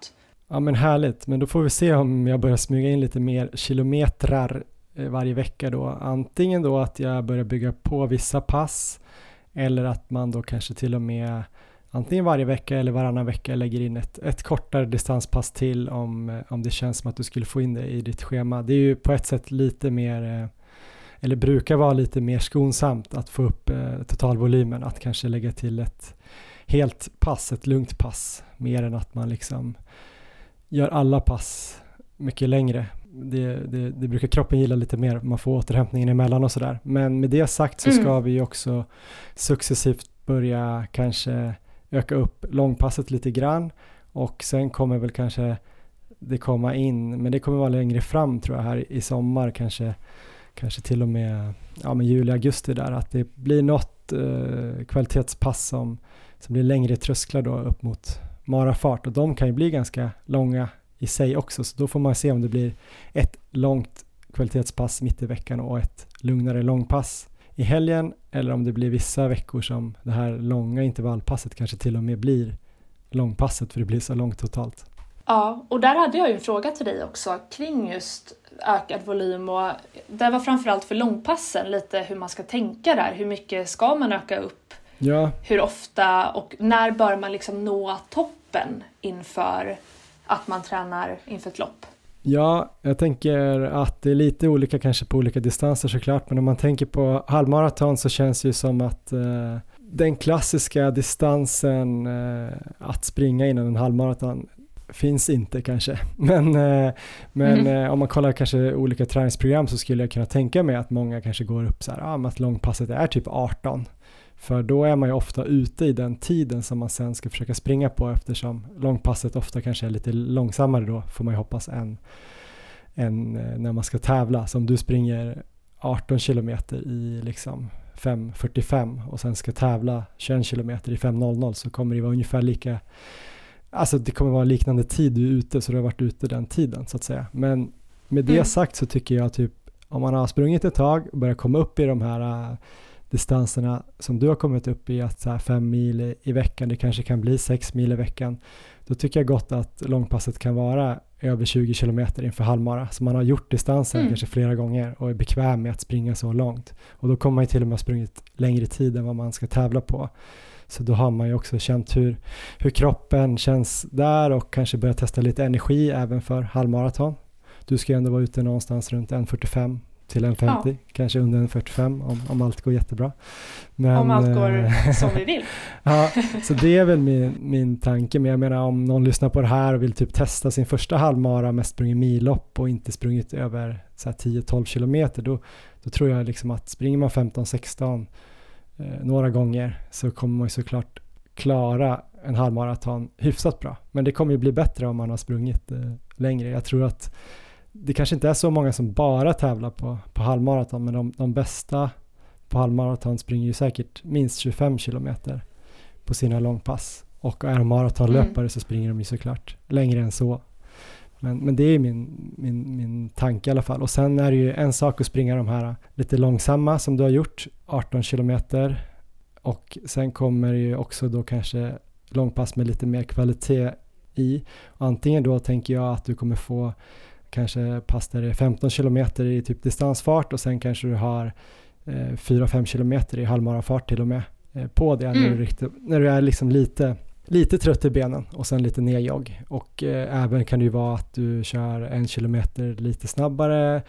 Ja men härligt, men då får vi se om jag börjar smyga in lite mer kilometrar varje vecka då. Antingen då att jag börjar bygga på vissa pass eller att man då kanske till och med antingen varje vecka eller varannan vecka lägger in ett, ett kortare distanspass till om, om det känns som att du skulle få in det i ditt schema. Det är ju på ett sätt lite mer, eller brukar vara lite mer skonsamt att få upp eh, totalvolymen, att kanske lägga till ett helt pass, ett lugnt pass, mer än att man liksom gör alla pass mycket längre. Det, det, det brukar kroppen gilla lite mer, man får återhämtningen emellan och sådär. Men med det sagt så ska mm. vi också successivt börja kanske öka upp långpasset lite grann, och sen kommer väl kanske det komma in, men det kommer vara längre fram tror jag här i sommar, kanske, kanske till och med ja, men juli, augusti där, att det blir något eh, kvalitetspass som, som blir längre trösklar då upp mot marafart, och de kan ju bli ganska långa i sig också, så då får man se om det blir ett långt kvalitetspass mitt i veckan och ett lugnare långpass i helgen, eller om det blir vissa veckor som det här långa intervallpasset kanske till och med blir långpasset, för det blir så långt totalt. Ja, och där hade jag ju en fråga till dig också kring just ökad volym, och det var framförallt för långpassen lite hur man ska tänka där, hur mycket ska man öka upp, ja. Hur ofta och när bör man liksom nå toppen inför att man tränar inför ett lopp? Ja, jag tänker att det är lite olika kanske på olika distanser såklart, men om man tänker på halvmaraton så känns det ju som att eh, den klassiska distansen eh, att springa innan en halvmaraton finns inte kanske. Men, eh, men mm. eh, om man kollar kanske olika träningsprogram så skulle jag kunna tänka mig att många kanske går upp så här, ah, att långpasset är typ arton. För då är man ju ofta ute i den tiden som man sen ska försöka springa på, eftersom långpasset ofta kanske är lite långsammare då, får man ju hoppas, än, än när man ska tävla. Så om du springer arton kilometer i liksom fem fyrtiofem och sen ska tävla tjugoett kilometer i fem noll noll, så kommer det vara ungefär lika, alltså det kommer vara liknande tid du är ute, så du har varit ute den tiden så att säga. Men med det mm. sagt så tycker jag typ om man har sprungit ett tag och börjar komma upp i de här distanserna som du har kommit upp i, att så här fem mil i, i veckan, det kanske kan bli sex mil i veckan, då tycker jag gott att långpasset kan vara över tjugo kilometer inför halvmara, så man har gjort distansen mm. kanske flera gånger och är bekväm med att springa så långt, och då kommer man ju till och med ha sprungit längre tid än vad man ska tävla på, så då har man ju också känt hur, hur kroppen känns där, och kanske börja testa lite energi även för halvmaraton. Du ska ju ändå vara ute någonstans runt en fyrtiofem till en femtio, ja. Kanske under en fyrtiofem om, om allt går jättebra. Men, om allt går som vi vill. Ja, så det är väl min, min tanke. Men jag menar, om någon lyssnar på det här och vill typ testa sin första halvmara, mest sprungit millopp och inte sprungit över så här tio tolv kilometer, då, då tror jag liksom att springer man femton sexton eh, några gånger, så kommer man ju såklart klara en halvmaraton hyfsat bra. Men det kommer ju bli bättre om man har sprungit eh, längre. Jag tror att det kanske inte är så många som bara tävlar på, på halvmaraton, men de, de bästa på halvmaraton springer ju säkert minst tjugofem kilometer på sina långpass. Och är de maratonlöpare mm. så springer de ju såklart längre än så. Men, men det är min, min, min tanke i alla fall. Och sen är det ju en sak att springa de här lite långsamma som du har gjort, arton kilometer. Och sen kommer det ju också då kanske långpass med lite mer kvalitet i. Och antingen då tänker jag att du kommer få kanske pass där det är femton kilometer i typ distansfart, och sen kanske du har eh, fyra fem kilometer i halvmarafart till och med eh, på det mm. när, du riktigt, när du är liksom lite, lite trött i benen, och sen lite nedjogg. Och eh, även kan det ju vara att du kör en kilometer lite snabbare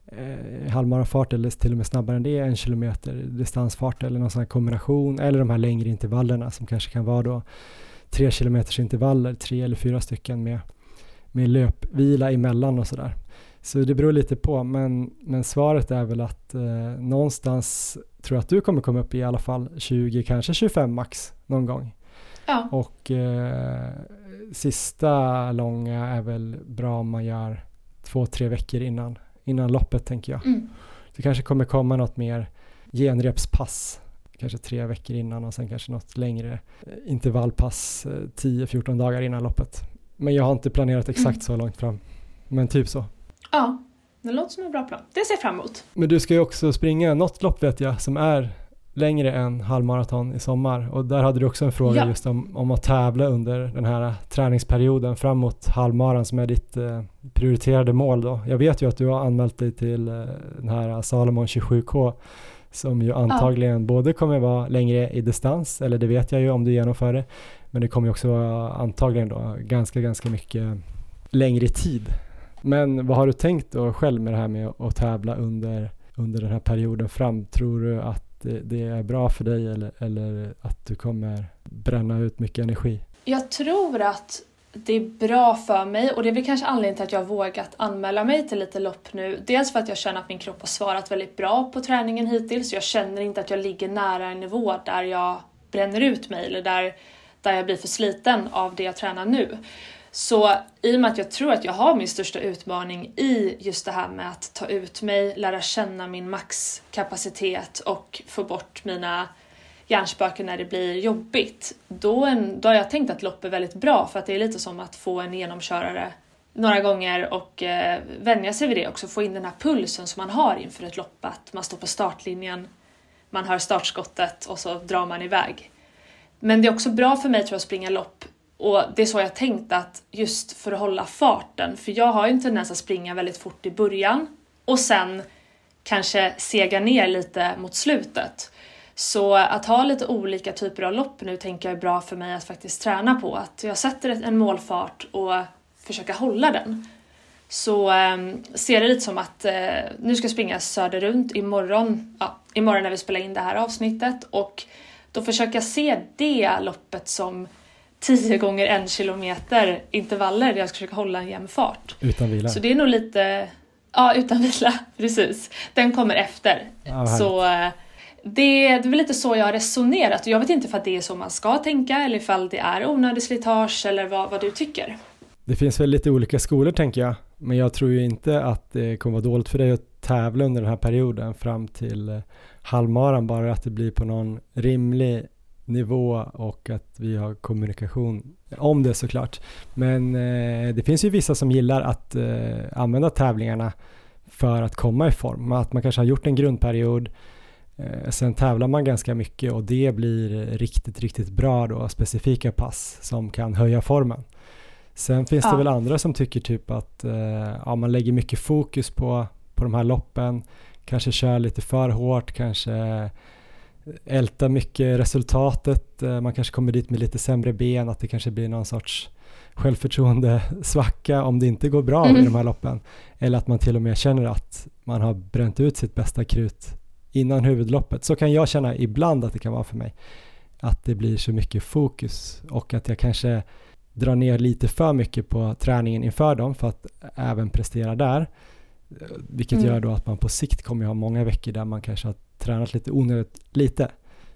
eh, halvmarafart, eller till och med snabbare än det, en kilometer distansfart, eller någon sån här kombination, eller de här längre intervallerna som kanske kan vara då tre kilometers intervaller, tre eller fyra stycken med med löpvila emellan och sådär. Så det beror lite på, men, men svaret är väl att eh, någonstans tror jag att du kommer komma upp i alla fall tjugo, kanske tjugofem max någon gång. Ja. Och eh, sista långa är väl bra om man gör två, tre veckor innan, innan loppet, tänker jag. Mm. Det kanske kommer komma något mer genrepspass, kanske tre veckor innan, och sen kanske något längre intervallpass eh, tio fjorton dagar innan loppet. Men jag har inte planerat exakt mm. så långt fram. Men typ så. Ja, det låter som en bra plan. Det ser jag fram emot. Men du ska ju också springa något lopp, vet jag, som är längre än halvmaraton i sommar och där hade du också en fråga ja. just om, om att tävla under den här träningsperioden fram mot halvmaran som är ditt eh, prioriterade mål då. Jag vet ju att du har anmält dig till eh, den här Salomon tjugosju K som ju antagligen ja. både kommer vara längre i distans, eller det vet jag ju om du genomför det, men det kommer ju också vara antagligen då ganska, ganska mycket längre tid. Men vad har du tänkt då själv med det här med att tävla under, under den här perioden fram? Tror du att det, det är bra för dig eller, eller att du kommer bränna ut mycket energi? Jag tror att det är bra för mig och det är väl kanske anledningen till att jag har vågat anmäla mig till lite lopp nu. Dels för att jag känner att min kropp har svarat väldigt bra på träningen hittills. Jag känner inte att jag ligger nära en nivå där jag bränner ut mig eller där, där jag blir för sliten av det jag tränar nu. Så i och med att jag tror att jag har min största utmaning i just det här med att ta ut mig, lära känna min maxkapacitet och få bort mina hjärnspöken när det blir jobbigt. Då, en, då har jag tänkt att lopp är väldigt bra för att det är lite som att få en genomkörare några gånger och eh, vänja sig vid det också. Få in den här pulsen som man har inför ett lopp. Att man står på startlinjen, man hör startskottet och så drar man iväg. Men det är också bra för mig tror jag att springa lopp. Och det är så jag tänkt att just för att hålla farten. För jag har ju en tendens att springa väldigt fort i början. Och sen kanske sega ner lite mot slutet. Så att ha lite olika typer av lopp nu tänker jag är bra för mig att faktiskt träna på. Att jag sätter en målfart och försöka hålla den. Så eh, ser det lite som att eh, nu ska jag springa söderrunt imorgon. Ja, imorgon när vi spelar in det här avsnittet. Och då försöker jag se det loppet som tio gånger en kilometer intervaller där jag ska försöka hålla en jämn fart. Utan vila. Så det är nog lite... Ja, utan vila. Precis. Den kommer efter. Ja, så eh, det, det är väl lite så jag har resonerat. Och jag vet inte för att det är så man ska tänka. Eller ifall det är onödig slitage. Eller vad, vad du tycker. Det finns väl lite olika skolor tänker jag. Men jag tror ju inte att det kommer vara dåligt för dig att tävla under den här perioden. Fram till eh, halvmaran. Bara att det blir på någon rimlig nivå och att vi har kommunikation om det såklart. Men eh, det finns ju vissa som gillar att eh, använda tävlingarna för att komma i form. Att man kanske har gjort en grundperiod, eh, sen tävlar man ganska mycket och det blir riktigt, riktigt bra då, specifika pass som kan höja formen. Sen finns ja. det väl andra som tycker typ att eh, ja, man lägger mycket fokus på, på de här loppen, kanske kör lite för hårt, kanske älta mycket resultatet, man kanske kommer dit med lite sämre ben, att det kanske blir någon sorts självförtroende svacka om det inte går bra mm. i de här loppen, eller att man till och med känner att man har bränt ut sitt bästa krut innan huvudloppet. Så kan jag känna ibland att det kan vara för mig, att det blir så mycket fokus och att jag kanske drar ner lite för mycket på träningen inför dem för att även prestera där, vilket mm. gör då att man på sikt kommer ha många veckor där man kanske har tränat lite onödigt lite.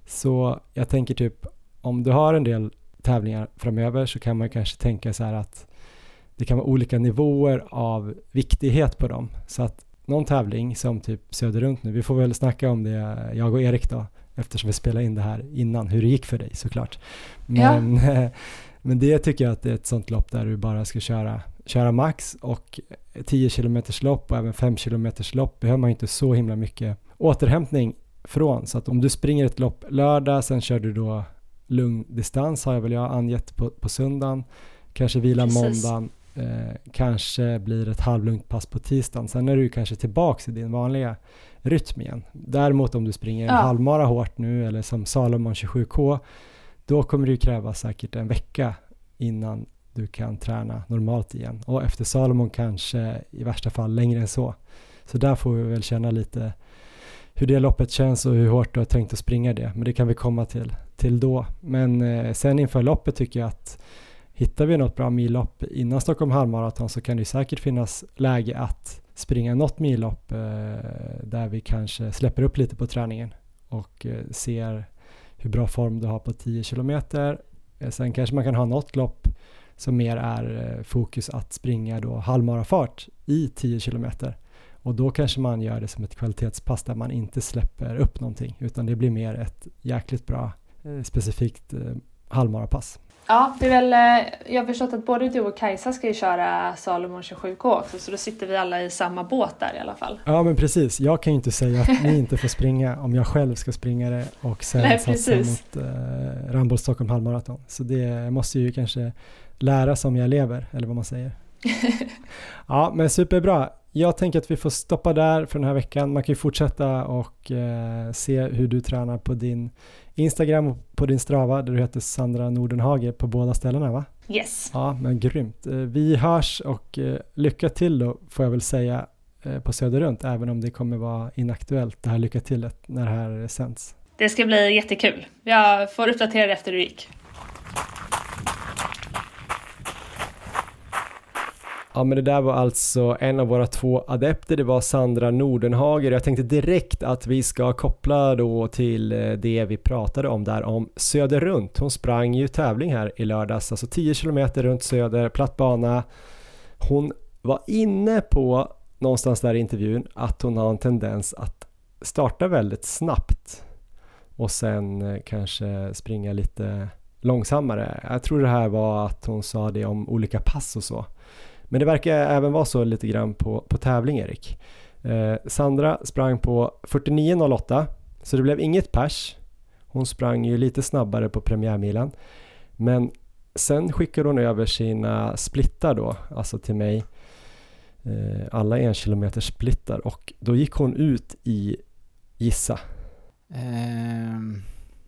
Så jag tänker typ, om du har en del tävlingar framöver så kan man kanske tänka så här att det kan vara olika nivåer av viktighet på dem. Så att någon tävling som typ söderrunt nu, vi får väl snacka om det, jag och Erik då, eftersom vi spelade in det här innan, hur det gick för dig såklart. Men, ja. men det tycker jag att det är ett sånt lopp där du bara ska köra köra max, och tio kilometers lopp och även fem kilometers lopp behöver man inte så himla mycket återhämtning från. Så att om du springer ett lopp lördag, sen kör du då lugn distans, har jag väl jag angett på, på söndagen, kanske vila Precis. måndagen, eh, kanske blir ett halvlugnt pass på tisdagen, sen är du kanske tillbaka i din vanliga rytm igen. Däremot om du springer en ja. halvmara hårt nu, eller som Salomon tjugosju K, då kommer det ju kräva säkert en vecka innan du kan träna normalt igen. Och efter Salomon kanske i värsta fall längre än så. Så där får vi väl känna lite hur det loppet känns och hur hårt du har tänkt att springa det. Men det kan vi komma till, till då. Men eh, sen inför loppet tycker jag att hittar vi något bra millopp innan Stockholm halvmaraton så kan det säkert finnas läge att springa något millopp eh, där vi kanske släpper upp lite på träningen och eh, ser hur bra form du har på tio kilometer. Eh, sen kanske man kan ha något lopp som mer är fokus att springa då halvmarafart i tio kilometer. Och då kanske man gör det som ett kvalitetspass där man inte släpper upp någonting, utan det blir mer ett jäkligt bra eh, specifikt eh, halvmarapass. Ja, det är väl, jag har förstått att både du och Kajsa ska ju köra Salomon tjugosju K också, så då sitter vi alla i samma båt där i alla fall. Ja, men precis. Jag kan ju inte säga att ni inte får springa om jag själv ska springa det och sen Nej, satsa mot eh, Ramboll Stockholm halvmaraton. Så det måste ju kanske lära som jag lever, eller vad man säger. Ja, men superbra. Jag tänker att vi får stoppa där för den här veckan. Man kan ju fortsätta och eh, se hur du tränar på din Instagram och på din Strava där du heter Sandra Nordenhage på båda ställena, va? Yes. Ja, men grymt. Eh, vi hörs och eh, lycka till då, får jag väl säga, eh, på Söder runt, även om det kommer vara inaktuellt det här lycka till när det här sänds. Det ska bli jättekul. Jag får uppdatera det efter hur det gick. Ja, men det där var alltså en av våra två adepter, det var Sandra Nordenhager. Jag tänkte direkt att vi ska koppla då till det vi pratade om där om Söder runt. Hon sprang ju tävling här i lördags, alltså tio kilometer runt Söder, platt bana. Hon var inne på någonstans där i intervjun att hon har en tendens att starta väldigt snabbt och sen kanske springa lite långsammare. Jag tror det här var att hon sa det om olika pass och så. Men det verkar även vara så lite grann på, på tävling, Erik. Eh, Sandra sprang på fyrtionio noll åtta, så det blev inget pers. Hon sprang ju lite snabbare på premiärmilen. Men sen skickade hon över sina splittar då, alltså till mig. Eh, alla en kilometer splittar. Och då gick hon ut i, gissa. Ehm,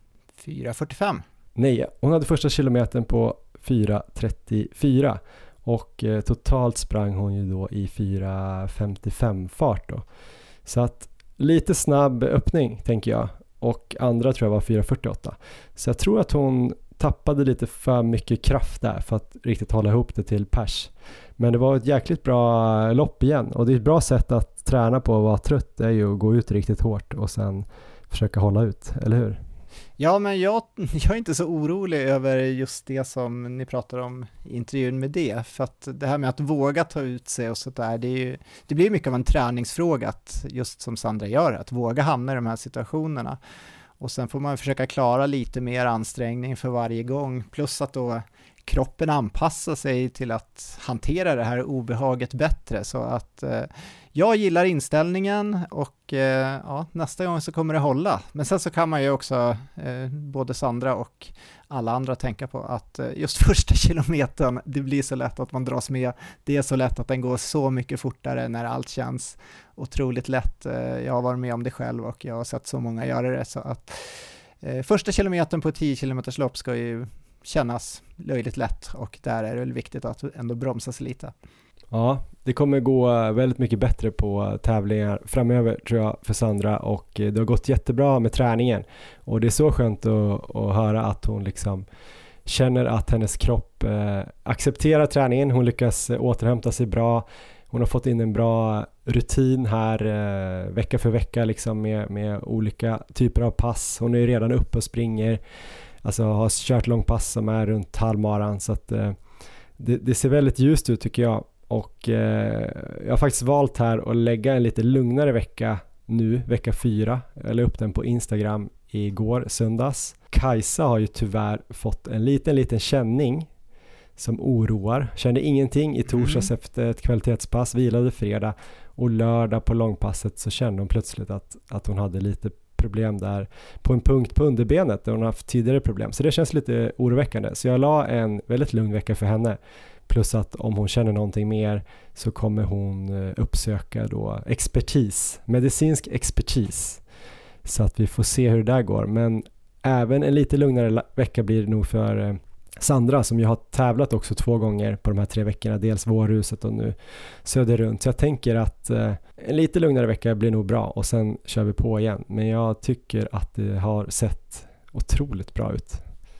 fyra fyrtiofem. Nej, hon hade första kilometern på fyra trettiofyra. Och eh, totalt sprang hon ju då i fyra femtiofem fart då. Så att lite snabb öppning tänker jag. Och andra tror jag var fyra fyrtioåtta. Så jag tror att hon tappade lite för mycket kraft där för att riktigt hålla ihop det till pers. Men det var ett jäkligt bra lopp igen. Och det är ett bra sätt att träna på att vara trött. Det är ju att gå ut riktigt hårt och sen försöka hålla ut, eller hur? Ja, men jag, jag är inte så orolig över just det som ni pratar om i intervjun med det, för att det här med att våga ta ut sig och sådär, det, är ju, det blir mycket av en träningsfråga, att just som Sandra gör, att våga hamna i de här situationerna. Och sen får man försöka klara lite mer ansträngning för varje gång, plus att då kroppen anpassar sig till att hantera det här obehaget bättre. Så att eh, jag gillar inställningen och eh, ja, nästa gång så kommer det hålla. Men sen så kan man ju också, eh, både Sandra och alla andra, tänka på att eh, just första kilometern, det blir så lätt att man dras med. Det är så lätt att den går så mycket fortare när allt känns otroligt lätt. Eh, jag har varit med om det själv och jag har sett så många göra det. Så att eh, första kilometern på tio kilometers lopp ska ju kännas löjligt lätt, och där är det väl viktigt att ändå bromsa sig lite. Ja, det kommer gå väldigt mycket bättre på tävlingar framöver tror jag för Sandra, och det har gått jättebra med träningen och det är så skönt att, att höra att hon liksom känner att hennes kropp eh, accepterar träningen. Hon lyckas återhämta sig bra. Hon har fått in en bra rutin här eh, vecka för vecka liksom med, med olika typer av pass. Hon är ju redan uppe och springer. Alltså har kört långpass som är runt halvmaran, så att eh, det, det ser väldigt ljust ut tycker jag. Och eh, jag har faktiskt valt här att lägga en lite lugnare vecka nu, vecka fyra. Jag la upp den på Instagram igår, söndags. Kajsa har ju tyvärr fått en liten, liten känning som oroar. Kände ingenting i torsdags mm. efter ett kvalitetspass, vilade fredag, och lördag på långpasset så kände hon plötsligt att, att hon hade lite problem där på en punkt på underbenet där hon har haft tidigare problem. Så det känns lite oroväckande. Så jag la en väldigt lugn vecka för henne. Plus att om hon känner någonting mer så kommer hon uppsöka då expertis, medicinsk expertis. Så att vi får se hur det där går. Men även en lite lugnare vecka blir det nog för Sandra, som jag har tävlat också två gånger på de här tre veckorna. Dels Vårhuset och nu Söder runt. Så jag tänker att eh, en lite lugnare vecka blir nog bra och sen kör vi på igen. Men jag tycker att det har sett otroligt bra ut.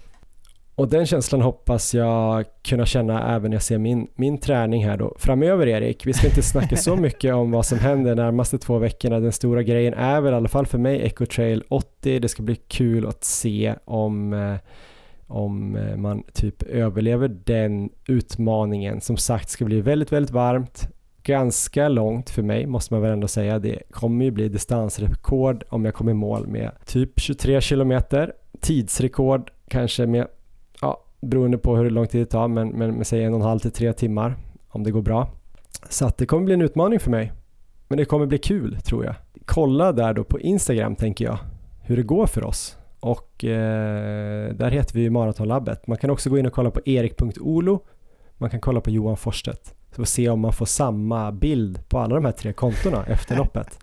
Och den känslan hoppas jag kunna känna även när jag ser min, min träning här då framöver, Erik. Vi ska inte snacka så mycket om vad som händer närmaste två veckorna. Den stora grejen är väl i alla fall för mig Echo Trail åttio. Det ska bli kul att se om... Eh, om man typ överlever den utmaningen. Som sagt, ska bli väldigt, väldigt varmt. Ganska långt för mig, måste man väl ändå säga. Det kommer ju bli distansrekord om jag kommer i mål med typ tjugotre kilometer. Tidsrekord kanske med ja, beroende på hur lång tid det tar, men, men, men säg en och en halv till tre timmar om det går bra. Så att det kommer bli en utmaning för mig. Men det kommer bli kul, tror jag. Kolla där då på Instagram, tänker jag, hur det går för oss. Och eh, där heter vi ju Maratonlabbet. Man kan också gå in och kolla på erik punkt olo. Man kan kolla på Johan Forsstedt. Så får se om man får samma bild på alla de här tre kontona efter loppet.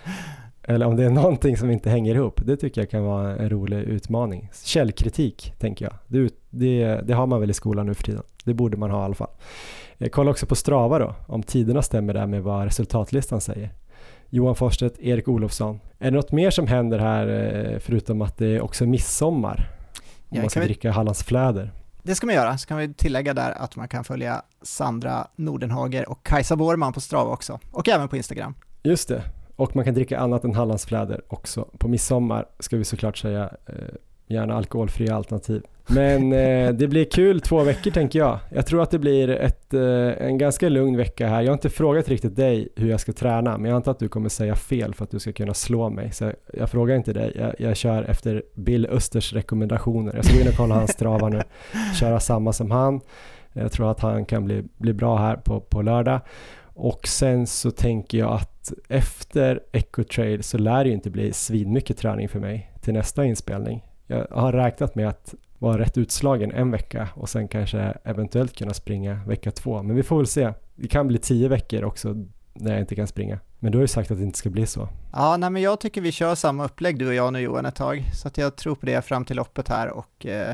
Eller om det är någonting som inte hänger ihop. Det tycker jag kan vara en rolig utmaning. Källkritik, tänker jag. Det, det, det har man väl i skolan nu för tiden. Det borde man ha i alla fall. Jag kollar också på Strava då, om tiderna stämmer där med vad resultatlistan säger. Johan Forsstedt, Erik Olofsson. Är det något mer som händer här förutom att det är också midsommar? Om ja, man ska vi... dricka Hallandsfläder. Det ska man göra. Så kan vi tillägga där att man kan följa Sandra Nordenhager och Kajsa Borman på Strava också. Och även på Instagram. Just det. Och man kan dricka annat än Hallandsfläder också. På midsommar ska vi såklart säga eh, gärna alkoholfria alternativ. Men eh, det blir kul två veckor, tänker jag. Jag tror att det blir ett, eh, en ganska lugn vecka här. Jag har inte frågat riktigt dig hur jag ska träna, men jag antar att du kommer säga fel för att du ska kunna slå mig. Så jag, jag frågar inte dig. Jag, jag kör efter Bill Östers rekommendationer. Jag ska gå in och kolla hans Strava nu. Köra samma som han. Jag tror att han kan bli, bli bra här på, på lördag. Och sen så tänker jag att efter Echo Trail så lär det ju inte bli svinmycket träning för mig till nästa inspelning. Jag har räknat med att vara rätt utslagen en vecka och sen kanske eventuellt kunna springa vecka två. Men vi får väl se. Det kan bli tio veckor också när jag inte kan springa. Men du har ju sagt att det inte ska bli så. Ja, nej, men jag tycker vi kör samma upplägg du och jag nu, Johan, ett tag. Så att jag tror på det fram till loppet här. Och, eh,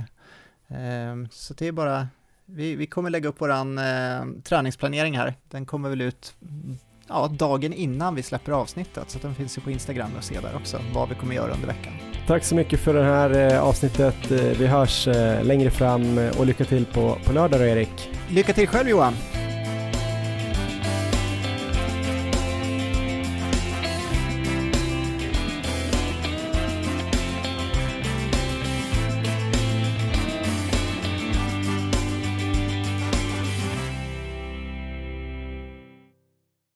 eh, så det är bara... Vi, vi kommer lägga upp våran eh, träningsplanering här. Den kommer väl ut ja, dagen innan vi släpper avsnittet. Så den finns ju på Instagram och se där också vad vi kommer göra under veckan. Tack så mycket för det här eh, avsnittet. Vi hörs eh, längre fram och lycka till på, på lördag då, Erik. Lycka till själv, Johan.